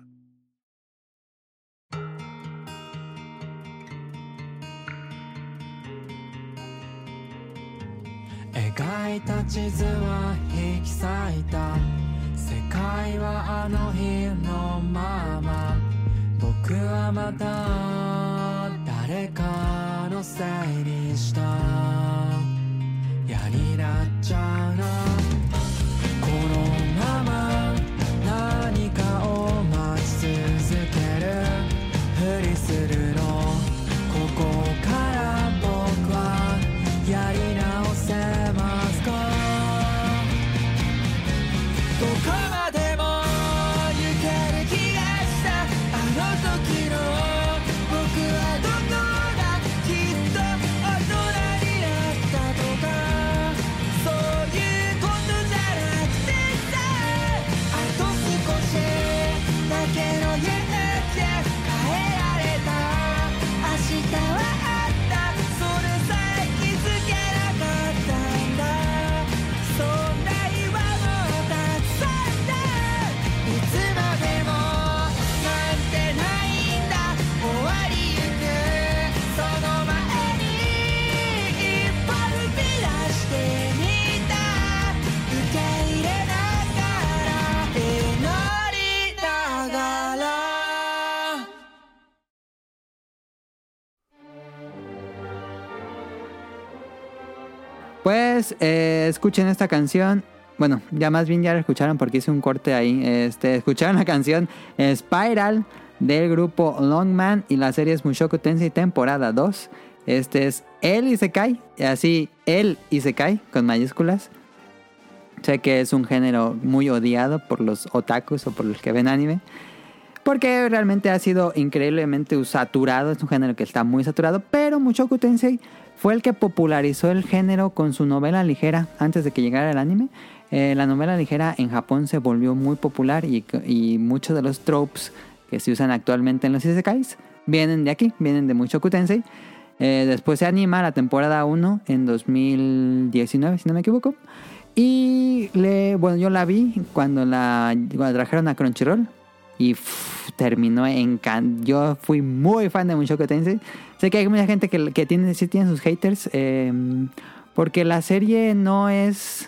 Pues escuchen esta canción. Bueno, ya más bien ya la escucharon porque hice un corte ahí. Escucharon la canción Spiral del grupo Longman y la serie es Mushoku Tensei temporada 2. Este es el Isekai, así el Isekai con mayúsculas. Sé que es un género muy odiado por los otakus o por los que ven anime, porque realmente ha sido increíblemente saturado. Es un género que está muy saturado, pero Mushoku Tensei fue el que popularizó el género con su novela ligera antes de que llegara el anime. La novela ligera en Japón se volvió muy popular y muchos de los tropes que se usan actualmente en los isekais vienen de aquí, vienen de Mushoku Tensei. Después se anima la temporada 1 en 2019, si no me equivoco. Y yo la vi cuando trajeron a Crunchyroll y terminó yo fui muy fan de Mushoku Tensei. Sé que hay mucha gente que tiene sus haters, porque la serie no es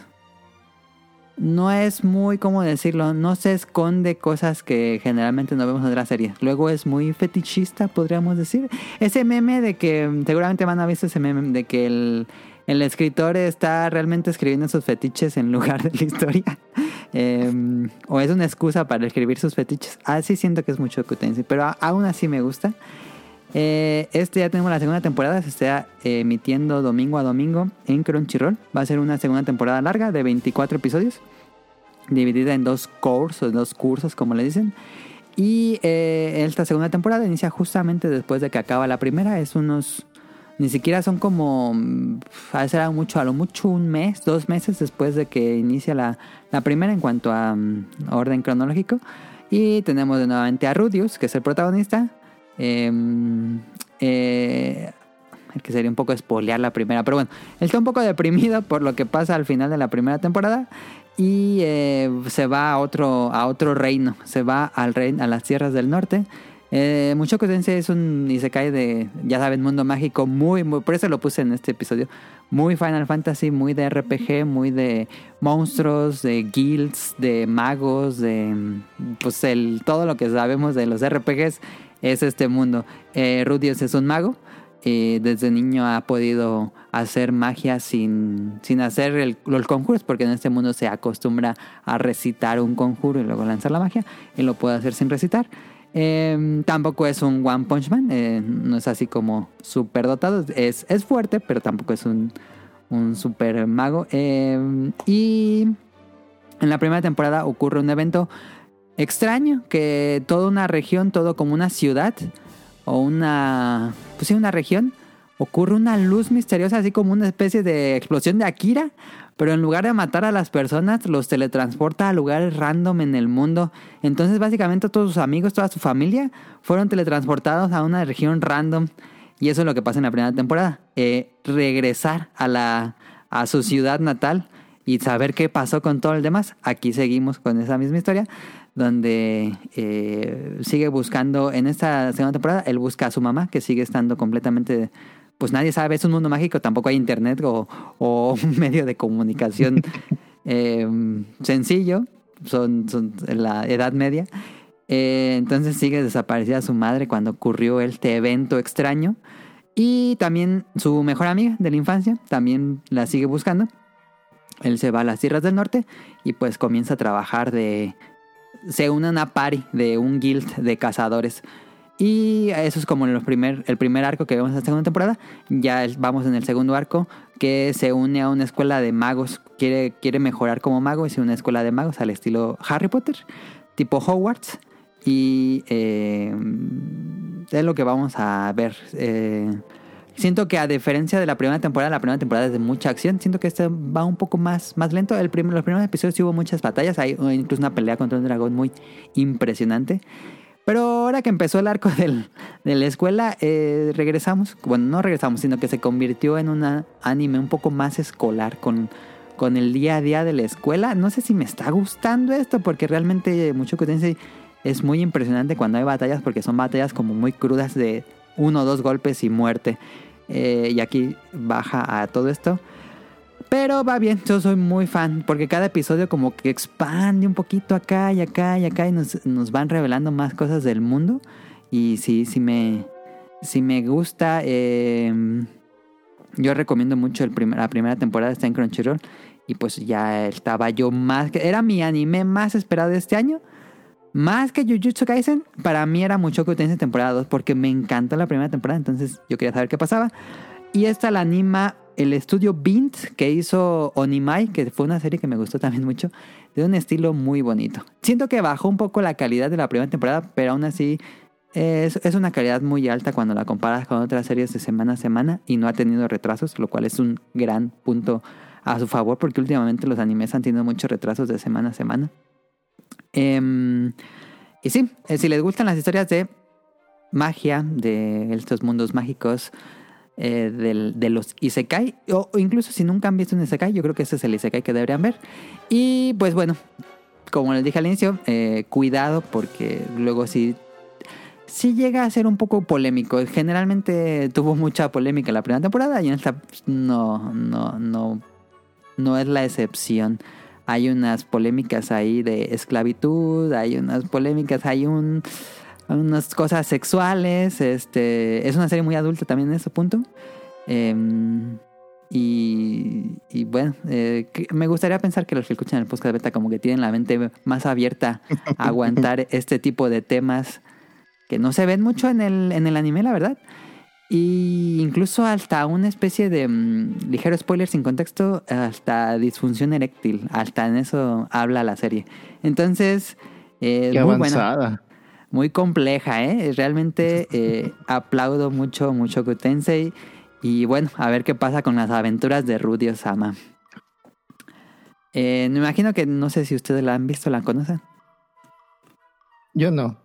muy, ¿cómo decirlo? No se esconde cosas que generalmente no vemos en otras series. Luego es muy fetichista, podríamos decir. Ese meme de que, seguramente van a ver ese meme de que el escritor está realmente escribiendo sus fetiches en lugar de la historia. O es una excusa para escribir sus fetiches. Así siento que es Mushoku Tensei, pero aún así me gusta. Ya tenemos la segunda temporada, se está emitiendo domingo a domingo en Crunchyroll. Va a ser una segunda temporada larga de 24 episodios, dividida en dos cursos, como le dicen. Y esta segunda temporada inicia justamente después de que acaba la primera. Ni siquiera son como, será mucho, a lo mucho un mes, 2 meses después de que inicia la primera en cuanto a orden cronológico. Y tenemos de nuevamente a Rudius, que es el protagonista. Que sería un poco spoilear la primera, pero bueno, él está un poco deprimido por lo que pasa al final de la primera temporada. Y se va a otro reino, se va a las tierras del norte. Mushoku Tensei es un isekai de, ya saben, mundo mágico, muy, muy, por eso lo puse en este episodio, muy Final Fantasy, muy de RPG, muy de monstruos, de guilds, de magos, de pues todo lo que sabemos de los RPGs es este mundo. Rudius es un mago. Desde niño ha podido hacer magia sin hacer los conjuros, porque en este mundo se acostumbra a recitar un conjuro y luego lanzar la magia, y lo puede hacer sin recitar. Tampoco es un One Punch Man, no es así como super dotado, es fuerte, pero tampoco es un super mago. Y en la primera temporada ocurre un evento extraño, que toda una región, todo como una ciudad o una región, ocurre una luz misteriosa, así como una especie de explosión de Akira, pero en lugar de matar a las personas, los teletransporta a lugares random en el mundo. Entonces básicamente todos sus amigos, toda su familia fueron teletransportados a una región random, y eso es lo que pasa en la primera temporada. Regresar a su ciudad natal y saber qué pasó con todo el demás. Aquí seguimos con esa misma historia, donde sigue buscando. En esta segunda temporada él busca a su mamá, que sigue estando completamente, pues nadie sabe, es un mundo mágico, tampoco hay internet o un medio de comunicación sencillo, son en la Edad Media. Entonces sigue desaparecida su madre cuando ocurrió este evento extraño, y también su mejor amiga de la infancia también la sigue buscando. Él se va a las tierras del norte y pues comienza a trabajar se une a una party de un guild de cazadores. Y eso es como el primer arco que vemos en la segunda temporada. Ya vamos en el segundo arco, que se une a una escuela de magos. Quiere mejorar como mago, es una escuela de magos al estilo Harry Potter, tipo Hogwarts. Y es lo que vamos a ver. Siento que a diferencia de la primera temporada es de mucha acción. Siento que este va un poco más lento. Los primeros episodios sí hubo muchas batallas. Hay incluso una pelea contra un dragón muy impresionante. Pero ahora que empezó el arco de la escuela, regresamos. Bueno, no regresamos, sino que se convirtió en un anime un poco más escolar, con el día a día de la escuela. No sé si me está gustando esto, porque realmente Mushoku Tensei es muy impresionante cuando hay batallas, porque son batallas como muy crudas de 1 o 2 golpes y muerte. Y aquí baja a todo esto. Pero va bien, yo soy muy fan, porque cada episodio como que expande un poquito acá y acá y acá, y nos van revelando más cosas del mundo. Y sí me gusta. Yo recomiendo mucho la primera temporada, está en Crunchyroll. Y pues ya estaba yo era mi anime más esperado de este año. Más que Jujutsu Kaisen, para mí era Mushoku Tensei temporada 2, porque me encantó la primera temporada, entonces yo quería saber qué pasaba. Y esta la anima el estudio Bint, que hizo Onimai, que fue una serie que me gustó también mucho, de un estilo muy bonito. Siento que bajó un poco la calidad de la primera temporada, pero aún así es una calidad muy alta cuando la comparas con otras series de semana a semana, y no ha tenido retrasos, lo cual es un gran punto a su favor, porque últimamente los animes han tenido muchos retrasos de semana a semana. Y sí, si les gustan las historias de magia, de estos mundos mágicos, de los isekai, o incluso si nunca han visto un isekai, yo creo que ese es el isekai que deberían ver. Y pues bueno, como les dije al inicio, cuidado, porque luego sí llega a ser un poco polémico. Generalmente tuvo mucha polémica en la primera temporada, y en esta no es la excepción. Hay unas polémicas ahí de esclavitud, hay unas polémicas, hay unas cosas sexuales. Es una serie muy adulta también en ese punto. Y bueno, me gustaría pensar que los que escuchan el podcast beta como que tienen la mente más abierta a aguantar este tipo de temas que no se ven mucho en el anime, la verdad. Y incluso hasta una especie de ligero spoiler sin contexto, hasta disfunción eréctil, hasta en eso habla la serie. Entonces, qué muy avanzada. Buena, muy compleja, ¿eh? Realmente aplaudo mucho Mushoku Tensei. Y bueno, a ver qué pasa con las aventuras de Rudy Osama. Me imagino que no sé si ustedes la han visto, la conocen. Yo no.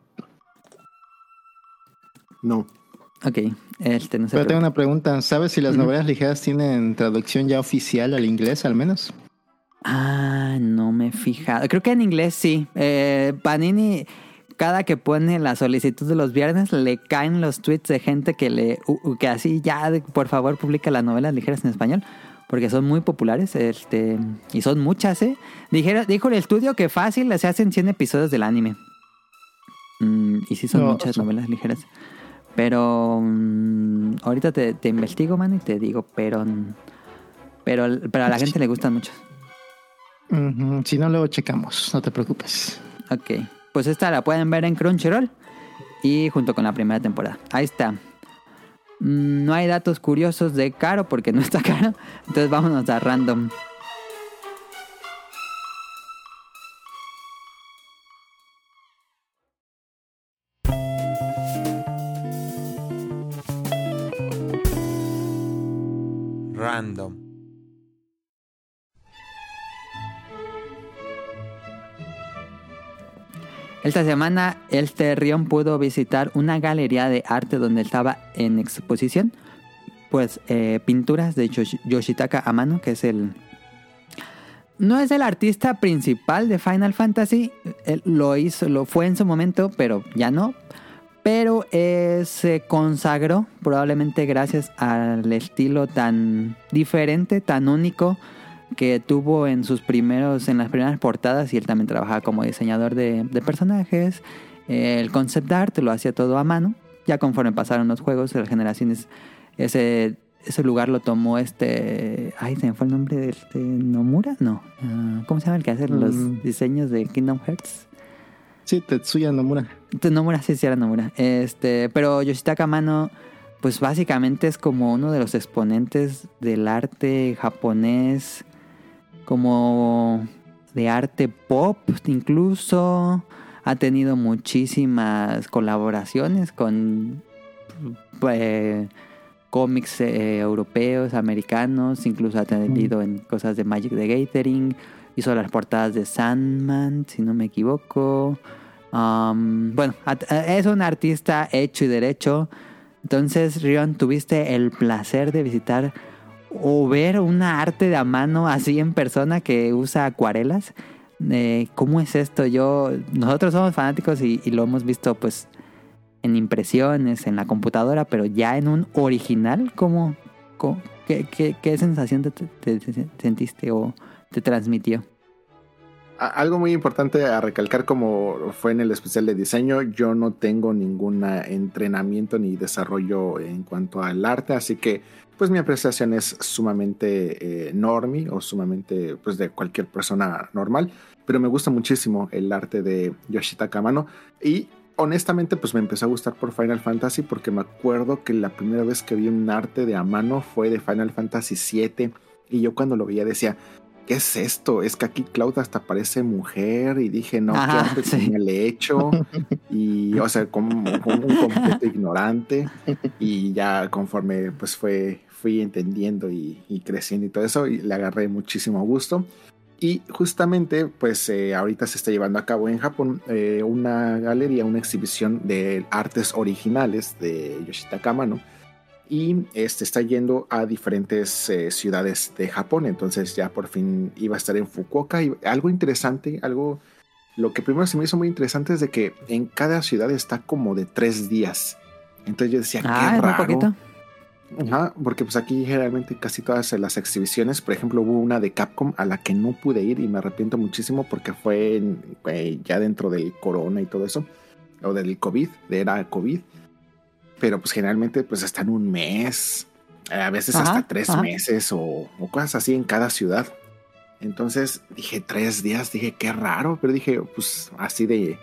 No. Ok, no sé. Pero tengo una pregunta. ¿Sabes si las novelas ligeras tienen traducción ya oficial al inglés, al menos? No me he fijado. Creo que en inglés sí. Panini, cada que pone la solicitud de los viernes, le caen los tweets de gente que que así ya, por favor, publica las novelas ligeras en español. Porque son muy populares, y son muchas, ¿eh? Dijo el estudio que fácil se hacen 100 episodios del anime. Y sí son muchas novelas ligeras. Pero ahorita te investigo, man, y te digo, pero a la gente le gustan mucho. Si no, luego checamos, no te preocupes. Ok, pues esta la pueden ver en Crunchyroll y junto con la primera temporada. Ahí está. No hay datos curiosos de caro porque no está caro. Entonces vámonos a random. Random. Esta semana Rion pudo visitar una galería de arte donde estaba en exposición pues pinturas de Yoshitaka Amano, que es no es el artista principal de Final Fantasy. Él lo fue en su momento, pero ya no. Pero se consagró probablemente gracias al estilo tan diferente, tan único que tuvo en las primeras portadas. Y él también trabajaba como diseñador de personajes. El concept art lo hacía todo a mano. Ya conforme pasaron los juegos, las generaciones, ese lugar lo tomó se me fue el nombre de Nomura, no. ¿Cómo se llama el que hace los diseños de Kingdom Hearts? Sí, Tetsuya Nomura. Nomura, sí, era Nomura. Pero Yoshitaka Amano, pues básicamente es como uno de los exponentes del arte japonés, como de arte pop incluso. Ha tenido muchísimas colaboraciones con cómics europeos, americanos. Incluso ha tenido en cosas de Magic the Gathering. Hizo las portadas de Sandman, si no me equivoco. Es un artista hecho y derecho. Entonces, Rion, ¿tuviste el placer de visitar o ver una arte de a mano así en persona que usa acuarelas? ¿Cómo es esto? Nosotros somos fanáticos y lo hemos visto pues en impresiones, en la computadora, pero ya en un original, ¿qué sensación te sentiste o te transmitió? Algo muy importante a recalcar, como fue en el especial de diseño, yo no tengo ningún entrenamiento ni desarrollo en cuanto al arte, así que pues mi apreciación es sumamente normie o sumamente pues de cualquier persona normal, pero me gusta muchísimo el arte de Yoshitaka Amano y honestamente pues me empezó a gustar por Final Fantasy porque me acuerdo que la primera vez que vi un arte de Amano fue de Final Fantasy VII y yo cuando lo veía decía, ¿qué es esto? Es que aquí Cloud hasta parece mujer y dije, no, ¿qué hombre tenía el hecho? Y, o sea, como un completo ignorante y ya conforme pues fui entendiendo y creciendo y todo eso y le agarré muchísimo gusto. Y justamente pues ahorita se está llevando a cabo en Japón una galería, una exhibición de artes originales de Yoshitaka Amano. Y está yendo a diferentes ciudades de Japón. Entonces ya por fin iba a estar en Fukuoka. Y algo interesante, lo que primero se me hizo muy interesante es de que en cada ciudad está como de 3 días. Entonces yo decía, qué raro. Un poquito. Ajá, porque pues aquí generalmente casi todas las exhibiciones, por ejemplo hubo una de Capcom a la que no pude ir y me arrepiento muchísimo porque fue ya dentro del corona y todo eso, o del COVID, de era COVID. Pero pues generalmente pues están un mes, a veces hasta 3 meses o cosas así en cada ciudad. Entonces dije 3 días, dije qué raro, pero dije pues así de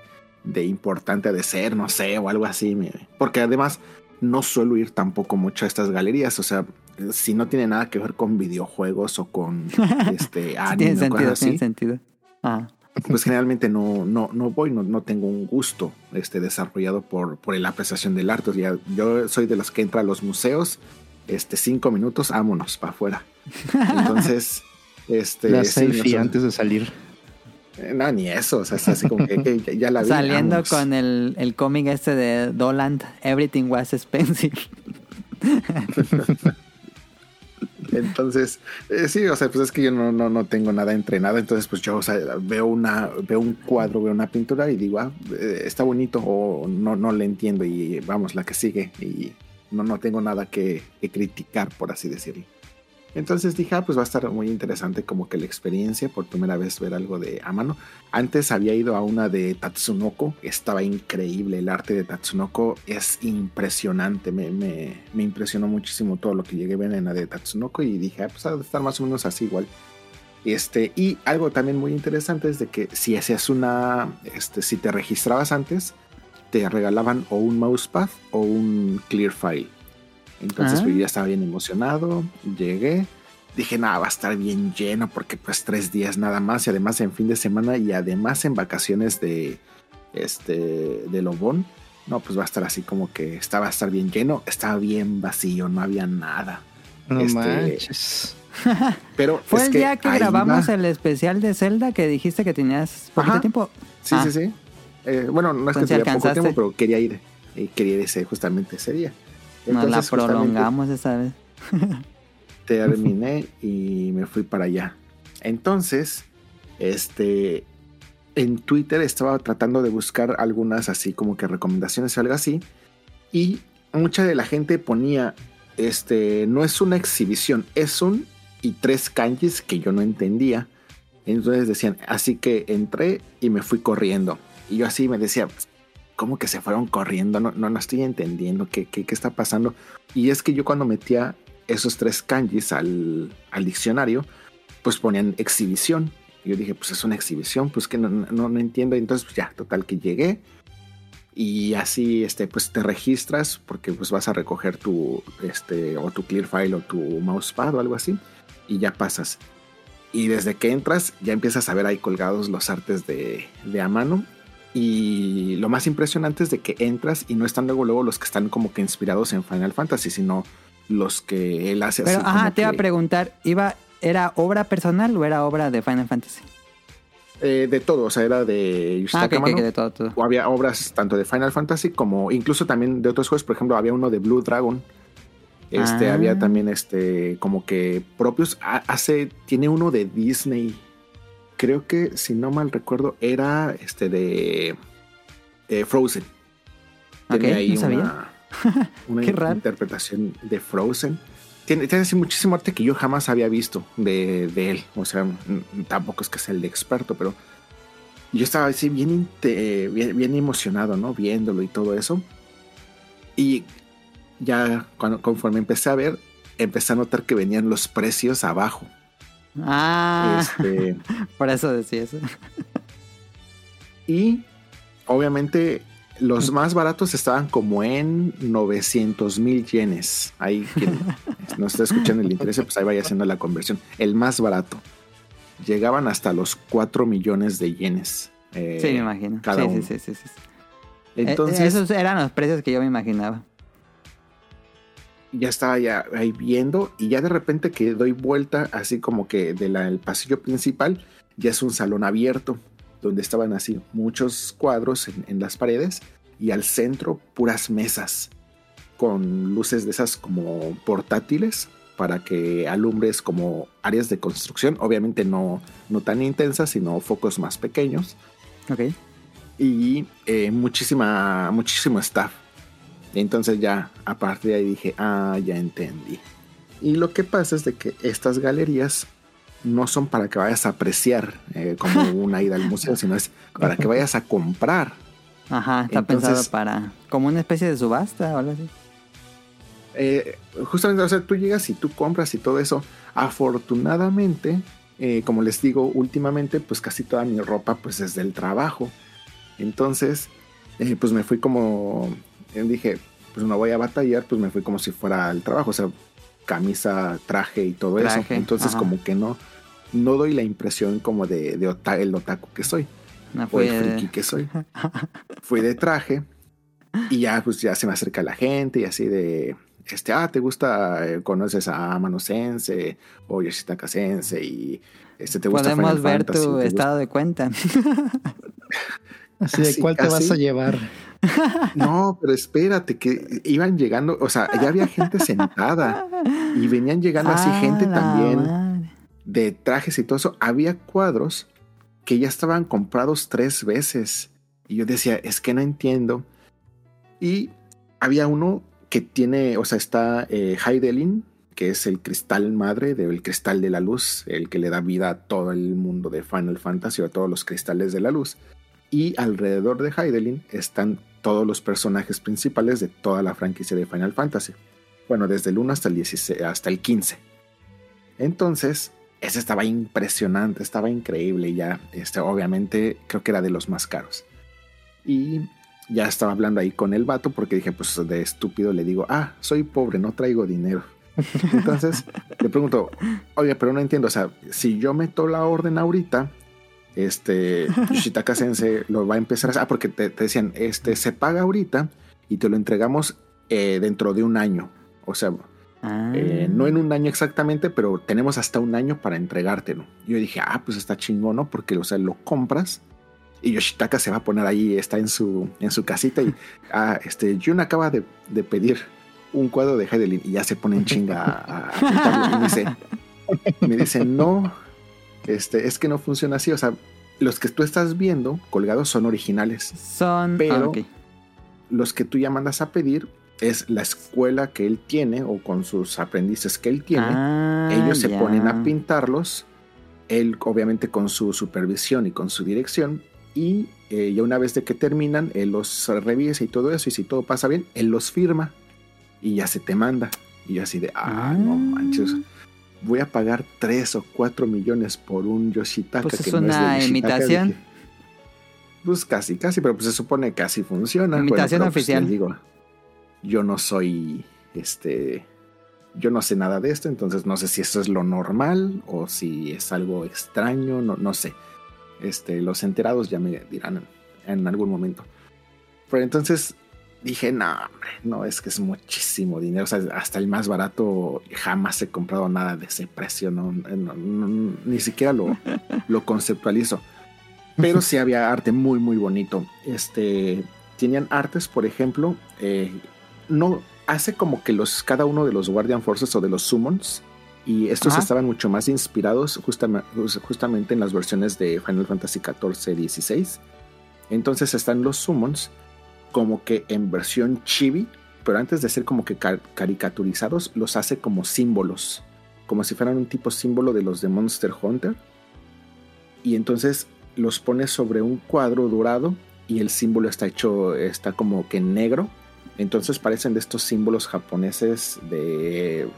importante de ser, no sé, o algo así. Porque además no suelo ir tampoco mucho a estas galerías. O sea, si no tiene nada que ver con videojuegos o con anime o cosas así. Tiene sentido. Ah. Pues generalmente no voy, no tengo un gusto desarrollado por la apreciación del arte. O sea, yo soy de los que entra a los museos, 5 minutos, vámonos para afuera. Entonces, la selfie antes de salir. No, ni eso, o sea, es así como que ya la vi. Saliendo vámonos. con el cómic de Doland, Everything Was Expensive. Entonces, sí, o sea, pues es que yo no tengo nada entrenado, entonces pues yo, o sea, veo un cuadro, veo una pintura y digo, está bonito, o no le entiendo y vamos, la que sigue, y no tengo nada que criticar, por así decirlo. Entonces dije, pues va a estar muy interesante como que la experiencia, por primera vez ver algo de a mano. Antes había ido a una de Tatsunoko, estaba increíble, el arte de Tatsunoko es impresionante, me impresionó muchísimo todo lo que llegué a ver en la de Tatsunoko y dije, pues ha de estar más o menos así igual. Y algo también muy interesante es de que si hacías si te registrabas antes, te regalaban o un mousepad o un clear file. Entonces pues, yo ya estaba bien emocionado, llegué, dije, nada, va a estar bien lleno porque pues 3 días nada más y además en fin de semana y además en vacaciones de Lobón, no, pues va a estar así como que va a estar bien lleno, estaba bien vacío, no había nada. No manches. Pero ¿Fue es el que día que grabamos el especial de Zelda que dijiste que tenías poquito tiempo? Sí. Bueno, no es que Entonces, tenía poco tiempo, pero quería ir justamente ese día. Nos la prolongamos esa vez. Terminé y me fui para allá. Entonces, en Twitter estaba tratando de buscar algunas así como que recomendaciones o algo así. Y mucha de la gente ponía, no es una exhibición, es y 3 kanjis que yo no entendía. Entonces decían, así que entré y me fui corriendo. Y yo así me decía, ¿cómo que se fueron corriendo? No estoy entendiendo qué está pasando. Y es que yo cuando metía esos 3 kanjis al diccionario, pues ponían exhibición. Y yo dije, pues es una exhibición, pues que no entiendo. Entonces, pues ya, total que llegué. Y así, pues te registras porque pues vas a recoger tu clear file o tu mousepad o algo así. Y ya pasas. Y desde que entras, ya empiezas a ver ahí colgados los artes de a mano. Y lo más impresionante es de que entras y no están luego los que están como que inspirados en Final Fantasy, sino los que él hace. Pero, así te iba a preguntar, ¿era obra personal o era obra de Final Fantasy? De todo, o sea, era de Yusutaka Amano. De todo. O había obras tanto de Final Fantasy como incluso también de otros juegos. Por ejemplo, había uno de Blue Dragon. Había también como que propios. Tiene uno de Disney. Creo que, si no mal recuerdo, era de Frozen. Tiene ahí no sabía. una Qué raro. interpretación de Frozen. Tiene así muchísimo arte que yo jamás había visto de él. O sea, tampoco es que sea el experto, pero yo estaba así bien emocionado, ¿no? Viéndolo y todo eso. Y ya conforme empecé a ver, empecé a notar que venían los precios abajo. Por eso decía eso. Y obviamente los más baratos estaban como en 900,000 yenes. Ahí quien no está escuchando el interés, pues ahí vaya haciendo la conversión. El más barato llegaban hasta los 4 millones de yenes. Sí, me imagino. Cada uno. Sí. Entonces, esos eran los precios que yo me imaginaba. Ya estaba ya ahí viendo y ya de repente que doy vuelta así como que el pasillo principal ya es un salón abierto donde estaban así muchos cuadros en las paredes y al centro puras mesas con luces de esas como portátiles para que alumbres como áreas de construcción, obviamente no tan intensas sino focos más pequeños. Ok. Y muchísimo staff. Entonces ya a partir de ahí dije, ya entendí. Y lo que pasa es de que estas galerías no son para que vayas a apreciar como una ida al museo, sino es para que vayas a comprar. Ajá, está pensado para como una especie de subasta o algo así. Justamente, o sea, tú llegas y tú compras y todo eso. Afortunadamente, como les digo, últimamente pues casi toda mi ropa pues es del trabajo. Entonces, pues me fui como, dije, pues no voy a batallar, pues me fui como si fuera al trabajo, o sea, camisa, traje y todo eso. Entonces como que no doy la impresión como de el otaku que soy, o el friki que soy. Fui de traje y ya pues ya se me acerca la gente y así de, ¿te gusta, conoces a Amano Sensei o Yoshitaka Sensei? Y ¿te gusta Podemos Final ver Fantasy? tu estado de cuenta. Así de cuál te vas a llevar. No, pero espérate, que iban llegando, o sea, ya había gente sentada y venían llegando así gente también de trajes y todo eso. Había cuadros que ya estaban comprados 3 veces y yo decía, es que no entiendo. Y había uno que tiene, o sea, está Hydelin, que es el cristal madre, el cristal de la luz, el que le da vida a todo el mundo de Final Fantasy o a todos los cristales de la luz. Y alrededor de Hydelin están todos los personajes principales de toda la franquicia de Final Fantasy. Bueno, desde el 1 hasta el 16, hasta el 15. Entonces, ese estaba impresionante, estaba increíble. Y ya, obviamente, creo que era de los más caros. Y ya estaba hablando ahí con el vato porque dije, pues de estúpido le digo, soy pobre, no traigo dinero. Entonces, le pregunto, oye, pero no entiendo, o sea, si yo meto la orden ahorita, Yoshitaka Sensei lo va a empezar a... porque te decían, se paga ahorita y te lo entregamos dentro de un año. O sea, no en un año exactamente, pero tenemos hasta un año para entregártelo. Yo dije, pues está chingón, ¿no? Porque, o sea, lo compras y Yoshitaka se va a poner ahí, está en su casita y Jun acaba de pedir un cuadro de Hydelin y ya se pone en chinga a pintarlo. Y me dice, no... es que no funciona así, o sea, los que tú estás viendo colgados son originales, pero los que tú ya mandas a pedir es la escuela que él tiene o con sus aprendices que él tiene. Ellos se ponen a pintarlos, él obviamente con su supervisión y con su dirección, y ya una vez de que terminan, él los revisa y todo eso, y si todo pasa bien, él los firma y ya se te manda. Y yo así de, no manches, voy a pagar 3 o 4 millones por un Yoshitaka. Pues que es una no es de imitación. Dije, pues casi, pero pues se supone que así funciona. Imitación pero, oficial. Pues, digo, yo no soy, yo no sé nada de esto, entonces no sé si eso es lo normal o si es algo extraño, no sé. Los enterados ya me dirán en algún momento. Pero entonces dije, no, es que es muchísimo dinero. O sea, hasta el más barato jamás he comprado nada de ese precio. No, ni siquiera lo conceptualizo. Pero sí había arte muy, muy bonito. Tenían artes, por ejemplo, no hace como que cada uno de los Guardian Forces o de los Summons, y estos estaban mucho más inspirados justamente en las versiones de Final Fantasy XIV, XVI. Entonces están los Summons como que en versión chibi, pero antes de ser como que caricaturizados, los hace como símbolos, como si fueran un tipo símbolo de los de Monster Hunter, y entonces los pone sobre un cuadro dorado y el símbolo está como que en negro. Entonces parecen de estos símbolos japoneses de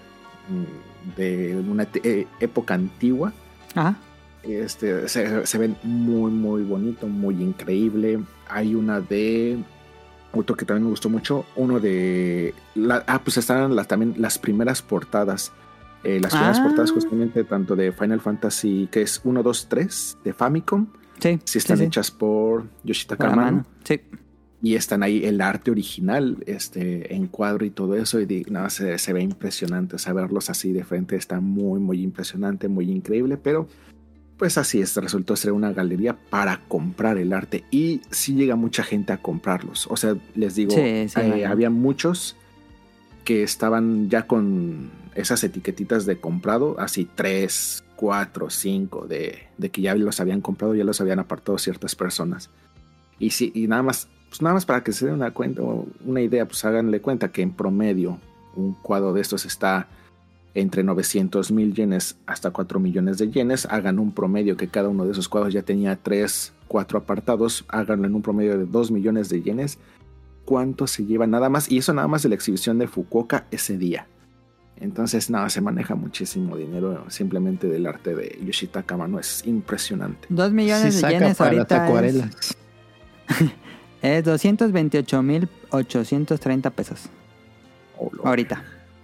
una época antigua. Se ven muy, muy bonito, muy increíble. Hay una de otro que también me gustó mucho, uno de pues están también las primeras portadas. Las primeras portadas justamente tanto de Final Fantasy, que es 1, 2, 3 de Famicom. Sí están hechas por Yoshitaka Amano. Sí. Y están ahí el arte original, en cuadro y todo eso. Y se ve impresionante. O sea, verlos así de frente está muy, muy impresionante, muy increíble. Pero pues así resultó ser una galería para comprar el arte. Y sí llega mucha gente a comprarlos. O sea, les digo, había muchos que estaban ya con esas etiquetitas de comprado, así 3, 4, 5, de que ya los habían comprado, ya los habían apartado ciertas personas. Y sí, y nada más para que se den una idea, pues háganle cuenta que en promedio un cuadro de estos está entre 900,000 yenes hasta 4 millones de yenes. Hagan un promedio que cada uno de esos cuadros ya tenía 3, 4 apartados. Háganlo en un promedio de 2 millones de yenes. ¿Cuánto se lleva nada más? Y eso nada más de la exhibición de Fukuoka ese día. Entonces se maneja muchísimo dinero simplemente del arte de Yoshitaka Amano. Es impresionante. 2 millones de yenes ahorita acuarelas. Es 228,830 pesos. Ahorita.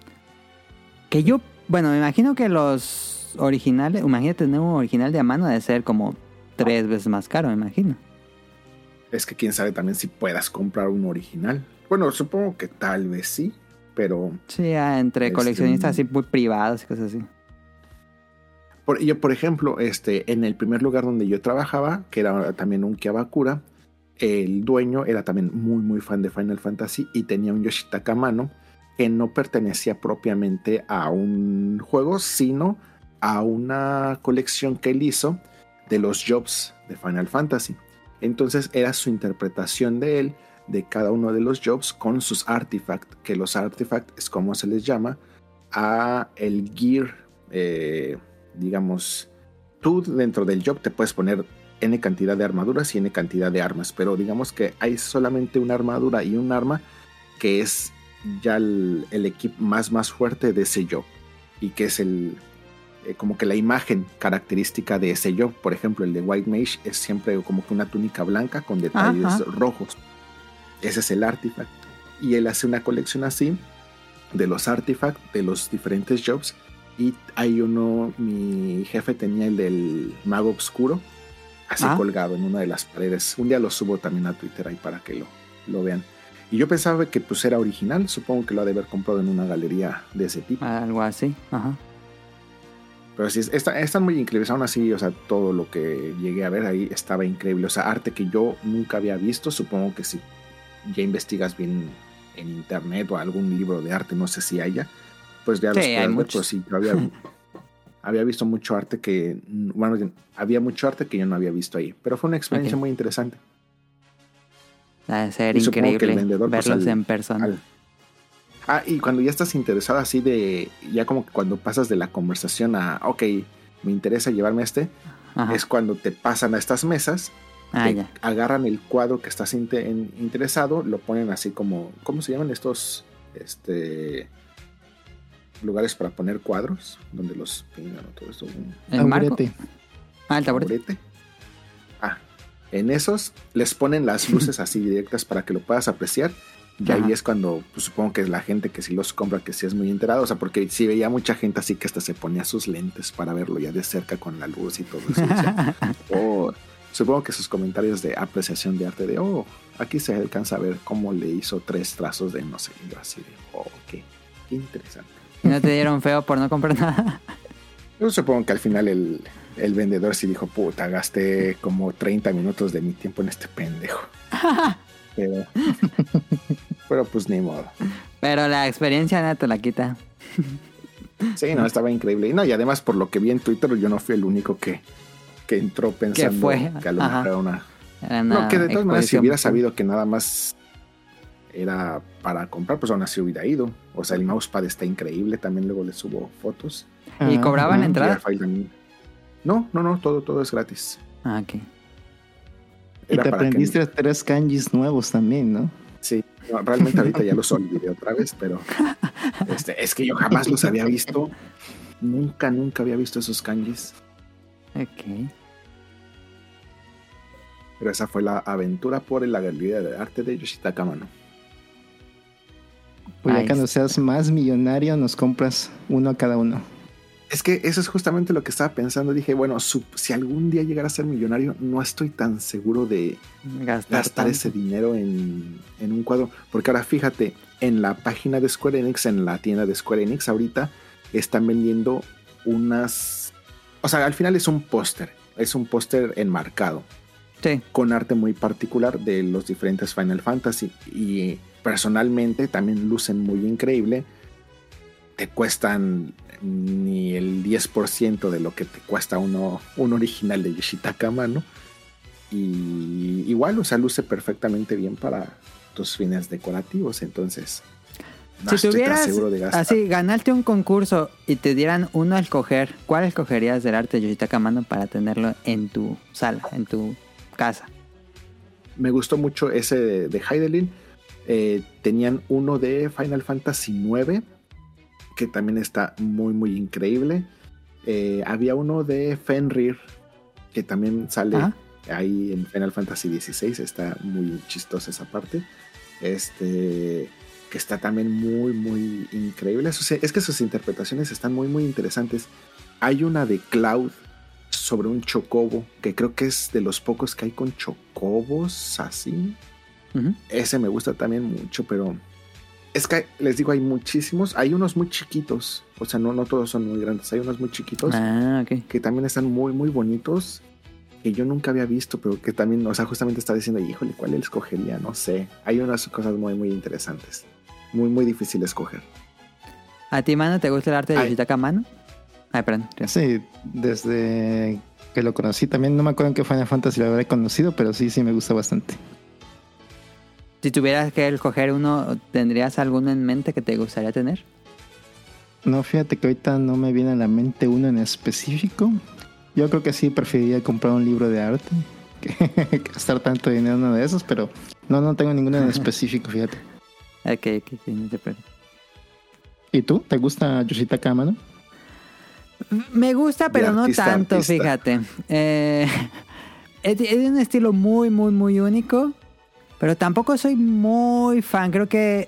Que yo, bueno, me imagino que los originales, imagínate tener un original de a mano debe ser como 3 veces más caro, me imagino. Es que quién sabe también si puedas comprar un original. Bueno, supongo que tal vez sí, pero... Sí, entre coleccionistas así muy privados y cosas así. Yo, por ejemplo, en el primer lugar donde yo trabajaba, que era también un Kiabakura, el dueño era también muy, muy fan de Final Fantasy y tenía un Yoshitaka a mano que no pertenecía propiamente a un juego, sino a una colección que él hizo de los jobs de Final Fantasy. Entonces era su interpretación de él, de cada uno de los jobs con sus artifacts, que los artifacts es como se les llama a el gear, digamos, tú dentro del job te puedes poner N cantidad de armaduras y N cantidad de armas, pero digamos que hay solamente una armadura y un arma que es ya el equipo más fuerte de ese job y que es como que la imagen característica de ese job. Por ejemplo, el de White Mage es siempre como que una túnica blanca con detalles rojos. Ese es el artifact. Y él hace una colección así de los artifacts de los diferentes jobs. Y hay uno, mi jefe tenía el del Mago Oscuro así colgado en una de las paredes. Un día lo subo también a Twitter ahí para que lo vean. Y yo pensaba que pues era original. Supongo que lo ha de haber comprado en una galería de ese tipo. Algo así, ajá. Pero sí, están muy increíbles. Aún así, o sea, todo lo que llegué a ver ahí estaba increíble. O sea, arte que yo nunca había visto. Supongo que si ya investigas bien en internet o algún libro de arte, no sé si haya, pues ya los puedes ver. Pero sí, yo había visto mucho arte que, bueno, había mucho arte que yo no había visto ahí. Pero fue una experiencia muy interesante. Debe ser increíble vendedor, verlos pues, en persona. Y cuando ya estás interesado así de, ya como que cuando pasas de la conversación a, ok, me interesa llevarme es cuando te pasan a estas mesas, agarran el cuadro que estás interesado, lo ponen así como, ¿cómo se llaman estos lugares para poner cuadros? Donde los pingan o todo esto. El taburete. El taburete. En esos les ponen las luces así directas para que lo puedas apreciar. Y ahí es cuando, pues, supongo que es la gente que sí los compra, que sí es muy enterada. O sea, porque sí veía mucha gente así que hasta se ponía sus lentes para verlo ya de cerca con la luz y todo eso. Supongo que sus comentarios de apreciación de arte de, aquí se alcanza a ver cómo le hizo 3 trazos de no sé. Yo así de, qué interesante. ¿Y no te dieron feo por no comprar nada? Yo supongo que al final el vendedor sí dijo, puta, gasté como 30 minutos de mi tiempo en este pendejo. Pero pues ni modo. Pero la experiencia nada te la quita. Sí, no, estaba increíble. Y además por lo que vi en Twitter, yo no fui el único que entró pensando que a lo mejor era una... No, que de todas maneras si hubiera sabido que nada más era para comprar, pues aún así hubiera ido. O sea, el mousepad está increíble, también luego le subo fotos. ¿Y cobraban la entrada? No, todo es gratis. Ok. Y te aprendiste 3 kanjis nuevos también, ¿no? Sí, realmente ahorita ya los olvidé otra vez, pero es que yo jamás los había visto. Nunca había visto esos kanjis. Ok. Pero esa fue la aventura por la galería de arte de Yoshitaka Amano. Pues ya cuando seas más millonario nos compras uno a cada uno. Es que eso es justamente lo que estaba pensando. Dije, bueno, si algún día llegara a ser millonario, no estoy tan seguro de gastar ese dinero en un cuadro. Porque ahora fíjate, en la página de Square Enix, en la tienda de Square Enix, ahorita están vendiendo unas... O sea, al final es un póster. Es un póster enmarcado. Sí. Con arte muy particular de los diferentes Final Fantasy. Y personalmente también lucen muy increíble. Te cuestan ni el 10% de lo que te cuesta un original de Yoshitaka Amano. Y igual, o sea, luce perfectamente bien para tus fines decorativos. Entonces, no si tuvieras seguro de gastar. Así, ganarte un concurso y te dieran uno a escoger, ¿cuál escogerías del arte de Yoshitaka Amano para tenerlo en tu sala, en tu casa? Me gustó mucho ese de Heidelin. Tenían uno de Final Fantasy IX, que también está muy, muy increíble. Había uno de Fenrir, que también sale ahí en Final Fantasy XVI está muy chistosa esa parte. Que está también muy, muy increíble. Es que sus interpretaciones están muy, muy interesantes. Hay una de Cloud sobre un chocobo, que creo que es de los pocos que hay con chocobos así. Uh-huh. Ese me gusta también mucho, pero es que les digo, hay muchísimos. Hay unos muy chiquitos, o sea, no todos son muy grandes. Hay unos muy chiquitos okay, que también están muy, muy bonitos, que yo nunca había visto, pero que también, o sea, justamente estaba diciendo, híjole, ¿cuál le escogería? No sé. Hay unas cosas muy, muy interesantes. Muy, muy difícil de escoger. ¿A ti, Mano, te gusta el arte de Yoshitaka Amano? Ay, perdón. Sí, desde que lo conocí también. No me acuerdo en qué Final Fantasy lo habré conocido, pero sí me gusta bastante. Si tuvieras que escoger uno, ¿tendrías alguno en mente que te gustaría tener? No, fíjate que ahorita no me viene a la mente uno en específico. Yo creo que sí preferiría comprar un libro de arte que gastar tanto dinero en uno de esos, pero no tengo ninguno en específico, fíjate. Ok, no te preocupes. ¿Y tú? ¿Te gusta Yoshitaka Amano? Me gusta, pero no tanto, fíjate. Es un estilo muy, muy, muy único, pero tampoco soy muy fan. Creo que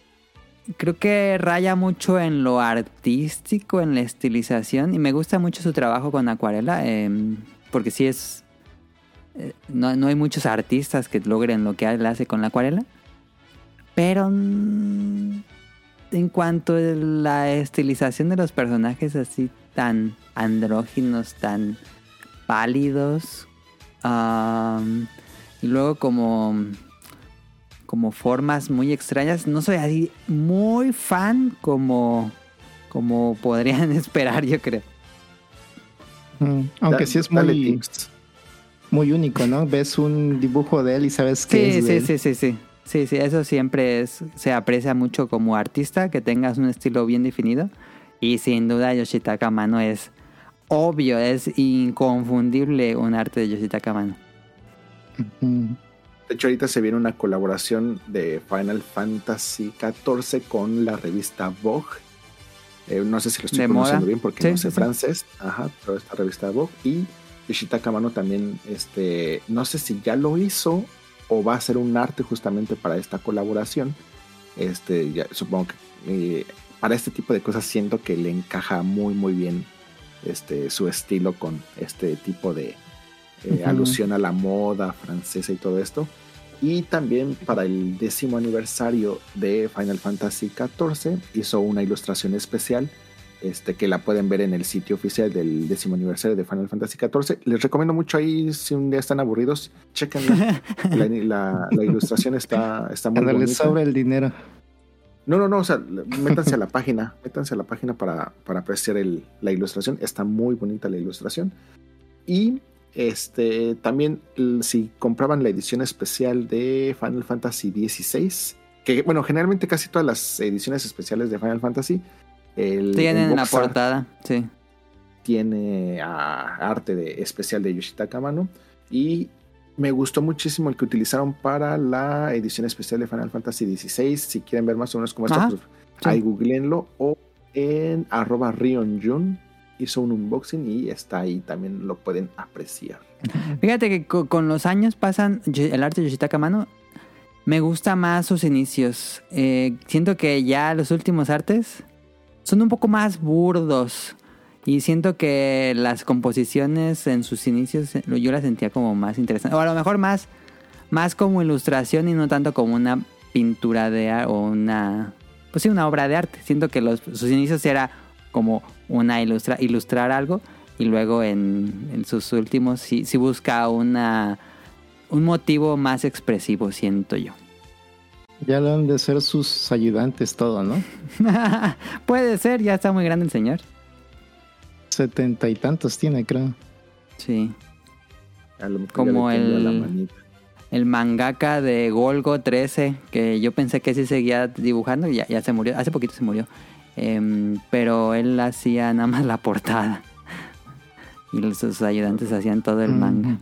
raya mucho en lo artístico, en la estilización, y me gusta mucho su trabajo con acuarela, porque sí es... no hay muchos artistas que logren lo que él hace con la acuarela, pero en cuanto a la estilización de los personajes así tan andróginos, tan pálidos, y luego como formas muy extrañas, no soy así muy fan como podrían esperar, yo creo. Aunque sí es muy único, ¿no? Ves un dibujo de él y sabes que es de él. Sí, eso siempre se aprecia mucho como artista, que tengas un estilo bien definido. Y sin duda Yoshitaka Amano es obvio, es inconfundible un arte de Yoshitaka Amano. De hecho, ahorita se viene una colaboración de Final Fantasy XIV con la revista Vogue. No sé si lo estoy pronunciando bien porque no sé francés. Ajá, pero esta revista Vogue. Y Yoshitaka Amano también, no sé si ya lo hizo o va a hacer un arte justamente para esta colaboración. Ya, supongo que para este tipo de cosas siento que le encaja muy muy bien su estilo con este tipo de alusión a la moda francesa y todo esto. Y también para el 10º aniversario de Final Fantasy XIV hizo una ilustración especial que la pueden ver en el sitio oficial del 10º aniversario de Final Fantasy XIV. Les recomiendo mucho ahí, si un día están aburridos, chequenla. la ilustración está muy bonita. Les sobra el dinero. No, o sea, métanse a la página para apreciar la ilustración. Está muy bonita la ilustración. Y también si compraban la edición especial de Final Fantasy XVI, que bueno, generalmente casi todas las ediciones especiales de Final Fantasy tienen la portada, sí. Tiene arte especial de Yoshitaka Amano. Y me gustó muchísimo el que utilizaron para la edición especial de Final Fantasy XVI. Si quieren ver más o menos cómo está, pues ahí googleenlo. O en @RionJun hizo un unboxing y está ahí, también lo pueden apreciar. Fíjate que con los años pasan el arte de Yoshitaka Amano. Me gusta más sus inicios. Siento que ya los últimos artes son un poco más burdos. Y siento que las composiciones en sus inicios yo las sentía como más interesantes. O a lo mejor más como ilustración y no tanto como una pintura de arte o una obra de arte. Siento que sus inicios era como ilustrar algo, y luego en sus últimos sí busca un motivo más expresivo, siento yo. Ya lo han de ser sus ayudantes todo, ¿no? Puede ser, ya está muy grande el señor. 70 y tantos tiene, creo. Sí. Como el mangaka de Golgo 13, que yo pensé que sí seguía dibujando, ya se murió, hace poquito se murió. Pero él hacía nada más la portada. Y sus ayudantes hacían todo el manga.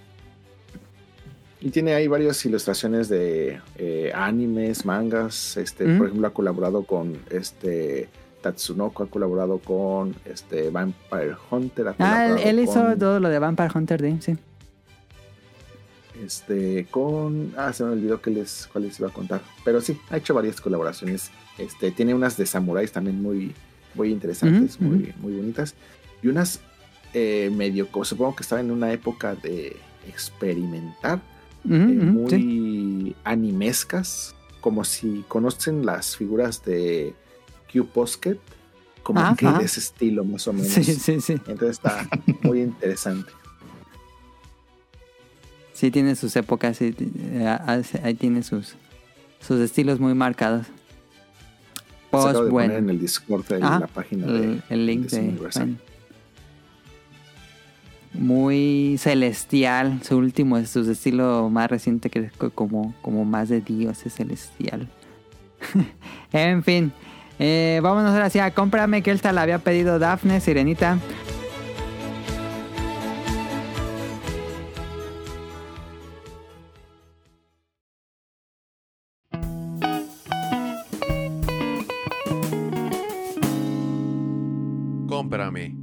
Y tiene ahí varias ilustraciones de animes, mangas. Por ejemplo, ha colaborado con Tatsunoko, ha colaborado con Vampire Hunter. Él hizo todo lo de Vampire Hunter, sí. Se me olvidó cuál les iba a contar. Pero sí, ha hecho varias colaboraciones. Tiene unas de samuráis también muy, muy interesantes, muy bonitas. Y unas supongo que estaba en una época de experimentar, muy animescas, como si conocen las figuras de Q Posket, como que de ese estilo más o menos. Sí. Entonces está muy interesante. Sí, tiene sus épocas, sí, ahí tiene sus estilos muy marcados. Pues acabo de poner en el Discord de la página el link de muy celestial. Su último, su estilo más reciente, que es como más de dioses celestial. En fin, vámonos ahora sí a Cómprame, que esta la había pedido Dafne, Sirenita. Cómprame.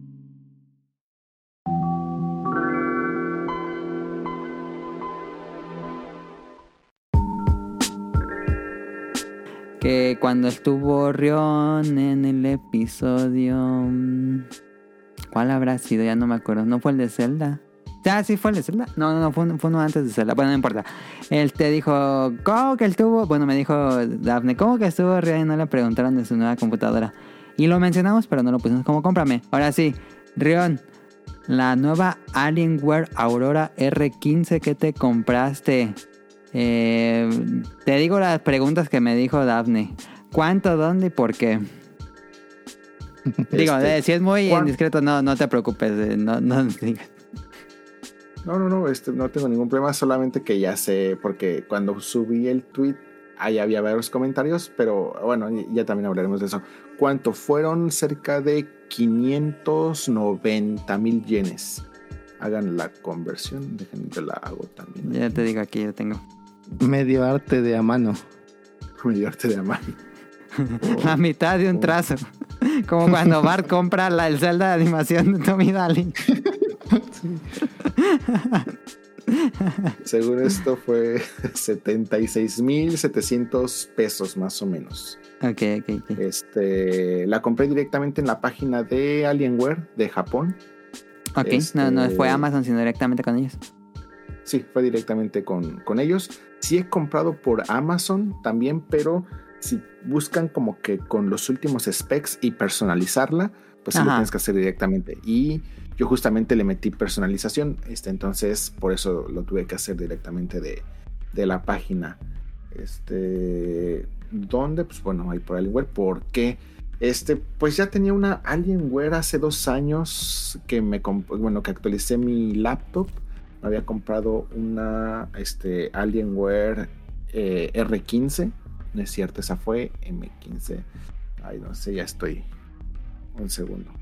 Que cuando estuvo Rion en el episodio... ¿Cuál habrá sido? Ya no me acuerdo. ¿No fue el de Zelda? Sí fue el de Zelda. No, fue uno antes de Zelda. Bueno, no importa. Él te dijo, ¿cómo que estuvo? Bueno, me dijo Dafne, ¿cómo que estuvo Rion? Y no le preguntaron de su nueva computadora. Y lo mencionamos, pero no lo pusimos como cómprame. Ahora sí, Rion, la nueva Alienware Aurora R15 que te compraste. Te digo las preguntas que me dijo Dafne. ¿Cuánto, dónde y por qué? Digo, si es muy indiscreto, no te preocupes. No digas. No, no tengo ningún problema. Solamente que ya sé, porque cuando subí el tweet, ahí había varios comentarios, pero bueno, ya también hablaremos de eso. ¿Cuánto? Fueron cerca de 590,000 yenes. Hagan la conversión, déjenme que la hago también. Ya te digo, aquí yo tengo. Medio arte de a mano. Medio arte de a mano. La mitad de un trazo. Como cuando Bart compra el Zelda de animación de Tommy Daly. Según esto fue 76,700 pesos más o menos. Ok. La compré directamente en la página de Alienware de Japón. Ok, no fue Amazon, sino directamente con ellos. Sí, fue directamente con ellos. Sí he comprado por Amazon también, pero si buscan como que con los últimos specs y personalizarla, pues sí lo tienes que hacer directamente. Y yo justamente le metí personalización, entonces por eso lo tuve que hacer directamente de la página. ¿Dónde? Pues bueno, ahí por Alienware. ¿Por qué? Pues ya tenía una Alienware hace 2 años que que actualicé mi laptop. Me había comprado una Alienware R15. No es cierto, esa fue M15. Ay, no sé, ya estoy. Un segundo.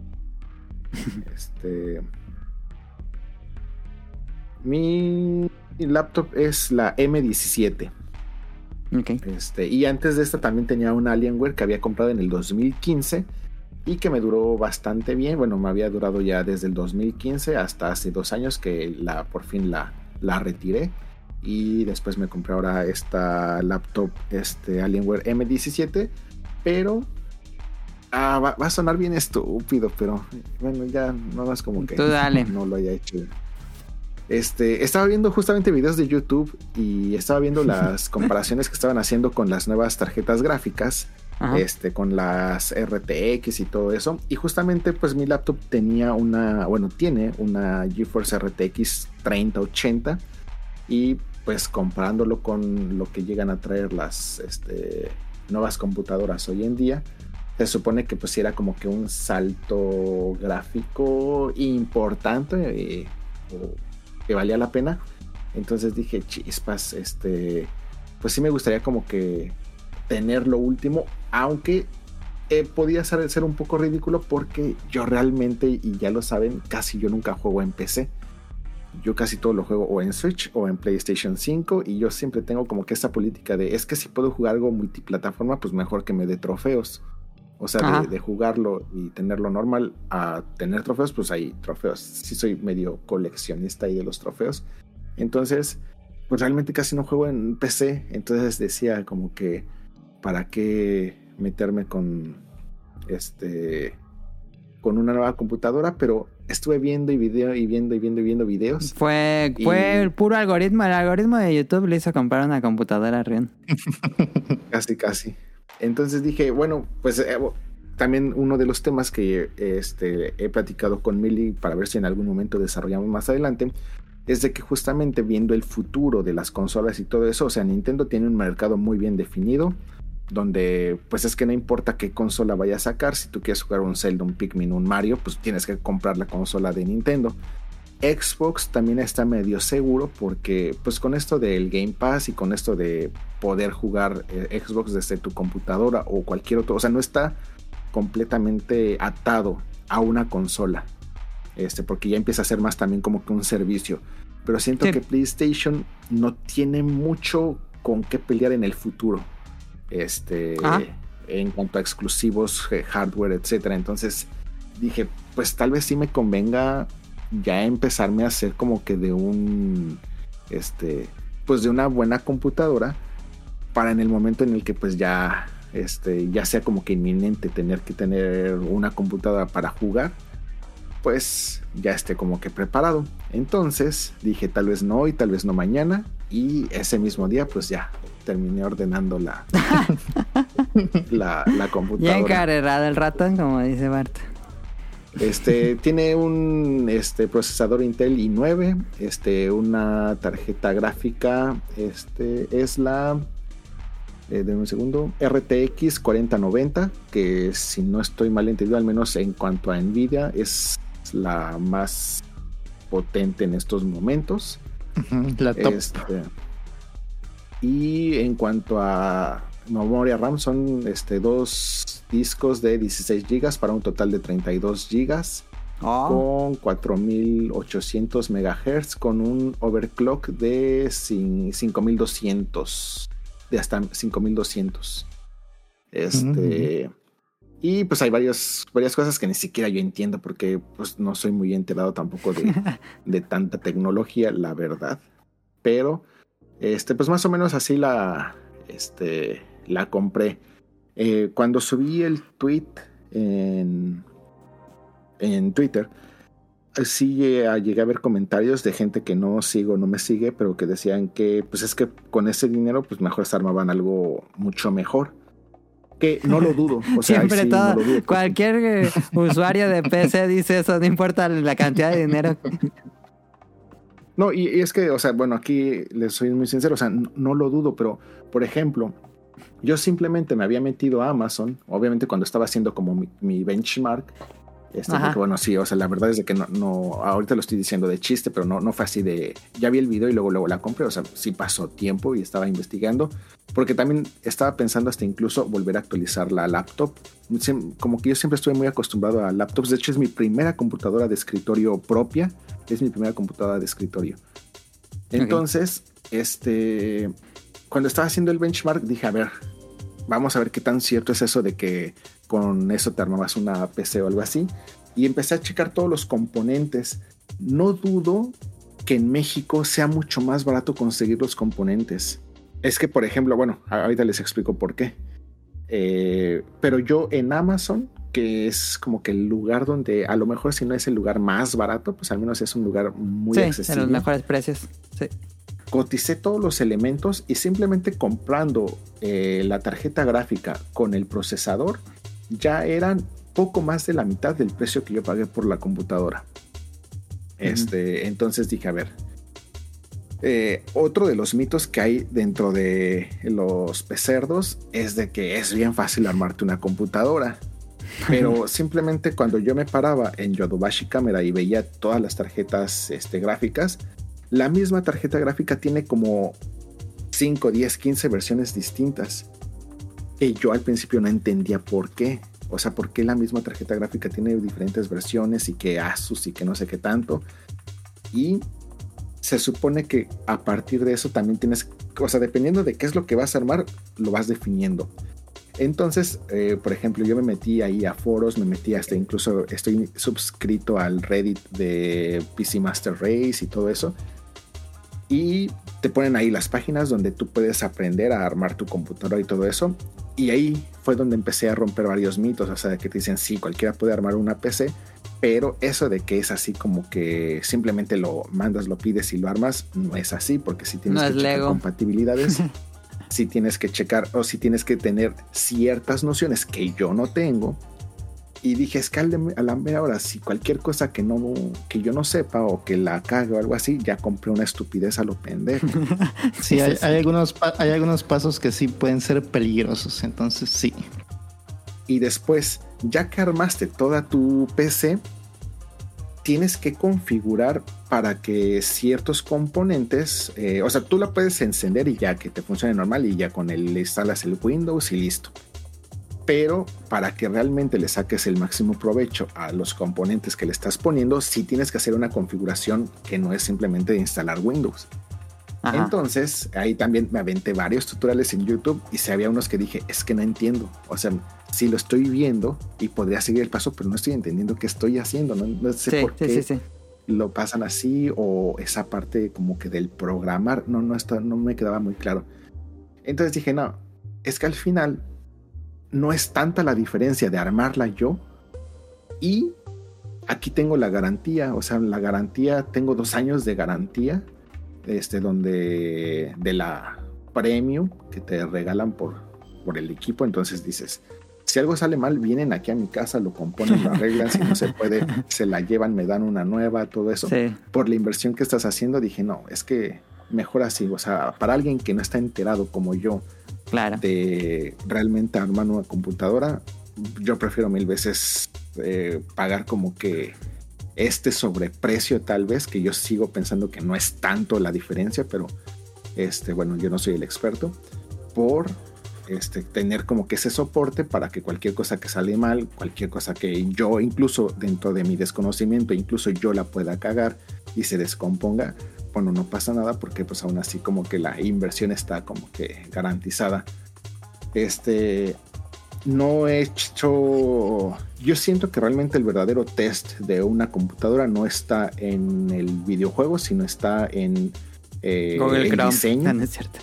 Mi laptop es la M17. Okay. Y antes de esta también tenía una Alienware que había comprado en el 2015 y que me duró bastante bien. Bueno, me había durado ya desde el 2015 hasta hace 2 años que por fin la retiré. Y después me compré ahora esta laptop, Alienware M17. Pero va a sonar bien estúpido, pero bueno, ya no es como que no lo haya hecho. Estaba viendo justamente videos de YouTube y estaba viendo las comparaciones que estaban haciendo con las nuevas tarjetas gráficas. Con las RTX y todo eso. Y justamente pues mi laptop tiene una GeForce RTX 3080 y pues comparándolo con lo que llegan a traer las nuevas computadoras hoy en día, se supone que pues era como que un salto gráfico importante que valía la pena. Entonces dije, chispas, pues sí me gustaría como que tener lo último, aunque podía ser un poco ridículo porque yo realmente, y ya lo saben, casi yo nunca juego en PC. Yo casi todo lo juego o en Switch o en PlayStation 5 y yo siempre tengo como que esta política de es que si puedo jugar algo multiplataforma, pues mejor que me dé trofeos. O sea, de jugarlo y tenerlo normal a tener trofeos, pues hay trofeos. Sí soy medio coleccionista ahí de los trofeos. Entonces, pues realmente casi no juego en PC. Entonces decía como que, ¿para qué meterme con una nueva computadora? Pero estuve viendo viendo videos. Fue el puro algoritmo. El algoritmo de YouTube le hizo comprar una computadora, Rion. Casi. Entonces dije, bueno, pues también uno de los temas que he platicado con Mili para ver si en algún momento desarrollamos más adelante, es de que justamente viendo el futuro de las consolas y todo eso, o sea, Nintendo tiene un mercado muy bien definido, donde pues es que no importa qué consola vaya a sacar, si tú quieres jugar un Zelda, un Pikmin, un Mario, pues tienes que comprar la consola de Nintendo. Xbox también está medio seguro porque pues con esto del Game Pass y con esto de poder jugar Xbox desde tu computadora o cualquier otro, o sea, no está completamente atado a una consola, porque ya empieza a ser más también como que un servicio. Pero siento que PlayStation no tiene mucho con qué pelear en el futuro, en cuanto a exclusivos, hardware, etcétera. Entonces dije, pues tal vez sí me convenga ya empezarme a hacer como que de un pues de una buena computadora, para en el momento en el que pues ya sea como que inminente tener que tener una computadora para jugar, pues ya esté como que preparado. Entonces dije, tal vez no hoy, tal vez no mañana, y ese mismo día pues ya terminé ordenando la computadora. Ya encarrerado el ratón, como dice Bart. Tiene un procesador Intel i9, una tarjeta gráfica, es la de un segundo, RTX 4090, que si no estoy mal entendido, al menos en cuanto a Nvidia, es la más potente en estos momentos. La top. Y en cuanto a memoria RAM, son 2 discos de 16 GB para un total de 32 GB, con 4800 MHz, con un overclock de 5200, de hasta 5200. Y pues hay varias cosas que ni siquiera yo entiendo, porque pues no soy muy enterado tampoco de tanta tecnología, la verdad. Pero pues más o menos así la compré. Cuando subí el tweet en Twitter, sí llegué a ver comentarios de gente que no sigo, no me sigue, pero que decían que pues es que con ese dinero pues mejor se armaban algo mucho mejor. Que no lo dudo, o sea, siempre sí, todo, no lo dudo. cualquier usuario de PC dice eso, no importa la cantidad de dinero. No, y es que, o sea, bueno, aquí les soy muy sincero, o sea, no lo dudo, pero, por ejemplo, yo simplemente me había metido a Amazon, obviamente cuando estaba haciendo como mi benchmark, porque bueno, sí, o sea, la verdad es de que no, ahorita lo estoy diciendo de chiste, pero no fue así de, ya vi el video y luego la compré, o sea, sí pasó tiempo y estaba investigando, porque también estaba pensando hasta incluso volver a actualizar la laptop, como que yo siempre estuve muy acostumbrado a laptops, de hecho es mi primera computadora de escritorio propia, entonces, cuando estaba haciendo el benchmark dije, a ver, vamos a ver qué tan cierto es eso de que con eso te armabas una PC o algo así, y empecé a checar todos los componentes. No dudo que en México sea mucho más barato conseguir los componentes. Es que, por ejemplo, bueno, ahorita les explico por qué, pero yo en Amazon, que es como que el lugar donde, a lo mejor si no es el lugar más barato, pues al menos es un lugar muy accesible. Sí, en los mejores precios, sí. Coticé todos los elementos y simplemente comprando la tarjeta gráfica con el procesador, ya eran poco más de la mitad del precio que yo pagué por la computadora. Entonces dije, a ver, otro de los mitos que hay dentro de los pecerdos es de que es bien fácil armarte una computadora. Pero simplemente cuando yo me paraba en Yodobashi Camera y veía todas las tarjetas gráficas, la misma tarjeta gráfica tiene como 5, 10, 15 versiones distintas. Y yo al principio no entendía por qué. O sea, por qué la misma tarjeta gráfica tiene diferentes versiones y que Asus y que no sé qué tanto. Y se supone que a partir de eso también tienes, o sea, dependiendo de qué es lo que vas a armar, lo vas definiendo. Entonces, por ejemplo, yo me metí ahí a foros, me metí hasta incluso estoy suscrito al Reddit de PC Master Race y todo eso. y te ponen ahí las páginas donde tú puedes aprender a armar tu computadora y todo eso. Y ahí fue donde empecé a romper varios mitos, o sea, que te dicen, sí, cualquiera puede armar una PC, pero eso de que es así como que simplemente lo mandas, lo pides y lo armas, no es así, porque si tienes que checar compatibilidades, si tienes que checar o si tienes que tener ciertas nociones que yo no tengo. Y dije, es que a la mera hora, si cualquier cosa que yo no sepa o que la cague o algo así, ya compré una estupidez a lo pendejo. Sí, hay algunos pasos que sí pueden ser peligrosos, entonces sí. Y después, ya que armaste toda tu PC, tienes que configurar para que ciertos componentes, o sea, tú la puedes encender y ya que te funcione normal y ya con él le instalas el Windows y listo. Pero para que realmente le saques el máximo provecho a los componentes que le estás poniendo, sí tienes que hacer una configuración que no es simplemente de instalar Windows. Ajá. Entonces, ahí también me aventé varios tutoriales en YouTube y si había unos que dije, es que no entiendo. O sea, sí lo estoy viendo y podría seguir el paso, pero no estoy entendiendo qué estoy haciendo. No sé por qué lo pasan así o esa parte como que del programar. No me quedaba muy claro. Entonces dije, no, es que al final no es tanta la diferencia de armarla yo y aquí tengo la garantía, o sea, la garantía, tengo 2 años de garantía, donde de la premium que te regalan por el equipo. Entonces dices, si algo sale mal, vienen aquí a mi casa, lo componen, lo arreglan, si no se puede, se la llevan, me dan una nueva, todo eso. Sí. Por la inversión que estás haciendo, dije, no, es que mejor así, o sea, para alguien que no está enterado como yo, claro, de realmente armar una computadora, yo prefiero 1000 veces pagar como que sobreprecio tal vez, que yo sigo pensando que no es tanto la diferencia, pero bueno, yo no soy el experto, por tener como que ese soporte para que cualquier cosa que sale mal, cualquier cosa que yo incluso dentro de mi desconocimiento, incluso yo la pueda cagar y se descomponga, bueno, no pasa nada porque pues aún así como que la inversión está como que garantizada. No he hecho... Yo siento que realmente el verdadero test de una computadora no está en el videojuego, sino está en Google el Chrome. diseño. No es cierto.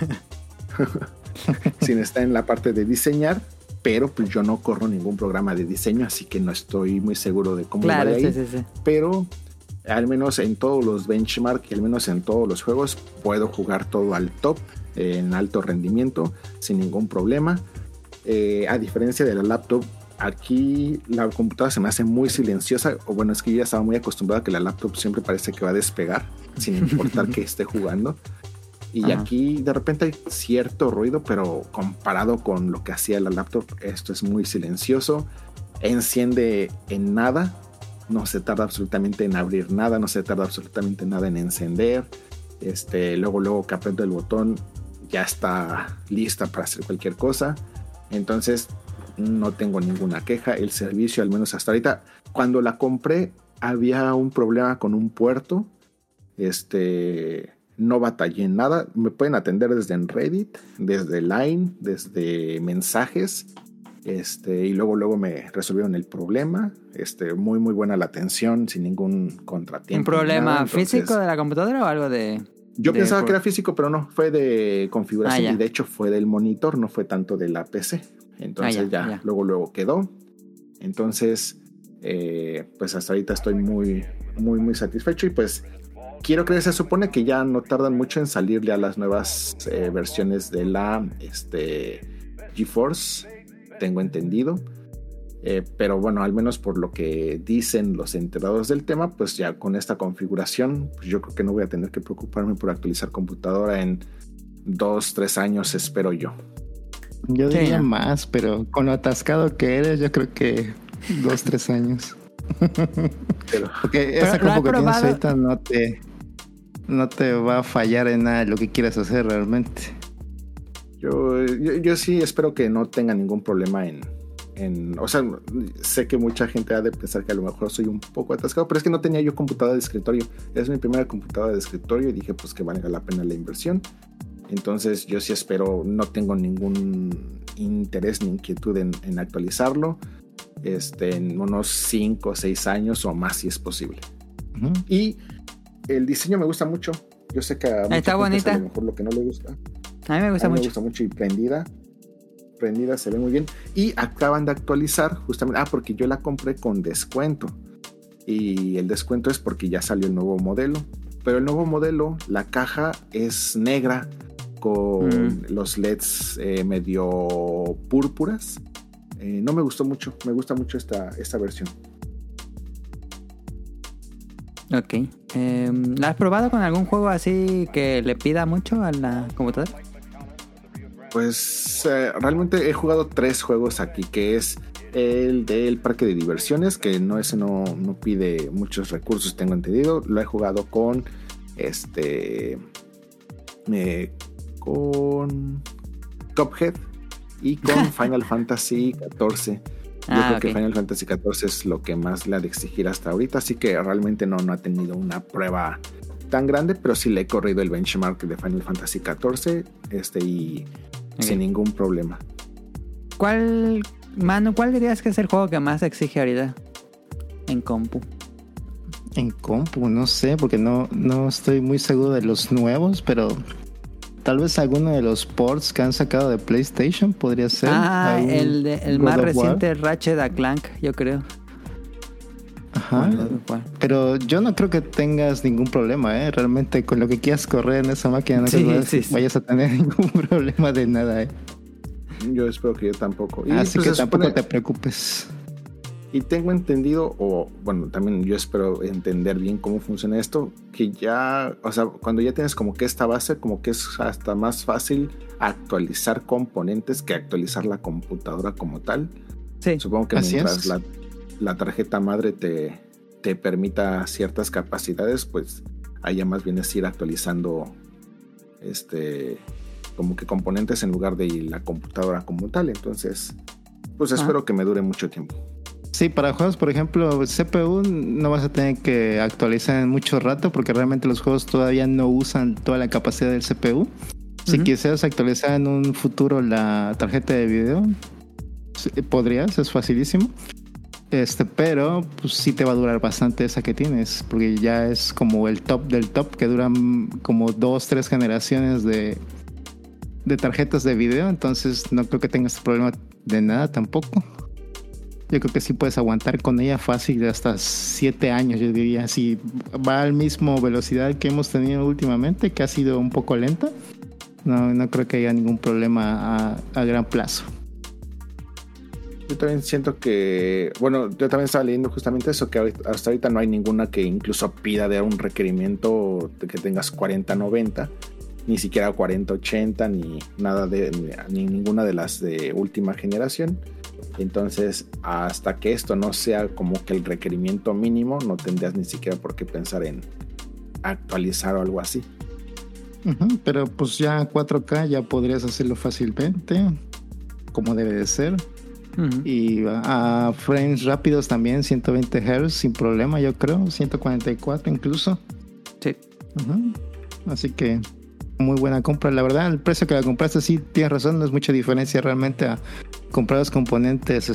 Sino está en la parte de diseñar, pero pues yo no corro ningún programa de diseño, así que no estoy muy seguro de cómo va ahí. Sí. Pero al menos en todos los benchmark y al menos en todos los juegos puedo jugar todo al top, en alto rendimiento, sin ningún problema. A diferencia de la laptop, aquí la computadora se me hace muy silenciosa, o bueno, es que yo ya estaba muy acostumbrado a que la laptop siempre parece que va a despegar, sin importar que esté jugando. Y aquí de repente hay cierto ruido, pero comparado con lo que hacía la laptop, esto es muy silencioso. Enciende en nada, no se tarda absolutamente en abrir nada, no se tarda absolutamente nada en encender. Luego que aprieto el botón, ya está lista para hacer cualquier cosa. Entonces no tengo ninguna queja. El servicio, al menos hasta ahorita, cuando la compré había un problema con un puerto. No batallé en nada. Me pueden atender desde en Reddit, desde Line, desde mensajes. Y luego me resolvieron el problema. Muy muy buena la atención, sin ningún contratiempo. ¿Un problema físico de la computadora o algo de...? Yo pensaba que era físico, pero no, fue de configuración y de hecho fue del monitor, no fue tanto de la PC. Entonces ya. Luego quedó. Entonces, pues hasta ahorita estoy muy, muy, muy satisfecho y pues quiero creer, se supone que ya no tardan mucho en salir ya las nuevas versiones de la GeForce, tengo entendido. Pero bueno, al menos por lo que dicen los enterados del tema, pues ya con esta configuración, pues yo creo que no voy a tener que preocuparme por actualizar computadora en 2-3 años, espero yo. Yo diría más, pero con lo atascado que eres, yo creo que 2-3 años. Porque esa compu que tienes ahorita no te va a fallar en nada de lo que quieras hacer realmente. Yo sí espero que no tenga ningún problema o sea, sé que mucha gente ha de pensar que a lo mejor soy un poco atascado, pero es que no tenía yo computadora de escritorio. Es mi primera computadora de escritorio y dije pues que valga la pena la inversión. Entonces yo sí espero, no tengo ningún interés ni inquietud en actualizarlo en unos 5 o 6 años o más si es posible. Y el diseño me gusta mucho. Yo sé que a mucha está gente bonita. es a lo mejor lo que no le gusta. A mí me gusta mucho. Me gusta mucho y prendida se ve muy bien. Y acaban de actualizar justamente, porque yo la compré con descuento. Y el descuento es porque ya salió el nuevo modelo. Pero el nuevo modelo, la caja es negra con los LEDs medio púrpuras. No me gustó mucho. Me gusta mucho esta versión. Ok. ¿La has probado con algún juego así que le pida mucho a la computadora? Pues realmente he jugado 3 juegos aquí, que es el del parque de diversiones, que ese no pide muchos recursos, tengo entendido. Lo he jugado con con Cuphead y con Final Fantasy XIV. Yo creo que Final Fantasy XIV es lo que más le ha de exigir hasta ahorita, así que realmente no ha tenido una prueba tan grande, pero sí le he corrido el benchmark de Final Fantasy XIV y sin ningún problema. ¿Cuál dirías que es el juego que más exige ahorita en compu? En compu, no sé, porque no estoy muy seguro de los nuevos, pero tal vez alguno de los ports que han sacado de PlayStation podría ser. El más reciente Ratchet & Clank, yo creo. Ajá. Pero yo no creo que tengas ningún problema, realmente con lo que quieras correr en esa máquina no vayas a tener ningún problema de nada, Yo espero que yo tampoco. Así que tampoco te preocupes. Y tengo entendido, también yo espero entender bien cómo funciona esto, que ya, cuando ya tienes como que esta base, como que es hasta más fácil actualizar componentes que actualizar la computadora como tal. Sí. Supongo que mientras la tarjeta madre te permita ciertas capacidades, pues allá más bien es ir actualizando como que componentes en lugar de la computadora como tal. Entonces, pues espero que me dure mucho tiempo. Sí, para juegos, por ejemplo, CPU no vas a tener que actualizar en mucho rato porque realmente los juegos todavía no usan toda la capacidad del CPU. Si quisieras actualizar en un futuro la tarjeta de video, podrías, es facilísimo. Pero pues sí te va a durar bastante esa que tienes, porque ya es como el top del top, que duran como 2-3 generaciones de tarjetas de video. Entonces no creo que tengas problema de nada tampoco. Yo creo que sí puedes aguantar con ella fácil de hasta 7 años, yo diría. Si va al mismo velocidad que hemos tenido últimamente, que ha sido un poco lenta, no creo que haya ningún problema a gran plazo. Yo también siento que, yo también estaba leyendo justamente eso, que hasta ahorita no hay ninguna que incluso pida de un requerimiento de que tengas 4090, ni siquiera 4080, ni nada ni ninguna de las de última generación. Entonces, hasta que esto no sea como que el requerimiento mínimo, no tendrías ni siquiera por qué pensar en actualizar o algo así. Pero pues ya 4K ya podrías hacerlo fácilmente, como debe de ser. Y a frames rápidos también, 120 Hz sin problema, yo creo, 144 incluso. Sí. Así que muy buena compra, la verdad. El precio que la compraste, sí, tienes razón, no es mucha diferencia realmente a comprar los componentes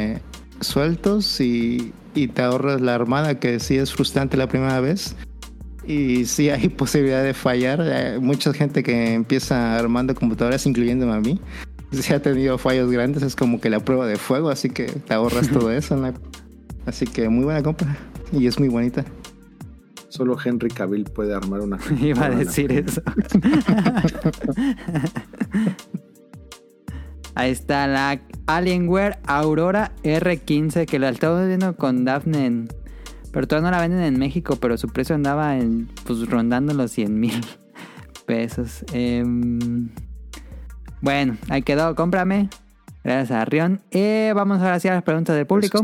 sueltos y te ahorras la armada, que sí es frustrante la primera vez. Y sí hay posibilidad de fallar. Hay mucha gente que empieza armando computadoras, incluyéndome a mí, si ha tenido fallos grandes, es como que la prueba de fuego, así que te ahorras todo eso, ¿no? Así que muy buena compra y es muy bonita. Solo Henry Cavill puede armar una. Iba a decir eso. Ahí está la Alienware Aurora R15, que la estamos viendo con Daphne, pero todavía no la venden en México, pero su precio andaba rondando los 100,000 pesos. Bueno, ahí quedó, cómprame. Gracias a Rion. Vamos ahora sí a las preguntas del público.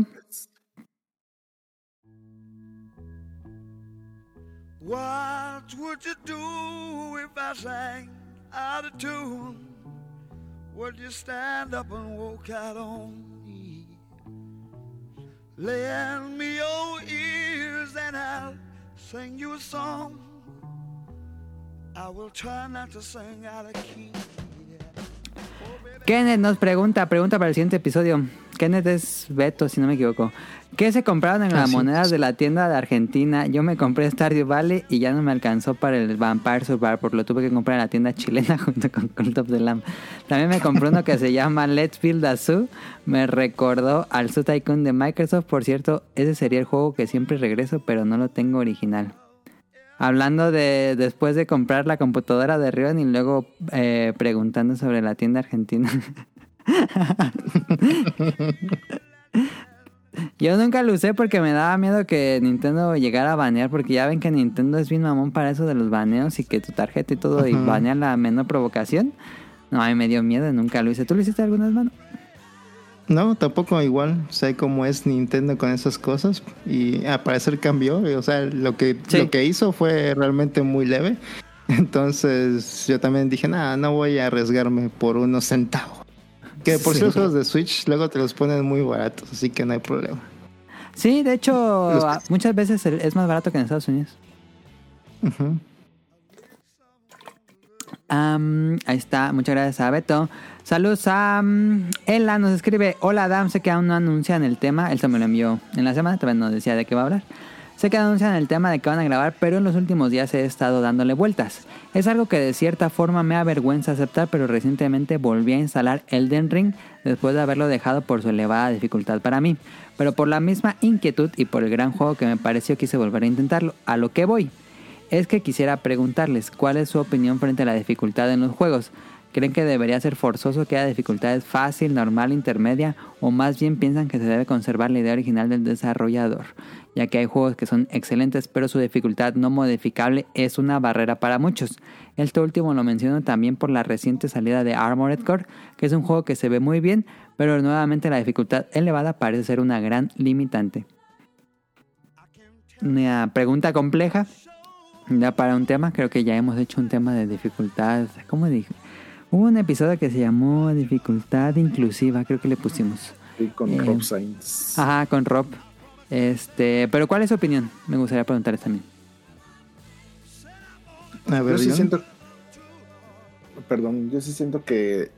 What would you do if I sang out of tune? Would you stand up and walk out on me? Lend me your ears and I'll sing you a song. I will try not to sing out of key. Kenneth nos pregunta para el siguiente episodio. Kenneth es Beto, si no me equivoco. ¿Qué se compraron en las monedas de la tienda de Argentina? Yo me compré Stardew Valley y ya no me alcanzó para el Vampire Survivor. Lo tuve que comprar en la tienda chilena junto con Cult of the Lamb. También me compré uno que se llama Let's Build a Zoo. Me recordó al Zoo Tycoon de Microsoft. Por cierto, ese sería el juego que siempre regreso, pero no lo tengo original. Hablando de después de comprar la computadora de Rion y luego preguntando sobre la tienda argentina. Yo nunca lo usé porque me daba miedo que Nintendo llegara a banear, porque ya ven que Nintendo es bien mamón para eso de los baneos y que tu tarjeta y todo y banea la menor provocación. No, a mí me dio miedo, nunca lo hice. ¿Tú lo hiciste alguna vez, mano? No, tampoco igual. Sé cómo es Nintendo con esas cosas y al parecer cambió. O sea, lo que hizo fue realmente muy leve. Entonces yo también dije, no voy a arriesgarme por unos centavos. Que por si los juegos de Switch luego te los ponen muy baratos, así que no hay problema. Sí, de hecho, muchas veces es más barato que en Estados Unidos. Ahí está, muchas gracias a Beto. Saludos a Ella, nos escribe: hola Adam, sé que aún no anuncian el tema. Él se me lo envió en la semana, también nos decía de qué va a hablar. Sé que anuncian el tema de que van a grabar, pero en los últimos días he estado dándole vueltas. Es algo que de cierta forma me avergüenza aceptar, pero recientemente volví a instalar Elden Ring después de haberlo dejado por su elevada dificultad para mí. Pero por la misma inquietud y por el gran juego que me pareció, quise volver a intentarlo. A lo que voy es que quisiera preguntarles cuál es su opinión frente a la dificultad en los juegos. ¿Creen que debería ser forzoso que haya dificultades fácil, normal, intermedia? ¿O más bien piensan que se debe conservar la idea original del desarrollador? Ya que hay juegos que son excelentes, pero su dificultad no modificable es una barrera para muchos. Esto último lo menciono también por la reciente salida de Armored Core, que es un juego que se ve muy bien, pero nuevamente la dificultad elevada parece ser una gran limitante. Una pregunta compleja, ya para un tema. Creo que ya hemos hecho un tema de dificultad. ¿Cómo dije? Hubo un episodio que se llamó Dificultad Inclusiva, creo que le pusimos. Sí, con Rob Sainz. Ajá, con Rob. Pero ¿cuál es su opinión? Me gustaría preguntarles también. A ver, yo sí siento que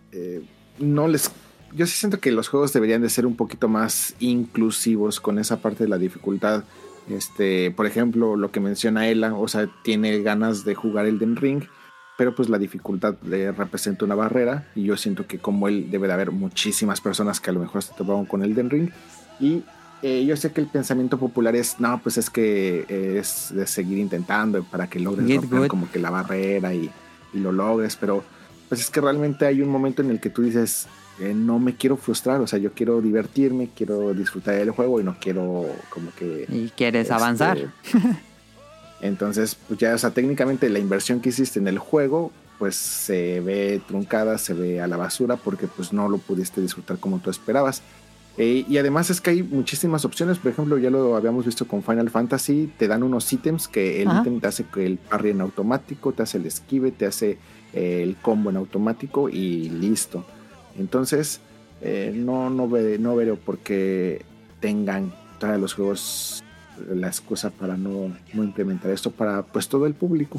yo sí siento que los juegos deberían de ser un poquito más inclusivos con esa parte de la dificultad. Por ejemplo, lo que menciona Ella, o sea, tiene ganas de jugar Elden Ring, pero pues la dificultad le representa una barrera, y yo siento que como él debe de haber muchísimas personas que a lo mejor se toparon con Elden Ring, y yo sé que el pensamiento popular es, no, pues es que es de seguir intentando para que logres romper como que la barrera y lo logres, pero pues es que realmente hay un momento en el que tú dices, no me quiero frustrar, o sea, yo quiero divertirme, quiero disfrutar del juego y no quiero como que... Y quieres avanzar. Entonces, pues ya, o sea, técnicamente la inversión que hiciste en el juego, pues se ve truncada, se ve a la basura, porque pues no lo pudiste disfrutar como tú esperabas. Y además es que hay muchísimas opciones. Por ejemplo, ya lo habíamos visto con Final Fantasy, te dan unos ítems que el ítem te hace el parry en automático, te hace el esquive, te hace el combo en automático y listo. Entonces, no veo por qué tengan todos los juegos la excusa para no implementar esto para pues todo el público.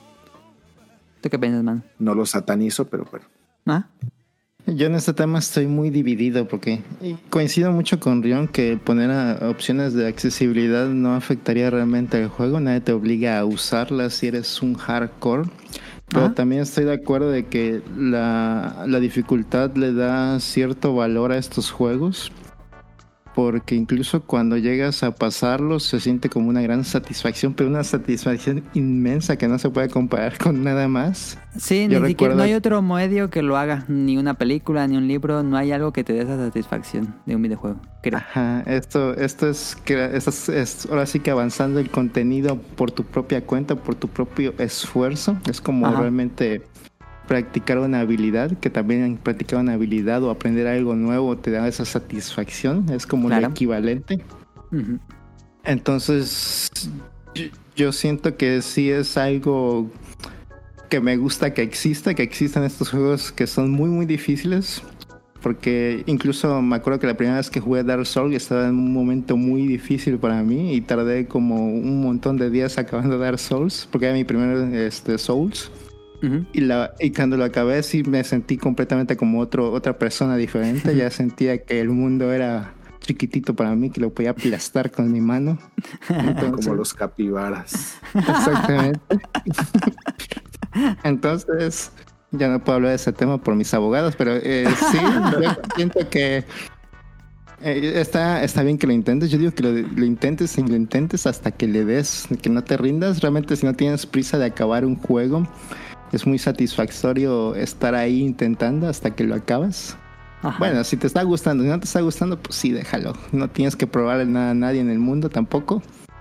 ¿Tú qué piensas, man? No lo satanizo, pero bueno. Yo en este tema estoy muy dividido porque coincido mucho con Rion que poner opciones de accesibilidad no afectaría realmente al juego. Nadie te obliga a usarlas si eres un hardcore. Pero también estoy de acuerdo de que la dificultad le da cierto valor a estos juegos, porque incluso cuando llegas a pasarlos se siente como una gran satisfacción, pero una satisfacción inmensa que no se puede comparar con nada más. Sí, ni siquiera no hay otro medio que lo haga, ni una película, ni un libro, no hay algo que te dé esa satisfacción de un videojuego, creo. Ajá, esto es ahora sí que avanzando el contenido por tu propia cuenta, por tu propio esfuerzo. Es como realmente practicar una habilidad, que también practicar una habilidad o aprender algo nuevo te da esa satisfacción, es como el equivalente. Entonces yo siento que sí es algo que me gusta que existan estos juegos que son muy muy difíciles, porque incluso me acuerdo que la primera vez que jugué Dark Souls estaba en un momento muy difícil para mí y tardé como un montón de días acabando Dark Souls, porque era mi primer Souls. Y cuando lo acabé sí me sentí completamente como otra persona diferente. Ya sentía que el mundo era chiquitito para mí que lo podía aplastar con mi mano. Entonces, como los capibaras. Exactamente. Entonces, ya no puedo hablar de ese tema por mis abogados, pero sí, yo siento que está bien que lo intentes. Yo digo que lo intentes y lo intentes hasta que le des, que no te rindas. Realmente, si no tienes prisa de acabar un juego, es muy satisfactorio estar ahí intentando hasta que lo acabas. Ajá. Bueno, si te está gustando, si no te está gustando, pues sí, déjalo. No tienes que probarle nada a nadie en el mundo tampoco.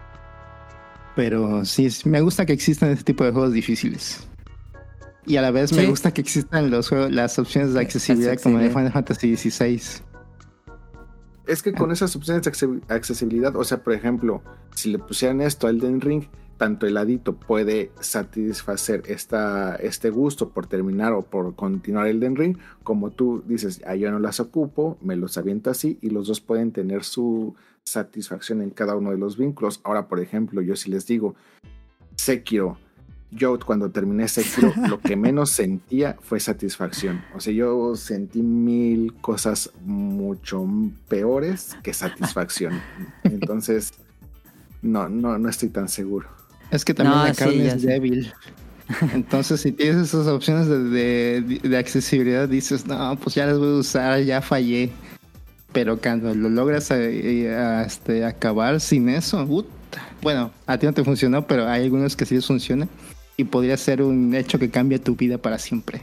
Pero sí, me gusta que existan este tipo de juegos difíciles. Y a la vez me gusta que existan los juegos, las opciones de accesibilidad como en Final Fantasy XVI. Es que con esas opciones de accesibilidad, o sea, por ejemplo, si le pusieran esto a Elden Ring, tanto el adicto puede satisfacer este gusto por terminar o por continuar Elden Ring, como tú dices, yo no las ocupo, me los aviento así, y los dos pueden tener su satisfacción en cada uno de los vínculos. Ahora, por ejemplo, yo si les digo Sekiro, yo cuando terminé Sekiro lo que menos sentía fue satisfacción. O sea, yo sentí 1000 cosas mucho peores que satisfacción. Entonces no estoy tan seguro. Es que también la carne es débil. Entonces, si tienes esas opciones de accesibilidad, dices, no, pues ya las voy a usar, ya fallé. Pero cuando lo logras acabar sin eso, bueno, a ti no te funcionó, pero hay algunos que sí les funciona. Y podría ser un hecho que cambia tu vida para siempre.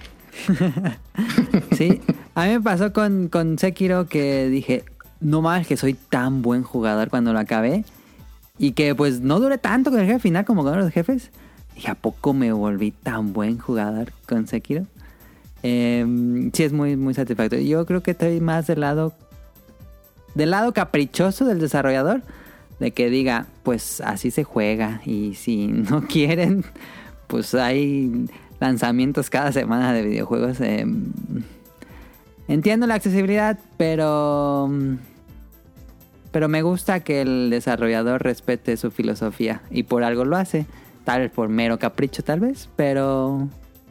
Sí, a mí me pasó con Sekiro que dije, no mames que soy tan buen jugador cuando lo acabé. Y que pues no duré tanto con el jefe final como con los jefes. Dije, ¿a poco me volví tan buen jugador con Sekiro? Sí, es muy, muy satisfactorio. Yo creo que estoy más del lado caprichoso del desarrollador. De que diga, pues así se juega. Y si no quieren, pues hay lanzamientos cada semana de videojuegos. Entiendo la accesibilidad, pero me gusta que el desarrollador respete su filosofía. Y por algo lo hace. Tal vez por mero capricho, tal vez. Pero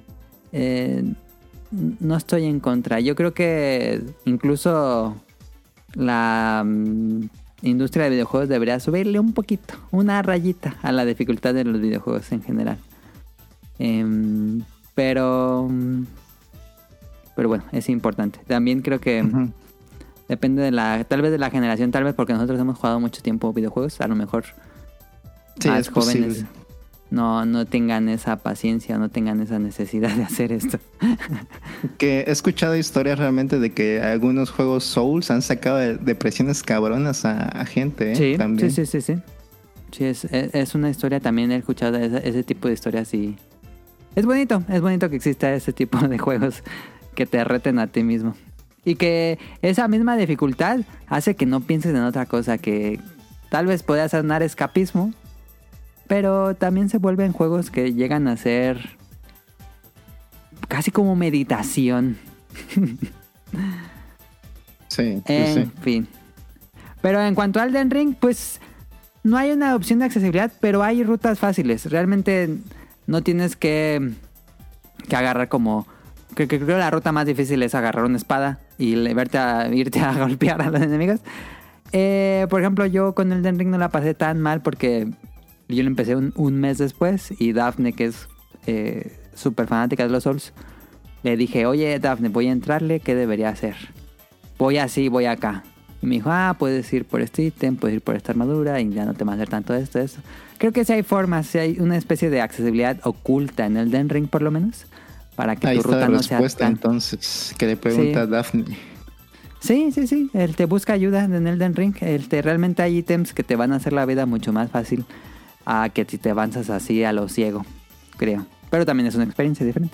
no estoy en contra. Yo creo que incluso la industria de videojuegos debería subirle un poquito, una rayita a la dificultad de los videojuegos en general. Pero bueno, es importante. También creo que depende tal vez de la generación, tal vez porque nosotros hemos jugado mucho tiempo videojuegos, a lo mejor más jóvenes no tengan esa paciencia, no tengan esa necesidad de hacer esto. Que he escuchado historias realmente de que algunos juegos Souls han sacado depresiones cabronas a gente, sí, también. Sí. Sí, es una historia, también he escuchado ese tipo de historias y es bonito que exista ese tipo de juegos que te reten a ti mismo. Y que esa misma dificultad hace que no pienses en otra cosa, que tal vez pueda sonar escapismo, pero también se vuelven juegos que llegan a ser casi como meditación. Sí. En fin. Pero en cuanto al Elden Ring, pues no hay una opción de accesibilidad, pero hay rutas fáciles. Realmente no tienes que agarrar como... Creo que la ruta más difícil es agarrar una espada y irte a golpear a los enemigos. Por ejemplo, yo con el Elden Ring no la pasé tan mal porque yo lo empecé un mes después y Daphne, que es súper fanática de los Souls, le dije, oye Daphne, voy a entrarle, ¿qué debería hacer? Voy así, voy acá. Y me dijo, puedes ir por este ítem, puedes ir por esta armadura y ya no te va a hacer tanto esto. Creo que sí hay formas, sí hay una especie de accesibilidad oculta en el Elden Ring por lo menos, para que tu ruta no sea tan... Entonces, que le pregunta a Daphne. Sí. Él te busca ayuda en Elden Ring. Realmente hay ítems que te van a hacer la vida mucho más fácil a que si te avanzas así a lo ciego, creo. Pero también es una experiencia diferente.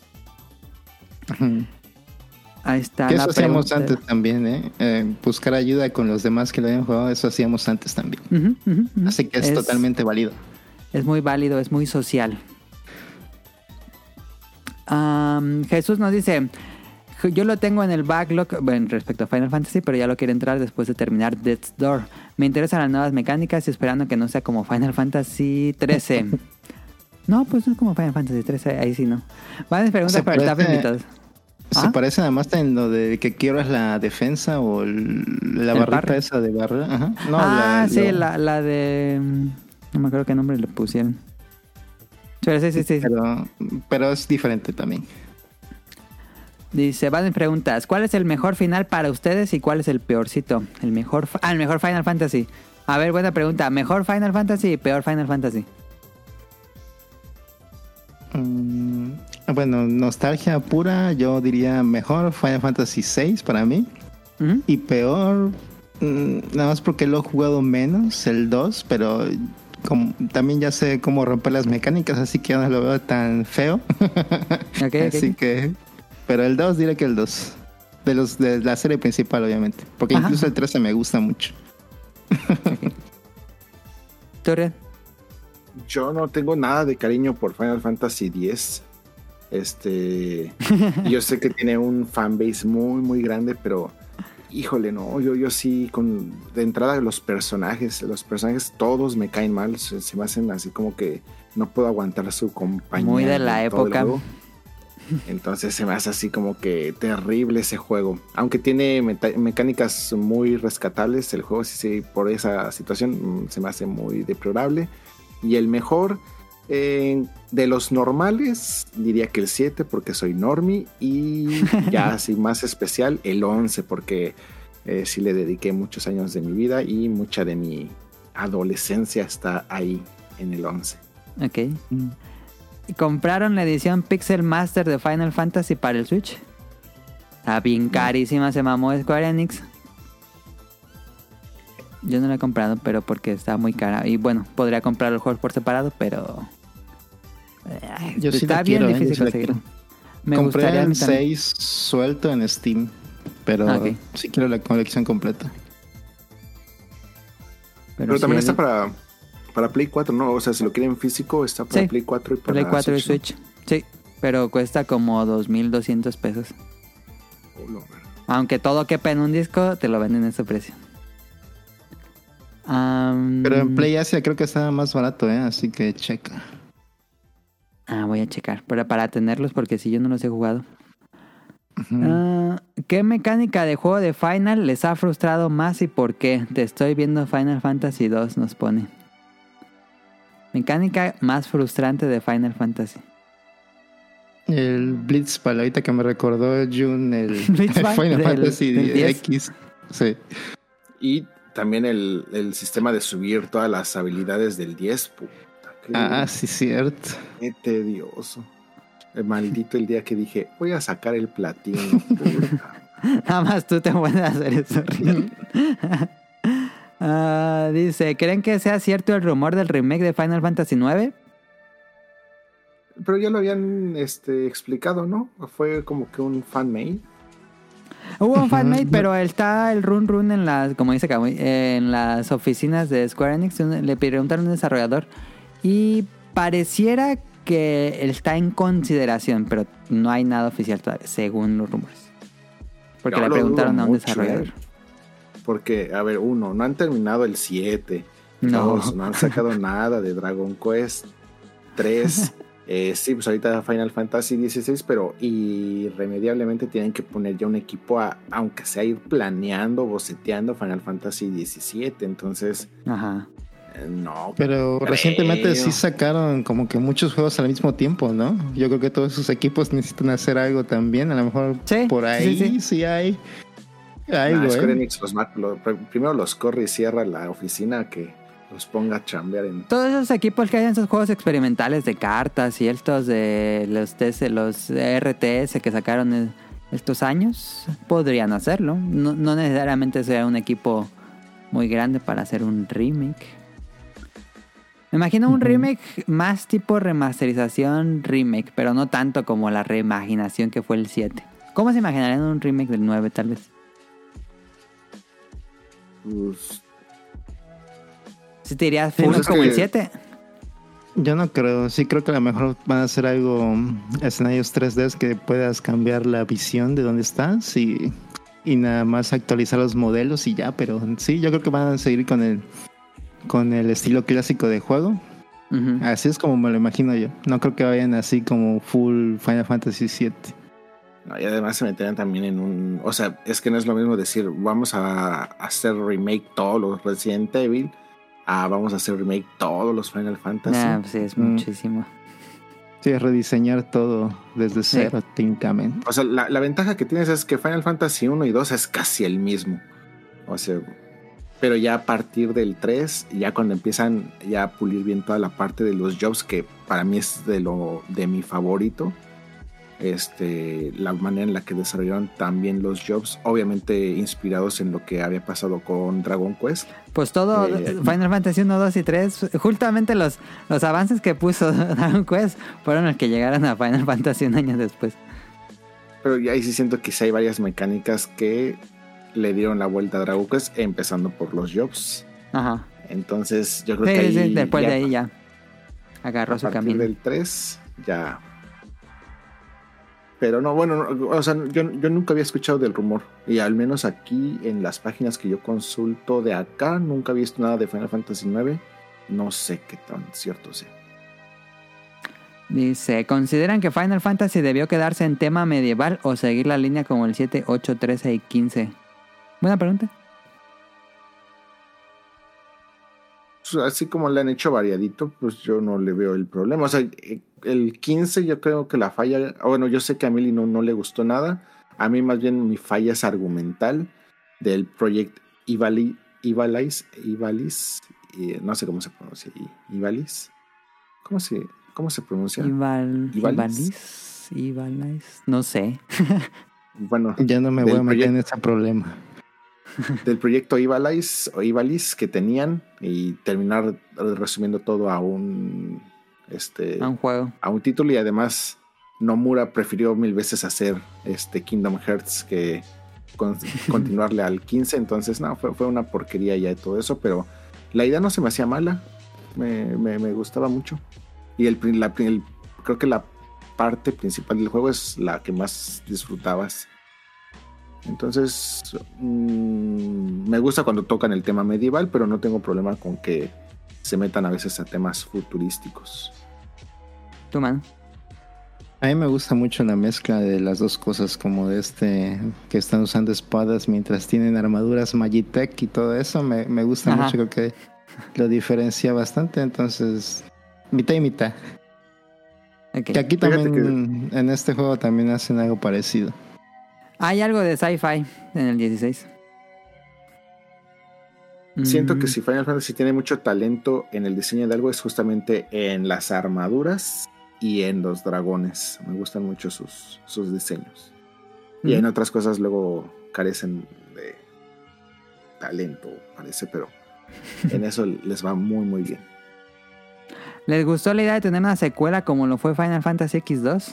Ahí está. Eso hacíamos antes también, buscar ayuda con los demás que lo habían jugado. Eso hacíamos antes también. Así que es totalmente válido. Es muy válido, es muy social. Jesús nos dice, yo lo tengo en el backlog, bueno, respecto a Final Fantasy, pero ya lo quiero entrar después de terminar Death's Door. Me interesan las nuevas mecánicas y esperando que no sea como Final Fantasy 13. No, pues no es como Final Fantasy 13, ahí sí no. Van a preguntar para estar invitados. Se parece además en lo de que quiebras la defensa o la barrita barrio. Esa de barra. Ajá. No, la de... No me acuerdo qué nombre le pusieron. Pero sí. Pero es diferente también. Dice, van preguntas, ¿cuál es el mejor final para ustedes y cuál es el peorcito? El mejor Final Fantasy. A ver, buena pregunta. ¿Mejor Final Fantasy y peor Final Fantasy? Bueno, nostalgia pura, yo diría mejor Final Fantasy VI para mí. Uh-huh. Y peor, nada más porque lo he jugado menos, el 2, pero también ya sé cómo romper las mecánicas, así que ya no lo veo tan feo. Así que... Pero el 2 diré que el 2. De la serie principal, obviamente. Porque incluso el 13 me gusta mucho. Okay. ¿Torre? Yo no tengo nada de cariño por Final Fantasy X. Yo sé que tiene un fanbase muy, muy grande, pero híjole, no. Yo sí, de entrada los personajes todos me caen mal. Se me hacen así como que no puedo aguantar su compañía. Muy de la época. Entonces se me hace así como que terrible ese juego. Aunque tiene mecánicas muy rescatables, el juego sí, por esa situación se me hace muy deplorable. Y el mejor de los normales diría que el 7 porque soy normie. Y ya así más especial el 11 porque sí le dediqué muchos años de mi vida y mucha de mi adolescencia está ahí en el 11. Ok. ¿Compraron la edición Pixel Master de Final Fantasy para el Switch? Está bien carísima, se mamó Square Enix. Yo no la he comprado, pero porque está muy cara. Y bueno, podría comprar los juegos por separado, pero... Yo sí está bien difícil conseguirlo. Me gustaría el 6 suelto en Steam, pero sí quiero la colección completa. Pero también está para Play 4, ¿no? O sea, si lo quieren físico, está para Play 4 y para Play 4 Switch, y Switch. ¿No? Sí, pero cuesta como 2,200 pesos. Oh, no, aunque todo quepa en un disco, te lo venden en ese precio. Pero en Play Asia creo que está más barato, así que checa. Voy a checar para tenerlos porque si yo no los he jugado. Uh-huh. ¿Qué mecánica de juego de Final les ha frustrado más y por qué? Te estoy viendo Final Fantasy 2, nos pone. Mecánica más frustrante de Final Fantasy. El Blitzball, ahorita que me recordó Jun, el Final Fantasy X. Sí. Y también el sistema de subir todas las habilidades del 10. Sí, cierto. Qué tedioso. Maldito el día que dije, voy a sacar el platino. Nada más tú te puedes hacer eso. Dice, ¿creen que sea cierto el rumor del remake de Final Fantasy IX? Pero ya lo habían explicado, ¿no? Fue como que un fan-made. Hubo un fan-made, pero está el run en las, como dice Kamui, en las oficinas de Square Enix. Le preguntaron a un desarrollador y pareciera que está en consideración, pero no hay nada oficial todavía, según los rumores. Porque le preguntaron a un desarrollador. Porque, a ver, no han terminado el 7. No han sacado nada de Dragon Quest 3. Sí, pues ahorita Final Fantasy XVI, pero irremediablemente tienen que poner ya un equipo aunque sea ir planeando, boceteando Final Fantasy XVII. Entonces, no. Pero recientemente sí sacaron como que muchos juegos al mismo tiempo, ¿no? Yo creo que todos esos equipos necesitan hacer algo también. A lo mejor por ahí sí hay. Square Enix primero los corre y cierra la oficina que los ponga a chambear en... Todos esos equipos que hayan esos juegos experimentales de cartas y estos de los RTS que sacaron estos años, podrían hacerlo. No necesariamente sea un equipo muy grande para hacer un remake. Me imagino un remake más tipo remasterización remake, pero no tanto como la reimaginación que fue el 7. ¿Cómo se imaginarían un remake del 9 tal vez? Pues... ¿Sí te dirías full como el 7? Yo no creo. Sí creo que a lo mejor van a hacer algo, escenarios 3D que puedas cambiar la visión de dónde estás y nada más actualizar los modelos y ya. Pero sí, yo creo que van a seguir con el estilo clásico de juego. Uh-huh. Así es como me lo imagino yo. No creo que vayan así como full Final Fantasy VII. No, y además se meterían también en un... O sea, es que no es lo mismo decir, vamos a hacer remake todos los Resident Evil, vamos a hacer remake todos los Final Fantasy. Pues sí, es muchísimo. Sí, es rediseñar todo desde cero, técnicamente. O sea, la ventaja que tienes es que Final Fantasy 1 y 2 es casi el mismo. O sea, pero ya a partir del 3, ya cuando empiezan ya a pulir bien toda la parte de los jobs, que para mí es de mi favorito, la manera en la que desarrollaron también los jobs, obviamente inspirados en lo que había pasado con Dragon Quest. Pues todo Final Fantasy 1, 2 y 3, justamente los avances que puso Dragon Quest fueron los que llegaron a Final Fantasy un año después. Pero ya ahí sí siento que sí hay varias mecánicas que le dieron la vuelta a Dragon Quest, empezando por los jobs. Ajá. Entonces yo creo que ahí... Sí, después de ahí ya agarró su camino. A partir del 3 ya... Pero no, bueno, o sea, yo nunca había escuchado del rumor. Y al menos aquí en las páginas que yo consulto de acá, nunca había visto nada de Final Fantasy IX. No sé qué tan cierto sea. Dice, ¿consideran que Final Fantasy debió quedarse en tema medieval o seguir la línea como el 7, 8, 13 y 15? Buena pregunta. Así como le han hecho variadito, pues yo no le veo el problema. O sea, el 15 yo creo que la falla... Bueno, yo sé que a Mili no le gustó nada. A mí más bien mi falla es argumental del Project Ivalice, no sé cómo se pronuncia. Ivalice. ¿Cómo se pronuncia? Ivalice. No sé. Bueno, ya no me voy a meter en ese problema. Del proyecto Ivalice que tenían y terminar resumiendo todo a un juego, a un título, y además Nomura prefirió 1000 veces hacer Kingdom Hearts que continuarle al 15, entonces no, fue una porquería ya de todo eso, pero la idea no se me hacía mala, me gustaba mucho, y creo que la parte principal del juego es la que más disfrutabas. Entonces me gusta cuando tocan el tema medieval, pero no tengo problema con que se metan a veces a temas futurísticos. ¿Tú, man? A mí me gusta mucho la mezcla de las dos cosas, como de que están usando espadas mientras tienen armaduras Magitech y todo eso. Me gusta mucho, creo que lo diferencia bastante, entonces mitad y mitad. Okay. Que aquí también en este juego también hacen algo parecido. Hay algo de sci-fi en el 16. Siento que si Final Fantasy tiene mucho talento en el diseño de algo, es justamente en las armaduras y en los dragones. Me gustan mucho sus diseños. Y en otras cosas luego carecen de talento, parece, pero en eso les va muy, muy bien. ¿Les gustó la idea de tener una secuela como lo fue Final Fantasy X2?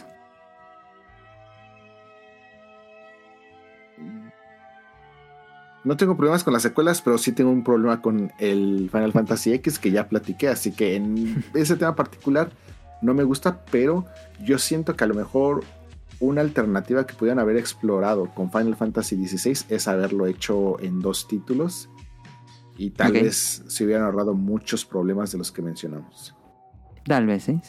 No tengo problemas con las secuelas, pero sí tengo un problema con el Final Fantasy X que ya platiqué, así que en ese tema particular no me gusta, pero yo siento que a lo mejor una alternativa que pudieran haber explorado con Final Fantasy XVI es haberlo hecho en 2 títulos y tal vez se hubieran ahorrado muchos problemas de los que mencionamos. Tal vez, sí.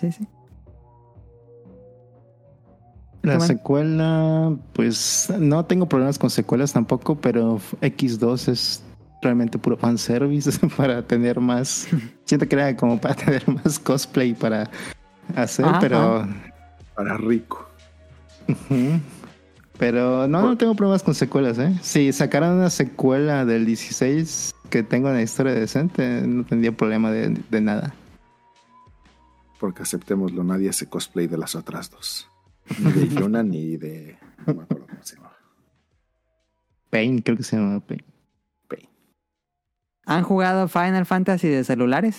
La secuela, pues no tengo problemas con secuelas tampoco, pero X2 es realmente puro fanservice para tener más. Siento que era como para tener más cosplay para hacer, pero. Para rico. Pero no tengo problemas con secuelas, ¿eh? Si sacaran una secuela del 16 que tenga una historia decente, no tendría problema de nada. Porque aceptémoslo, nadie hace cosplay de las otras 2. Ni de Yuna ni de... No me acuerdo cómo se llama. Pain, creo que se llama Pain. ¿Han jugado Final Fantasy de celulares?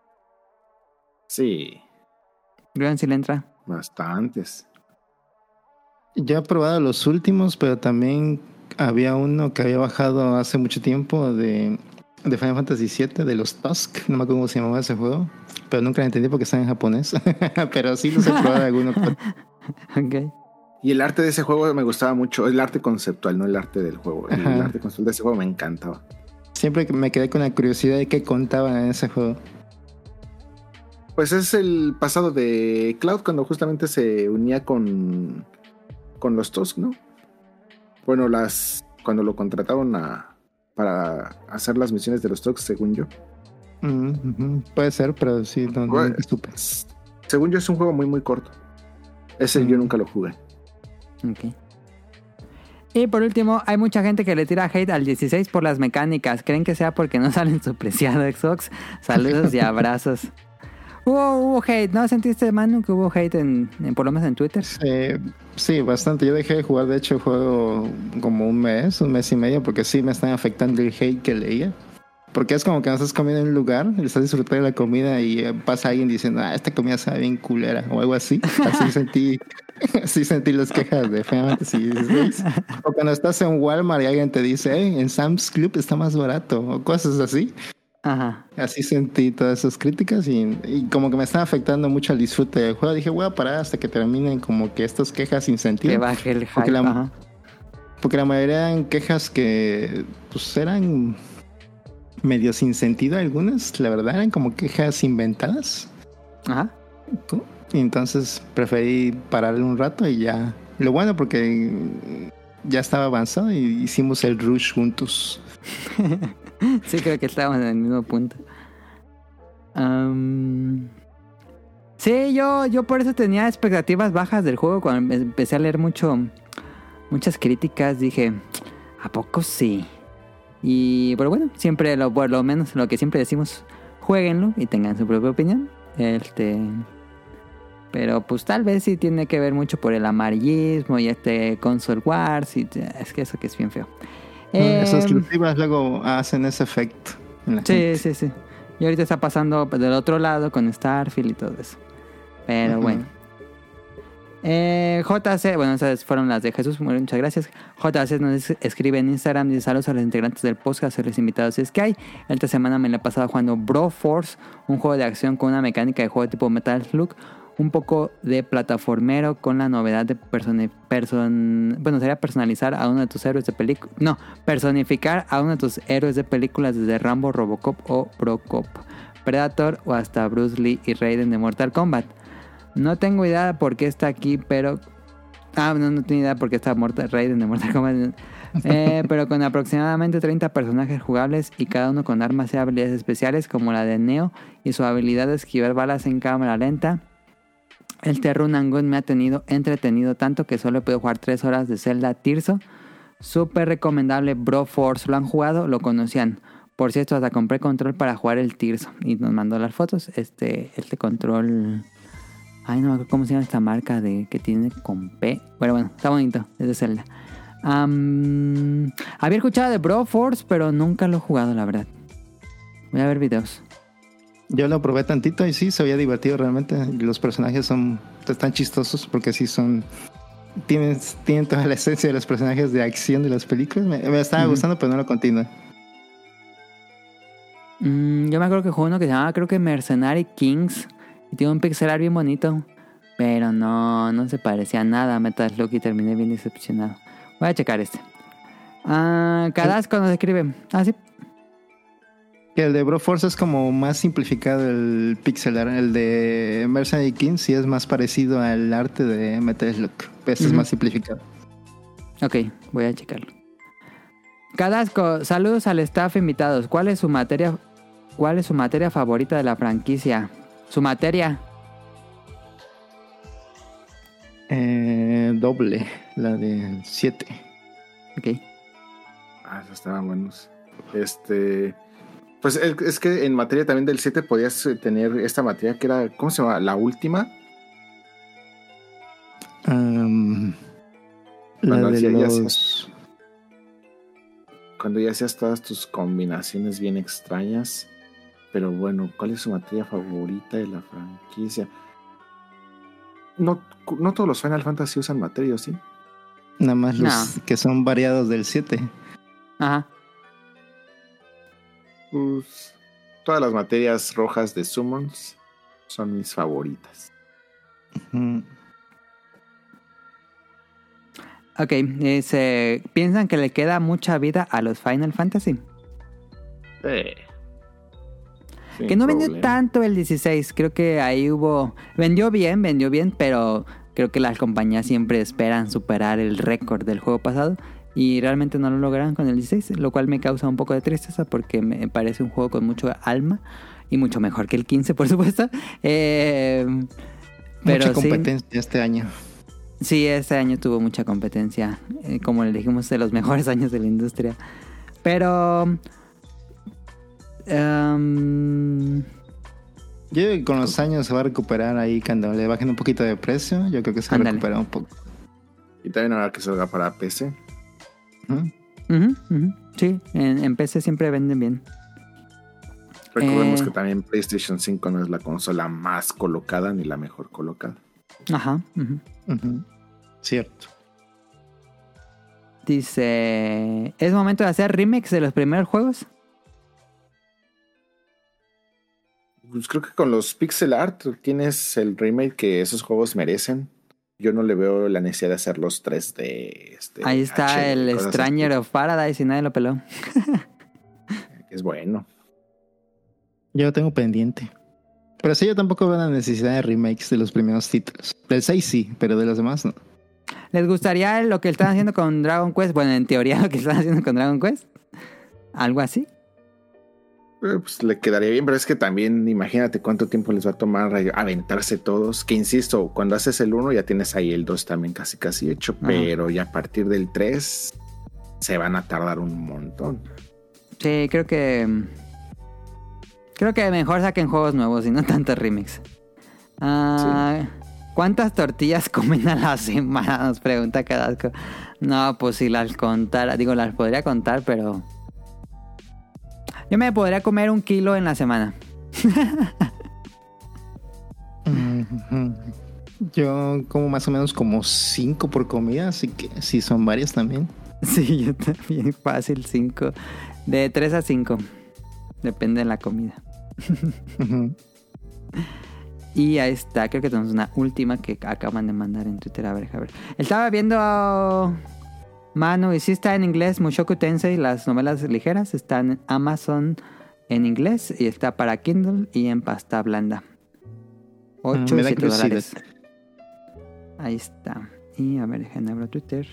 Sí. Grian, si le entra. Bastantes. Yo he probado los últimos, pero también había uno que había bajado hace mucho tiempo de Final Fantasy VII, de los Tusk. No me acuerdo cómo se llamaba ese juego, pero nunca lo entendí porque está en japonés. Pero sí los he probado algunos. Okay. Y el arte de ese juego me gustaba mucho. El arte conceptual, no el arte del juego. El arte conceptual de ese juego me encantaba. Siempre me quedé con la curiosidad de qué contaban en ese juego. Pues es el pasado de Cloud, cuando justamente se unía con con los Tusk, ¿no? Bueno, cuando lo contrataron para hacer las misiones de los Tusk, según yo. Puede ser, pero sí, no supe. Según yo es un juego muy muy corto. Ese yo nunca lo jugué. Ok. Y por último, hay mucha gente que le tira hate al 16 por las mecánicas. ¿Creen que sea porque no sale en su preciado Xbox? Saludos y abrazos. Hubo hate, ¿no? ¿Sentiste, Manu, que hubo hate por lo menos en Twitter? Sí, bastante. Yo dejé de jugar, de hecho, el juego como un mes y medio, porque sí me están afectando el hate que leía. Porque es como que no estás comiendo en un lugar, estás disfrutando de la comida y pasa alguien diciendo, esta comida sabe bien culera, o algo así. Así sentí las quejas de Final Fantasy XVI. O cuando estás en Walmart y alguien te dice, en Sam's Club está más barato, o cosas así. Ajá. Así sentí todas esas críticas y como que me están afectando mucho el disfrute del juego. Dije, voy a parar hasta que terminen como que estas quejas sin sentido. Que baje el hype. Porque la mayoría eran quejas que pues eran medio sin sentido algunas. La verdad eran como quejas inventadas. Ajá. Y entonces preferí pararle un rato y ya. Lo bueno porque ya estaba avanzado y hicimos el rush juntos. Sí, creo que estábamos en el mismo punto. Sí, yo por eso tenía expectativas bajas del juego. Cuando empecé a leer muchas críticas, dije, ¿a poco sí? Pero bueno, siempre por lo menos lo que siempre decimos, jueguenlo y tengan su propia opinión. Pero pues tal vez sí tiene que ver mucho por el amarillismo y console wars. Y es que eso que es bien feo. Esas exclusivas luego hacen ese efecto. Sí. Y ahorita está pasando del otro lado con Starfield y todo eso. Pero bueno. JC, bueno, esas fueron las de Jesús. Muchas gracias. JC nos escribe en Instagram: dice saludos a los integrantes del podcast, a los invitados. Es que hay. Esta semana me la he pasado jugando Broforce, un juego de acción con una mecánica de juego tipo Metal Slug. Un poco de plataformero con la novedad de sería personalizar a uno de tus héroes de película. No, personificar a uno de tus héroes de películas desde Rambo, Robocop o Procop, Predator o hasta Bruce Lee y Raiden de Mortal Kombat. No tengo idea por qué está aquí, pero... no tengo idea por qué está Raiden de Mortal Kombat. Pero con aproximadamente 30 personajes jugables y cada uno con armas y habilidades especiales como la de Neo y su habilidad de esquivar balas en cámara lenta. El Run and Gun me ha tenido entretenido tanto que solo he podido jugar 3 horas de Zelda Tirso. Súper recomendable Broforce. ¿Lo han jugado? ¿Lo conocían? Por cierto, hasta compré control para jugar el Tirso. Y nos mandó las fotos. Este control... Ay, no me acuerdo cómo se llama esta marca que tiene con P. Bueno, está bonito. Es de Zelda. Había escuchado de Broforce, pero nunca lo he jugado, la verdad. Voy a ver videos. Yo lo probé tantito y sí, se veía divertido realmente. Los personajes están chistosos porque sí tienen toda la esencia de los personajes de acción de las películas. Me estaba gustando, pero no lo continué. Yo me acuerdo que jugué uno que se llamaba, creo que Mercenary Kings. Y tiene un pixel art bien bonito. Pero no se parecía a nada a Metal Slug y terminé bien decepcionado. Voy a checar este. Cadasco nos escribe. Sí. Que el de Broforce es como más simplificado el pixel art. El de Mercenary Kings sí es más parecido al arte de Metal Slug. Este es más simplificado. Ok, voy a checarlo. Cadasco, saludos al staff invitados. ¿Cuál es su materia favorita de la franquicia? ¿Su materia? Doble, la de 7. Ok. Esos estaban buenos. Pues es que en materia también del 7 podías tener esta materia que era, ¿cómo se llama? La última. Cuando ya hacías todas tus combinaciones bien extrañas. Pero bueno, ¿cuál es su materia favorita de la franquicia? No todos los Final Fantasy usan materia, ¿sí? Nada más los que son variados del 7. Ajá. Pues, todas las materias rojas de Summons son mis favoritas. Ok, ¿piensan que le queda mucha vida a los Final Fantasy? Que no vendió tanto el 16. Creo que ahí vendió bien, pero Creo que las compañías siempre esperan superar el récord del juego pasado y realmente no lo lograron con el 16, lo cual me causa un poco de tristeza porque me parece un juego con mucho alma y mucho mejor que el 15, por supuesto. Pero mucha competencia este año. Sí, este año tuvo mucha competencia, como le dijimos, de los mejores años de la industria. Pero yo creo que con los años se va a recuperar ahí cuando le bajen un poquito de precio. Yo creo que se va a recuperar un poco. Y también ahora que salga para PC. Sí, en PC siempre venden bien. Recordemos que también PlayStation 5 no es la consola más colocada ni la mejor colocada. Ajá. Cierto. Dice, ¿es momento de hacer remakes de los primeros juegos? Pues creo que con los pixel art tienes el remake que esos juegos merecen. Yo no le veo la necesidad de hacer los 3D. Ahí está HD, el Stranger of Paradise y nadie lo peló. Es bueno. Yo lo tengo pendiente. Pero sí, yo tampoco veo la necesidad de remakes de los primeros títulos. Del 6 sí, pero de los demás no. ¿Les gustaría lo que están haciendo con Dragon Quest? Bueno, en teoría lo que están haciendo con Dragon Quest. ¿Algo así? Pues le quedaría bien, pero es que también imagínate cuánto tiempo les va a tomar aventarse todos. Que insisto, cuando haces el 1 ya tienes ahí el 2 también casi hecho. Ajá. Pero ya a partir del 3 se van a tardar un montón. Sí, creo que mejor saquen juegos nuevos y no tantos remakes. Sí. ¿Cuántas tortillas comen a la semana? Nos pregunta Cadasco. No, pues si las contara, las podría contar, pero yo me podría comer 1 kilo en la semana. Yo como más o menos como 5 por comida, así que sí son varias también. Sí, yo también, fácil 5. De 3 a 5. Depende de la comida. Y ahí está, creo que tenemos una última que acaban de mandar en Twitter. A ver. Estaba viendo Manu, y sí está en inglés Mushoku Tensei, las novelas ligeras. Están en Amazon en inglés y está para Kindle y en pasta blanda. $8 Ahí está. Y a ver, déjenme abrir Twitter.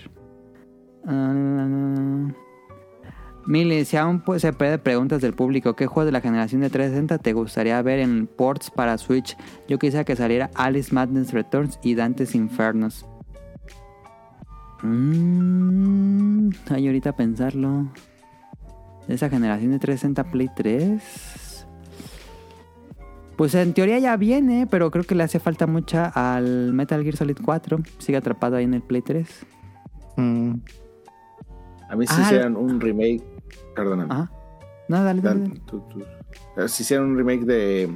Mili, si aún se puede preguntas del público, ¿qué juego de la generación de 360 te gustaría ver en ports para Switch? Yo quisiera que saliera Alice Madness Returns y Dante's Infernos. Hay ahorita pensarlo. De esa generación de 360 Play 3. Pues en teoría ya viene, pero creo que le hace falta mucha al Metal Gear Solid 4. Sigue atrapado ahí en el Play 3. A mí si hicieran un remake, perdóname. Ajá. No, dale. Tú. Si hicieran un remake de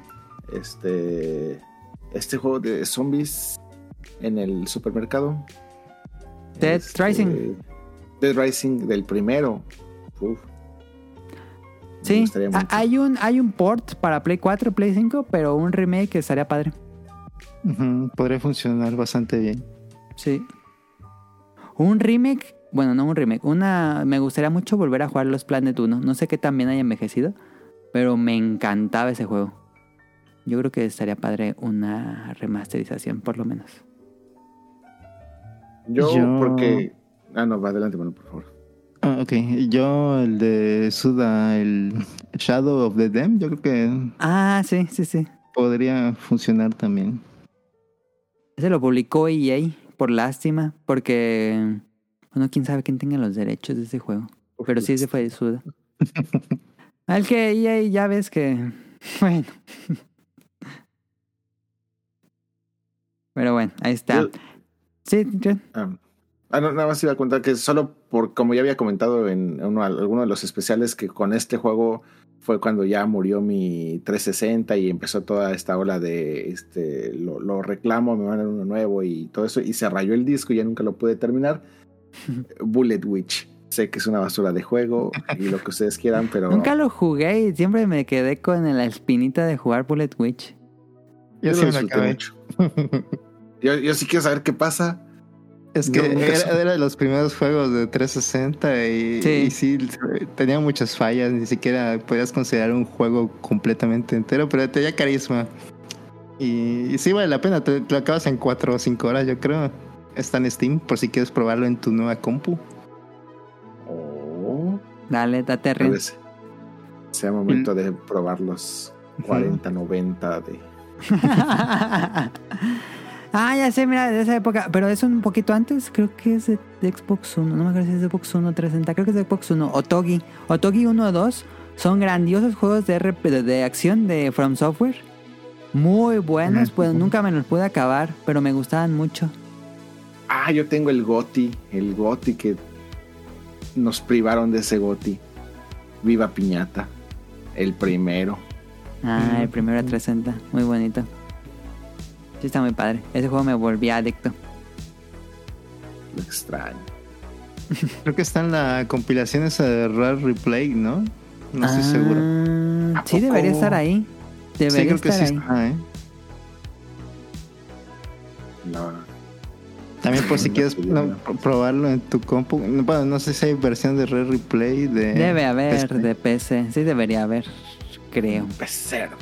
este juego de zombies en el supermercado. Dead Rising. Dead Rising del primero. Uf. Sí, hay un port para Play 4, Play 5, pero un remake estaría padre. Podría funcionar bastante bien. Sí. Un remake. Bueno, no un remake. Me gustaría mucho volver a jugar los Planet 1. No sé qué tan bien haya envejecido, pero me encantaba ese juego. Yo creo que estaría padre una remasterización, por lo menos. Yo... porque... no, va adelante, bueno, por favor. Ok. Yo, el de Suda, el Shadow of the Dam, yo creo que... sí. Podría funcionar también. Ese lo publicó EA, por lástima, porque... Bueno, quién sabe quién tenga los derechos de ese juego. Pero sí, ese fue de Suda. Al que EA ya ves que... Bueno. Pero bueno, ahí está. Sí, ¿qué? Nada más iba a contar que solo por... Como ya había comentado en alguno de los especiales, que con este juego fue cuando ya murió mi 360 y empezó toda esta ola de... Lo reclamo, me mandan uno nuevo y todo eso. Y se rayó el disco y ya nunca lo pude terminar. Bullet Witch. Sé que es una basura de juego y lo que ustedes quieran, pero... Nunca lo jugué y siempre me quedé con la espinita de jugar Bullet Witch. Yo sí lo disfruté mucho. Yo sí quiero saber qué pasa. Es que era de los primeros juegos de 360 y sí, tenía muchas fallas. Ni siquiera podías considerar un juego completamente entero, pero tenía carisma. Y sí vale la pena, te lo acabas en 4 o 5 horas, yo creo. Está en Steam, por si quieres probarlo en tu nueva compu. Oh. Dale, date Tal rin. vez sea momento de probar los 40-90 de... Ya sé, mira, de esa época, pero es un poquito antes, creo que es de Xbox One, no me acuerdo si es de Xbox One o 360, creo que es de Xbox One, Otogi 1 o 2, son grandiosos juegos de acción de From Software, muy buenos, pues nunca me los pude acabar, pero me gustaban mucho. Yo tengo el GOTY que nos privaron de ese GOTY. Viva Piñata, el primero. El primero de 360, muy bonito. Sí, está muy padre. Ese juego me volvía adicto. Lo extraño. Creo que está en la compilación esa de Rare Replay, ¿no? No estoy seguro. Sí, debería estar ahí. Debería creo que estar sí ahí. está, ¿eh? No. También por si quieres probarlo en tu compu. Bueno, no sé si hay versión de Rare Replay de... Debe haber PC. de PC. Sí, debería haber, creo. Becerdo.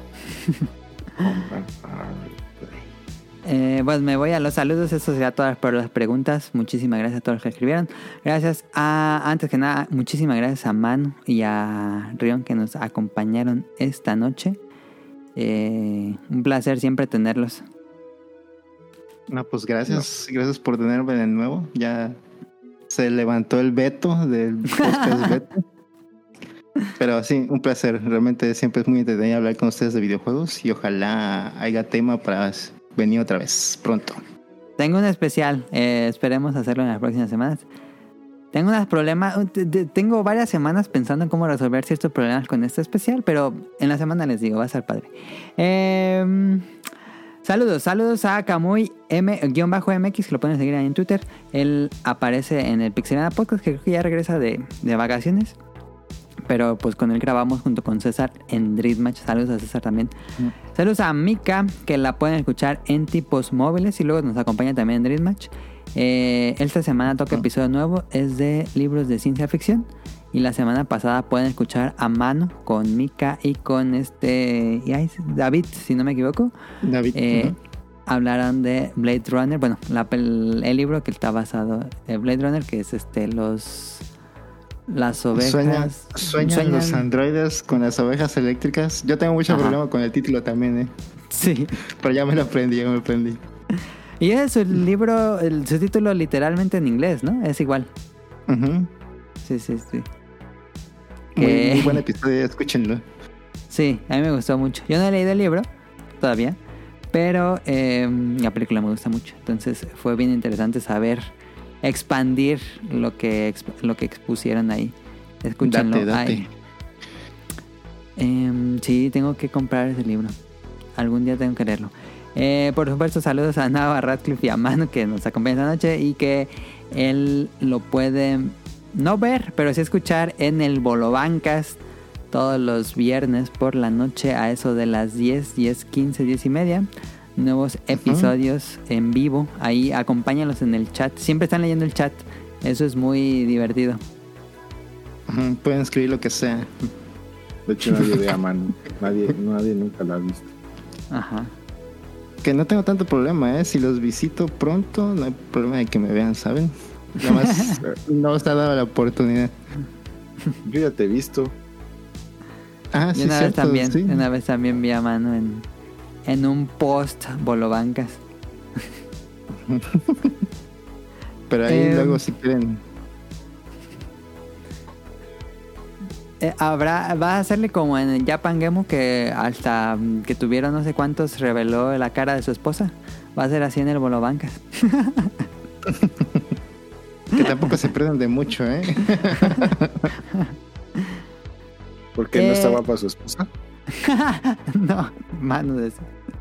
Pues me voy a los saludos. Eso sería todas por las preguntas. Muchísimas gracias a todos los que escribieron. Gracias antes que nada, muchísimas gracias a Manu y a Rion que nos acompañaron esta noche. Un placer siempre tenerlos. No, pues gracias por tenerme de nuevo. Ya se levantó el veto del podcast veto. Pero sí, un placer. Realmente siempre es muy entretenido hablar con ustedes de videojuegos y ojalá haya tema para venir otra vez pronto. Tengo un especial. Esperemos hacerlo en las próximas semanas. Tengo unos problemas. Tengo varias semanas pensando en cómo resolver ciertos problemas con este especial, pero en la semana les digo, va a ser padre. Saludos a Kamui M-MX, que lo pueden seguir ahí en Twitter. Él aparece en el Pixelana Podcast, que creo que ya regresa de vacaciones. Pero pues con él grabamos junto con César en Dreammatch. Saludos a César también. Saludos a Mika, que la pueden escuchar en Tipos Móviles y luego nos acompaña también en Dreammatch. Esta semana toca episodio nuevo, es de libros de ciencia ficción. Y la semana pasada pueden escuchar a Mano con Mika y con David, si no me equivoco. David. Hablaron de Blade Runner. Bueno, el libro que está basado en Blade Runner, que es las ovejas. Sueñan los androides con las ovejas eléctricas. Yo tengo mucho problema con el título también, Sí. Pero ya me lo aprendí. Y es el libro, su título literalmente en inglés, ¿no? Es igual. Uh-huh. Sí. Muy buen episodio, escúchenlo. Sí, a mí me gustó mucho. Yo no he leído el libro todavía, pero la película me gusta mucho. Entonces fue bien interesante saber expandir lo que expusieron ahí. Escúchenlo. Date. Sí, tengo que comprar ese libro. Algún día tengo que leerlo. Por supuesto, saludos a Nava, Radcliffe y a Manu, que nos acompañan esta noche y que él lo puede no ver, pero sí escuchar en el Bolobancas todos los viernes por la noche a eso de las 10:15, 10:30. Nuevos episodios en vivo. Ahí acompáñalos en el chat. Siempre están leyendo el chat. Eso es muy divertido. Pueden escribir lo que sea. De hecho, nadie ve a Manu. Nadie nunca la ha visto. Ajá. Que no tengo tanto problema, Si los visito pronto, no hay problema de que me vean, ¿saben? Nada más no está dada la oportunidad. Yo ya te he visto. Y sí, una cierto, vez también, sí. una vez también vi a Manu en un post Bolobancas. Pero ahí luego si quieren. Va a hacerle como en Japan Gemu, que hasta que tuvieron no sé cuántos reveló la cara de su esposa. Va a ser así en el Bolobancas. Que tampoco se pierdan de mucho, ¿Por qué no está guapa su esposa? No, Manu de eso.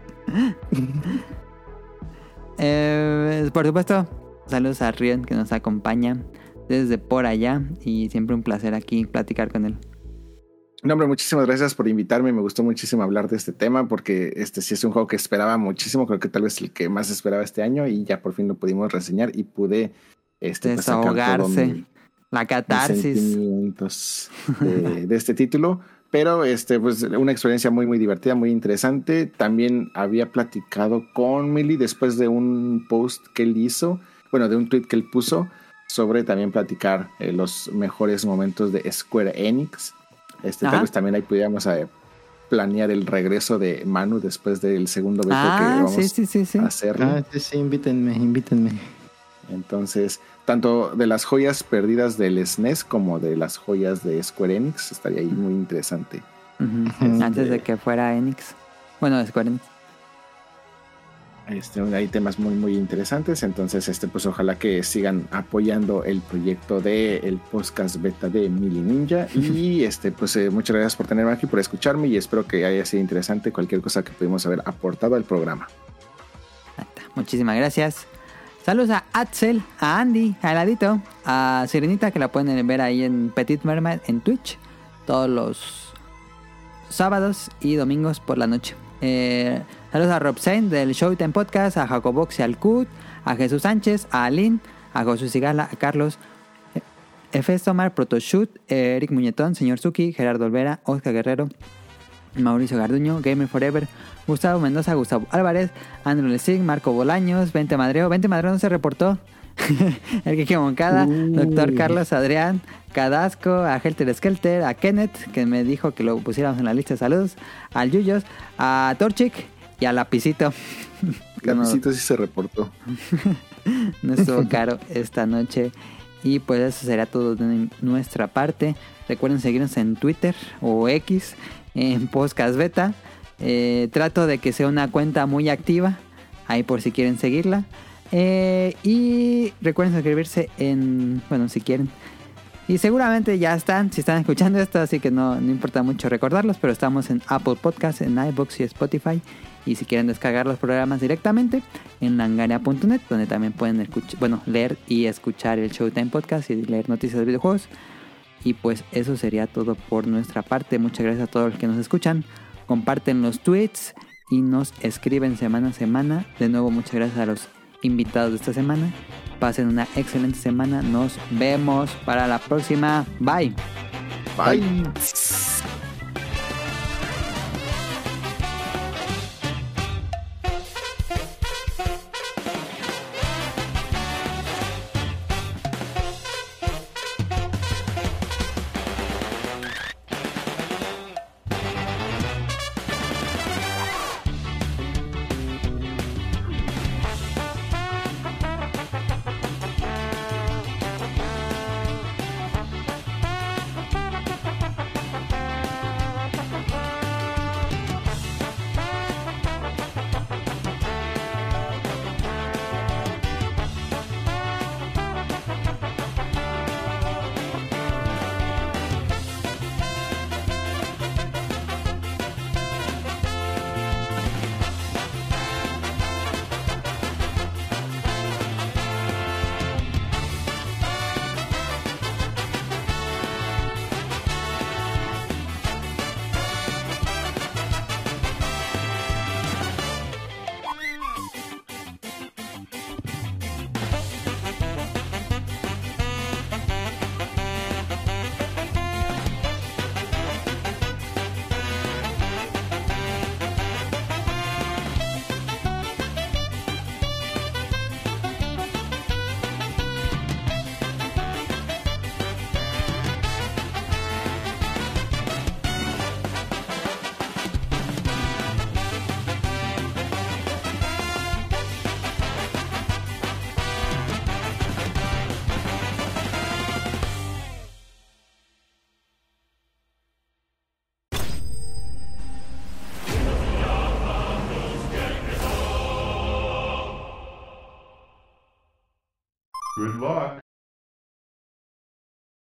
Por supuesto, saludos a Rion, que nos acompaña desde por allá, y siempre un placer aquí platicar con él. No, hombre, muchísimas gracias por invitarme. Me gustó muchísimo hablar de este tema porque sí es un juego que esperaba muchísimo. Creo que tal vez el que más esperaba este año, y ya por fin lo pudimos reseñar y pude desahogarse, la catarsis sentimientos de este título. Pero pues una experiencia muy, muy divertida, muy interesante. También había platicado con Millie después de un post que él hizo, bueno, de un tweet que él puso sobre también platicar los mejores momentos de Square Enix. Tal vez también ahí pudiéramos planear el regreso de Manu después del segundo beta que vamos a hacer. Sí, invítenme. Entonces, tanto de las joyas perdidas del SNES como de las joyas de Square Enix, estaría ahí muy interesante. Antes de que fuera Enix. Bueno, Square Enix. Hay temas muy, muy interesantes. Entonces, pues ojalá que sigan apoyando el proyecto del podcast beta de Mili Ninja. Y pues muchas gracias por tenerme aquí, por escucharme, y espero que haya sido interesante cualquier cosa que pudimos haber aportado al programa. Muchísimas gracias. Saludos a Axel, a Andy, a Heladito, a Sirenita, que la pueden ver ahí en Petit Mermaid en Twitch todos los sábados y domingos por la noche. Saludos a Rob Sain del Showtime Podcast, a Jacobox y al Cut, a Jesús Sánchez, a Aline, a Josué Sigala, a Carlos, F. Tomar, Protoshoot, Eric Muñetón, Señor Suki, Gerardo Olvera, Oscar Guerrero, Mauricio Garduño, Gamer Forever, Gustavo Mendoza, Gustavo Álvarez, Andrew Lesig, Marco Bolaños, Vente Madreo no se reportó, Enrique Moncada, Doctor Carlos Adrián, Cadasco, a Helter Skelter, a Kenneth, que me dijo que lo pusiéramos en la lista de saludos, al Yuyos, a Torchic y a Lapicito. Lapicito sí se reportó. No estuvo caro esta noche. Y pues eso será todo de nuestra parte. Recuerden seguirnos en Twitter o X, en Podcast Beta. Trato de que sea una cuenta muy activa, ahí por si quieren seguirla. Y recuerden suscribirse si quieren. Y seguramente ya están, si están escuchando esto, así que no importa mucho recordarlos, pero estamos en Apple Podcasts, en iVoox y Spotify. Y si quieren descargar los programas directamente, en langaria.net, donde también pueden leer y escuchar el Showtime Podcast y leer noticias de videojuegos. Y pues eso sería todo por nuestra parte. Muchas gracias a todos los que nos escuchan. Comparten los tweets y nos escriben semana a semana. De nuevo, muchas gracias a los invitados de esta semana. Pasen una excelente semana. Nos vemos para la próxima. Bye. Bye. Good luck.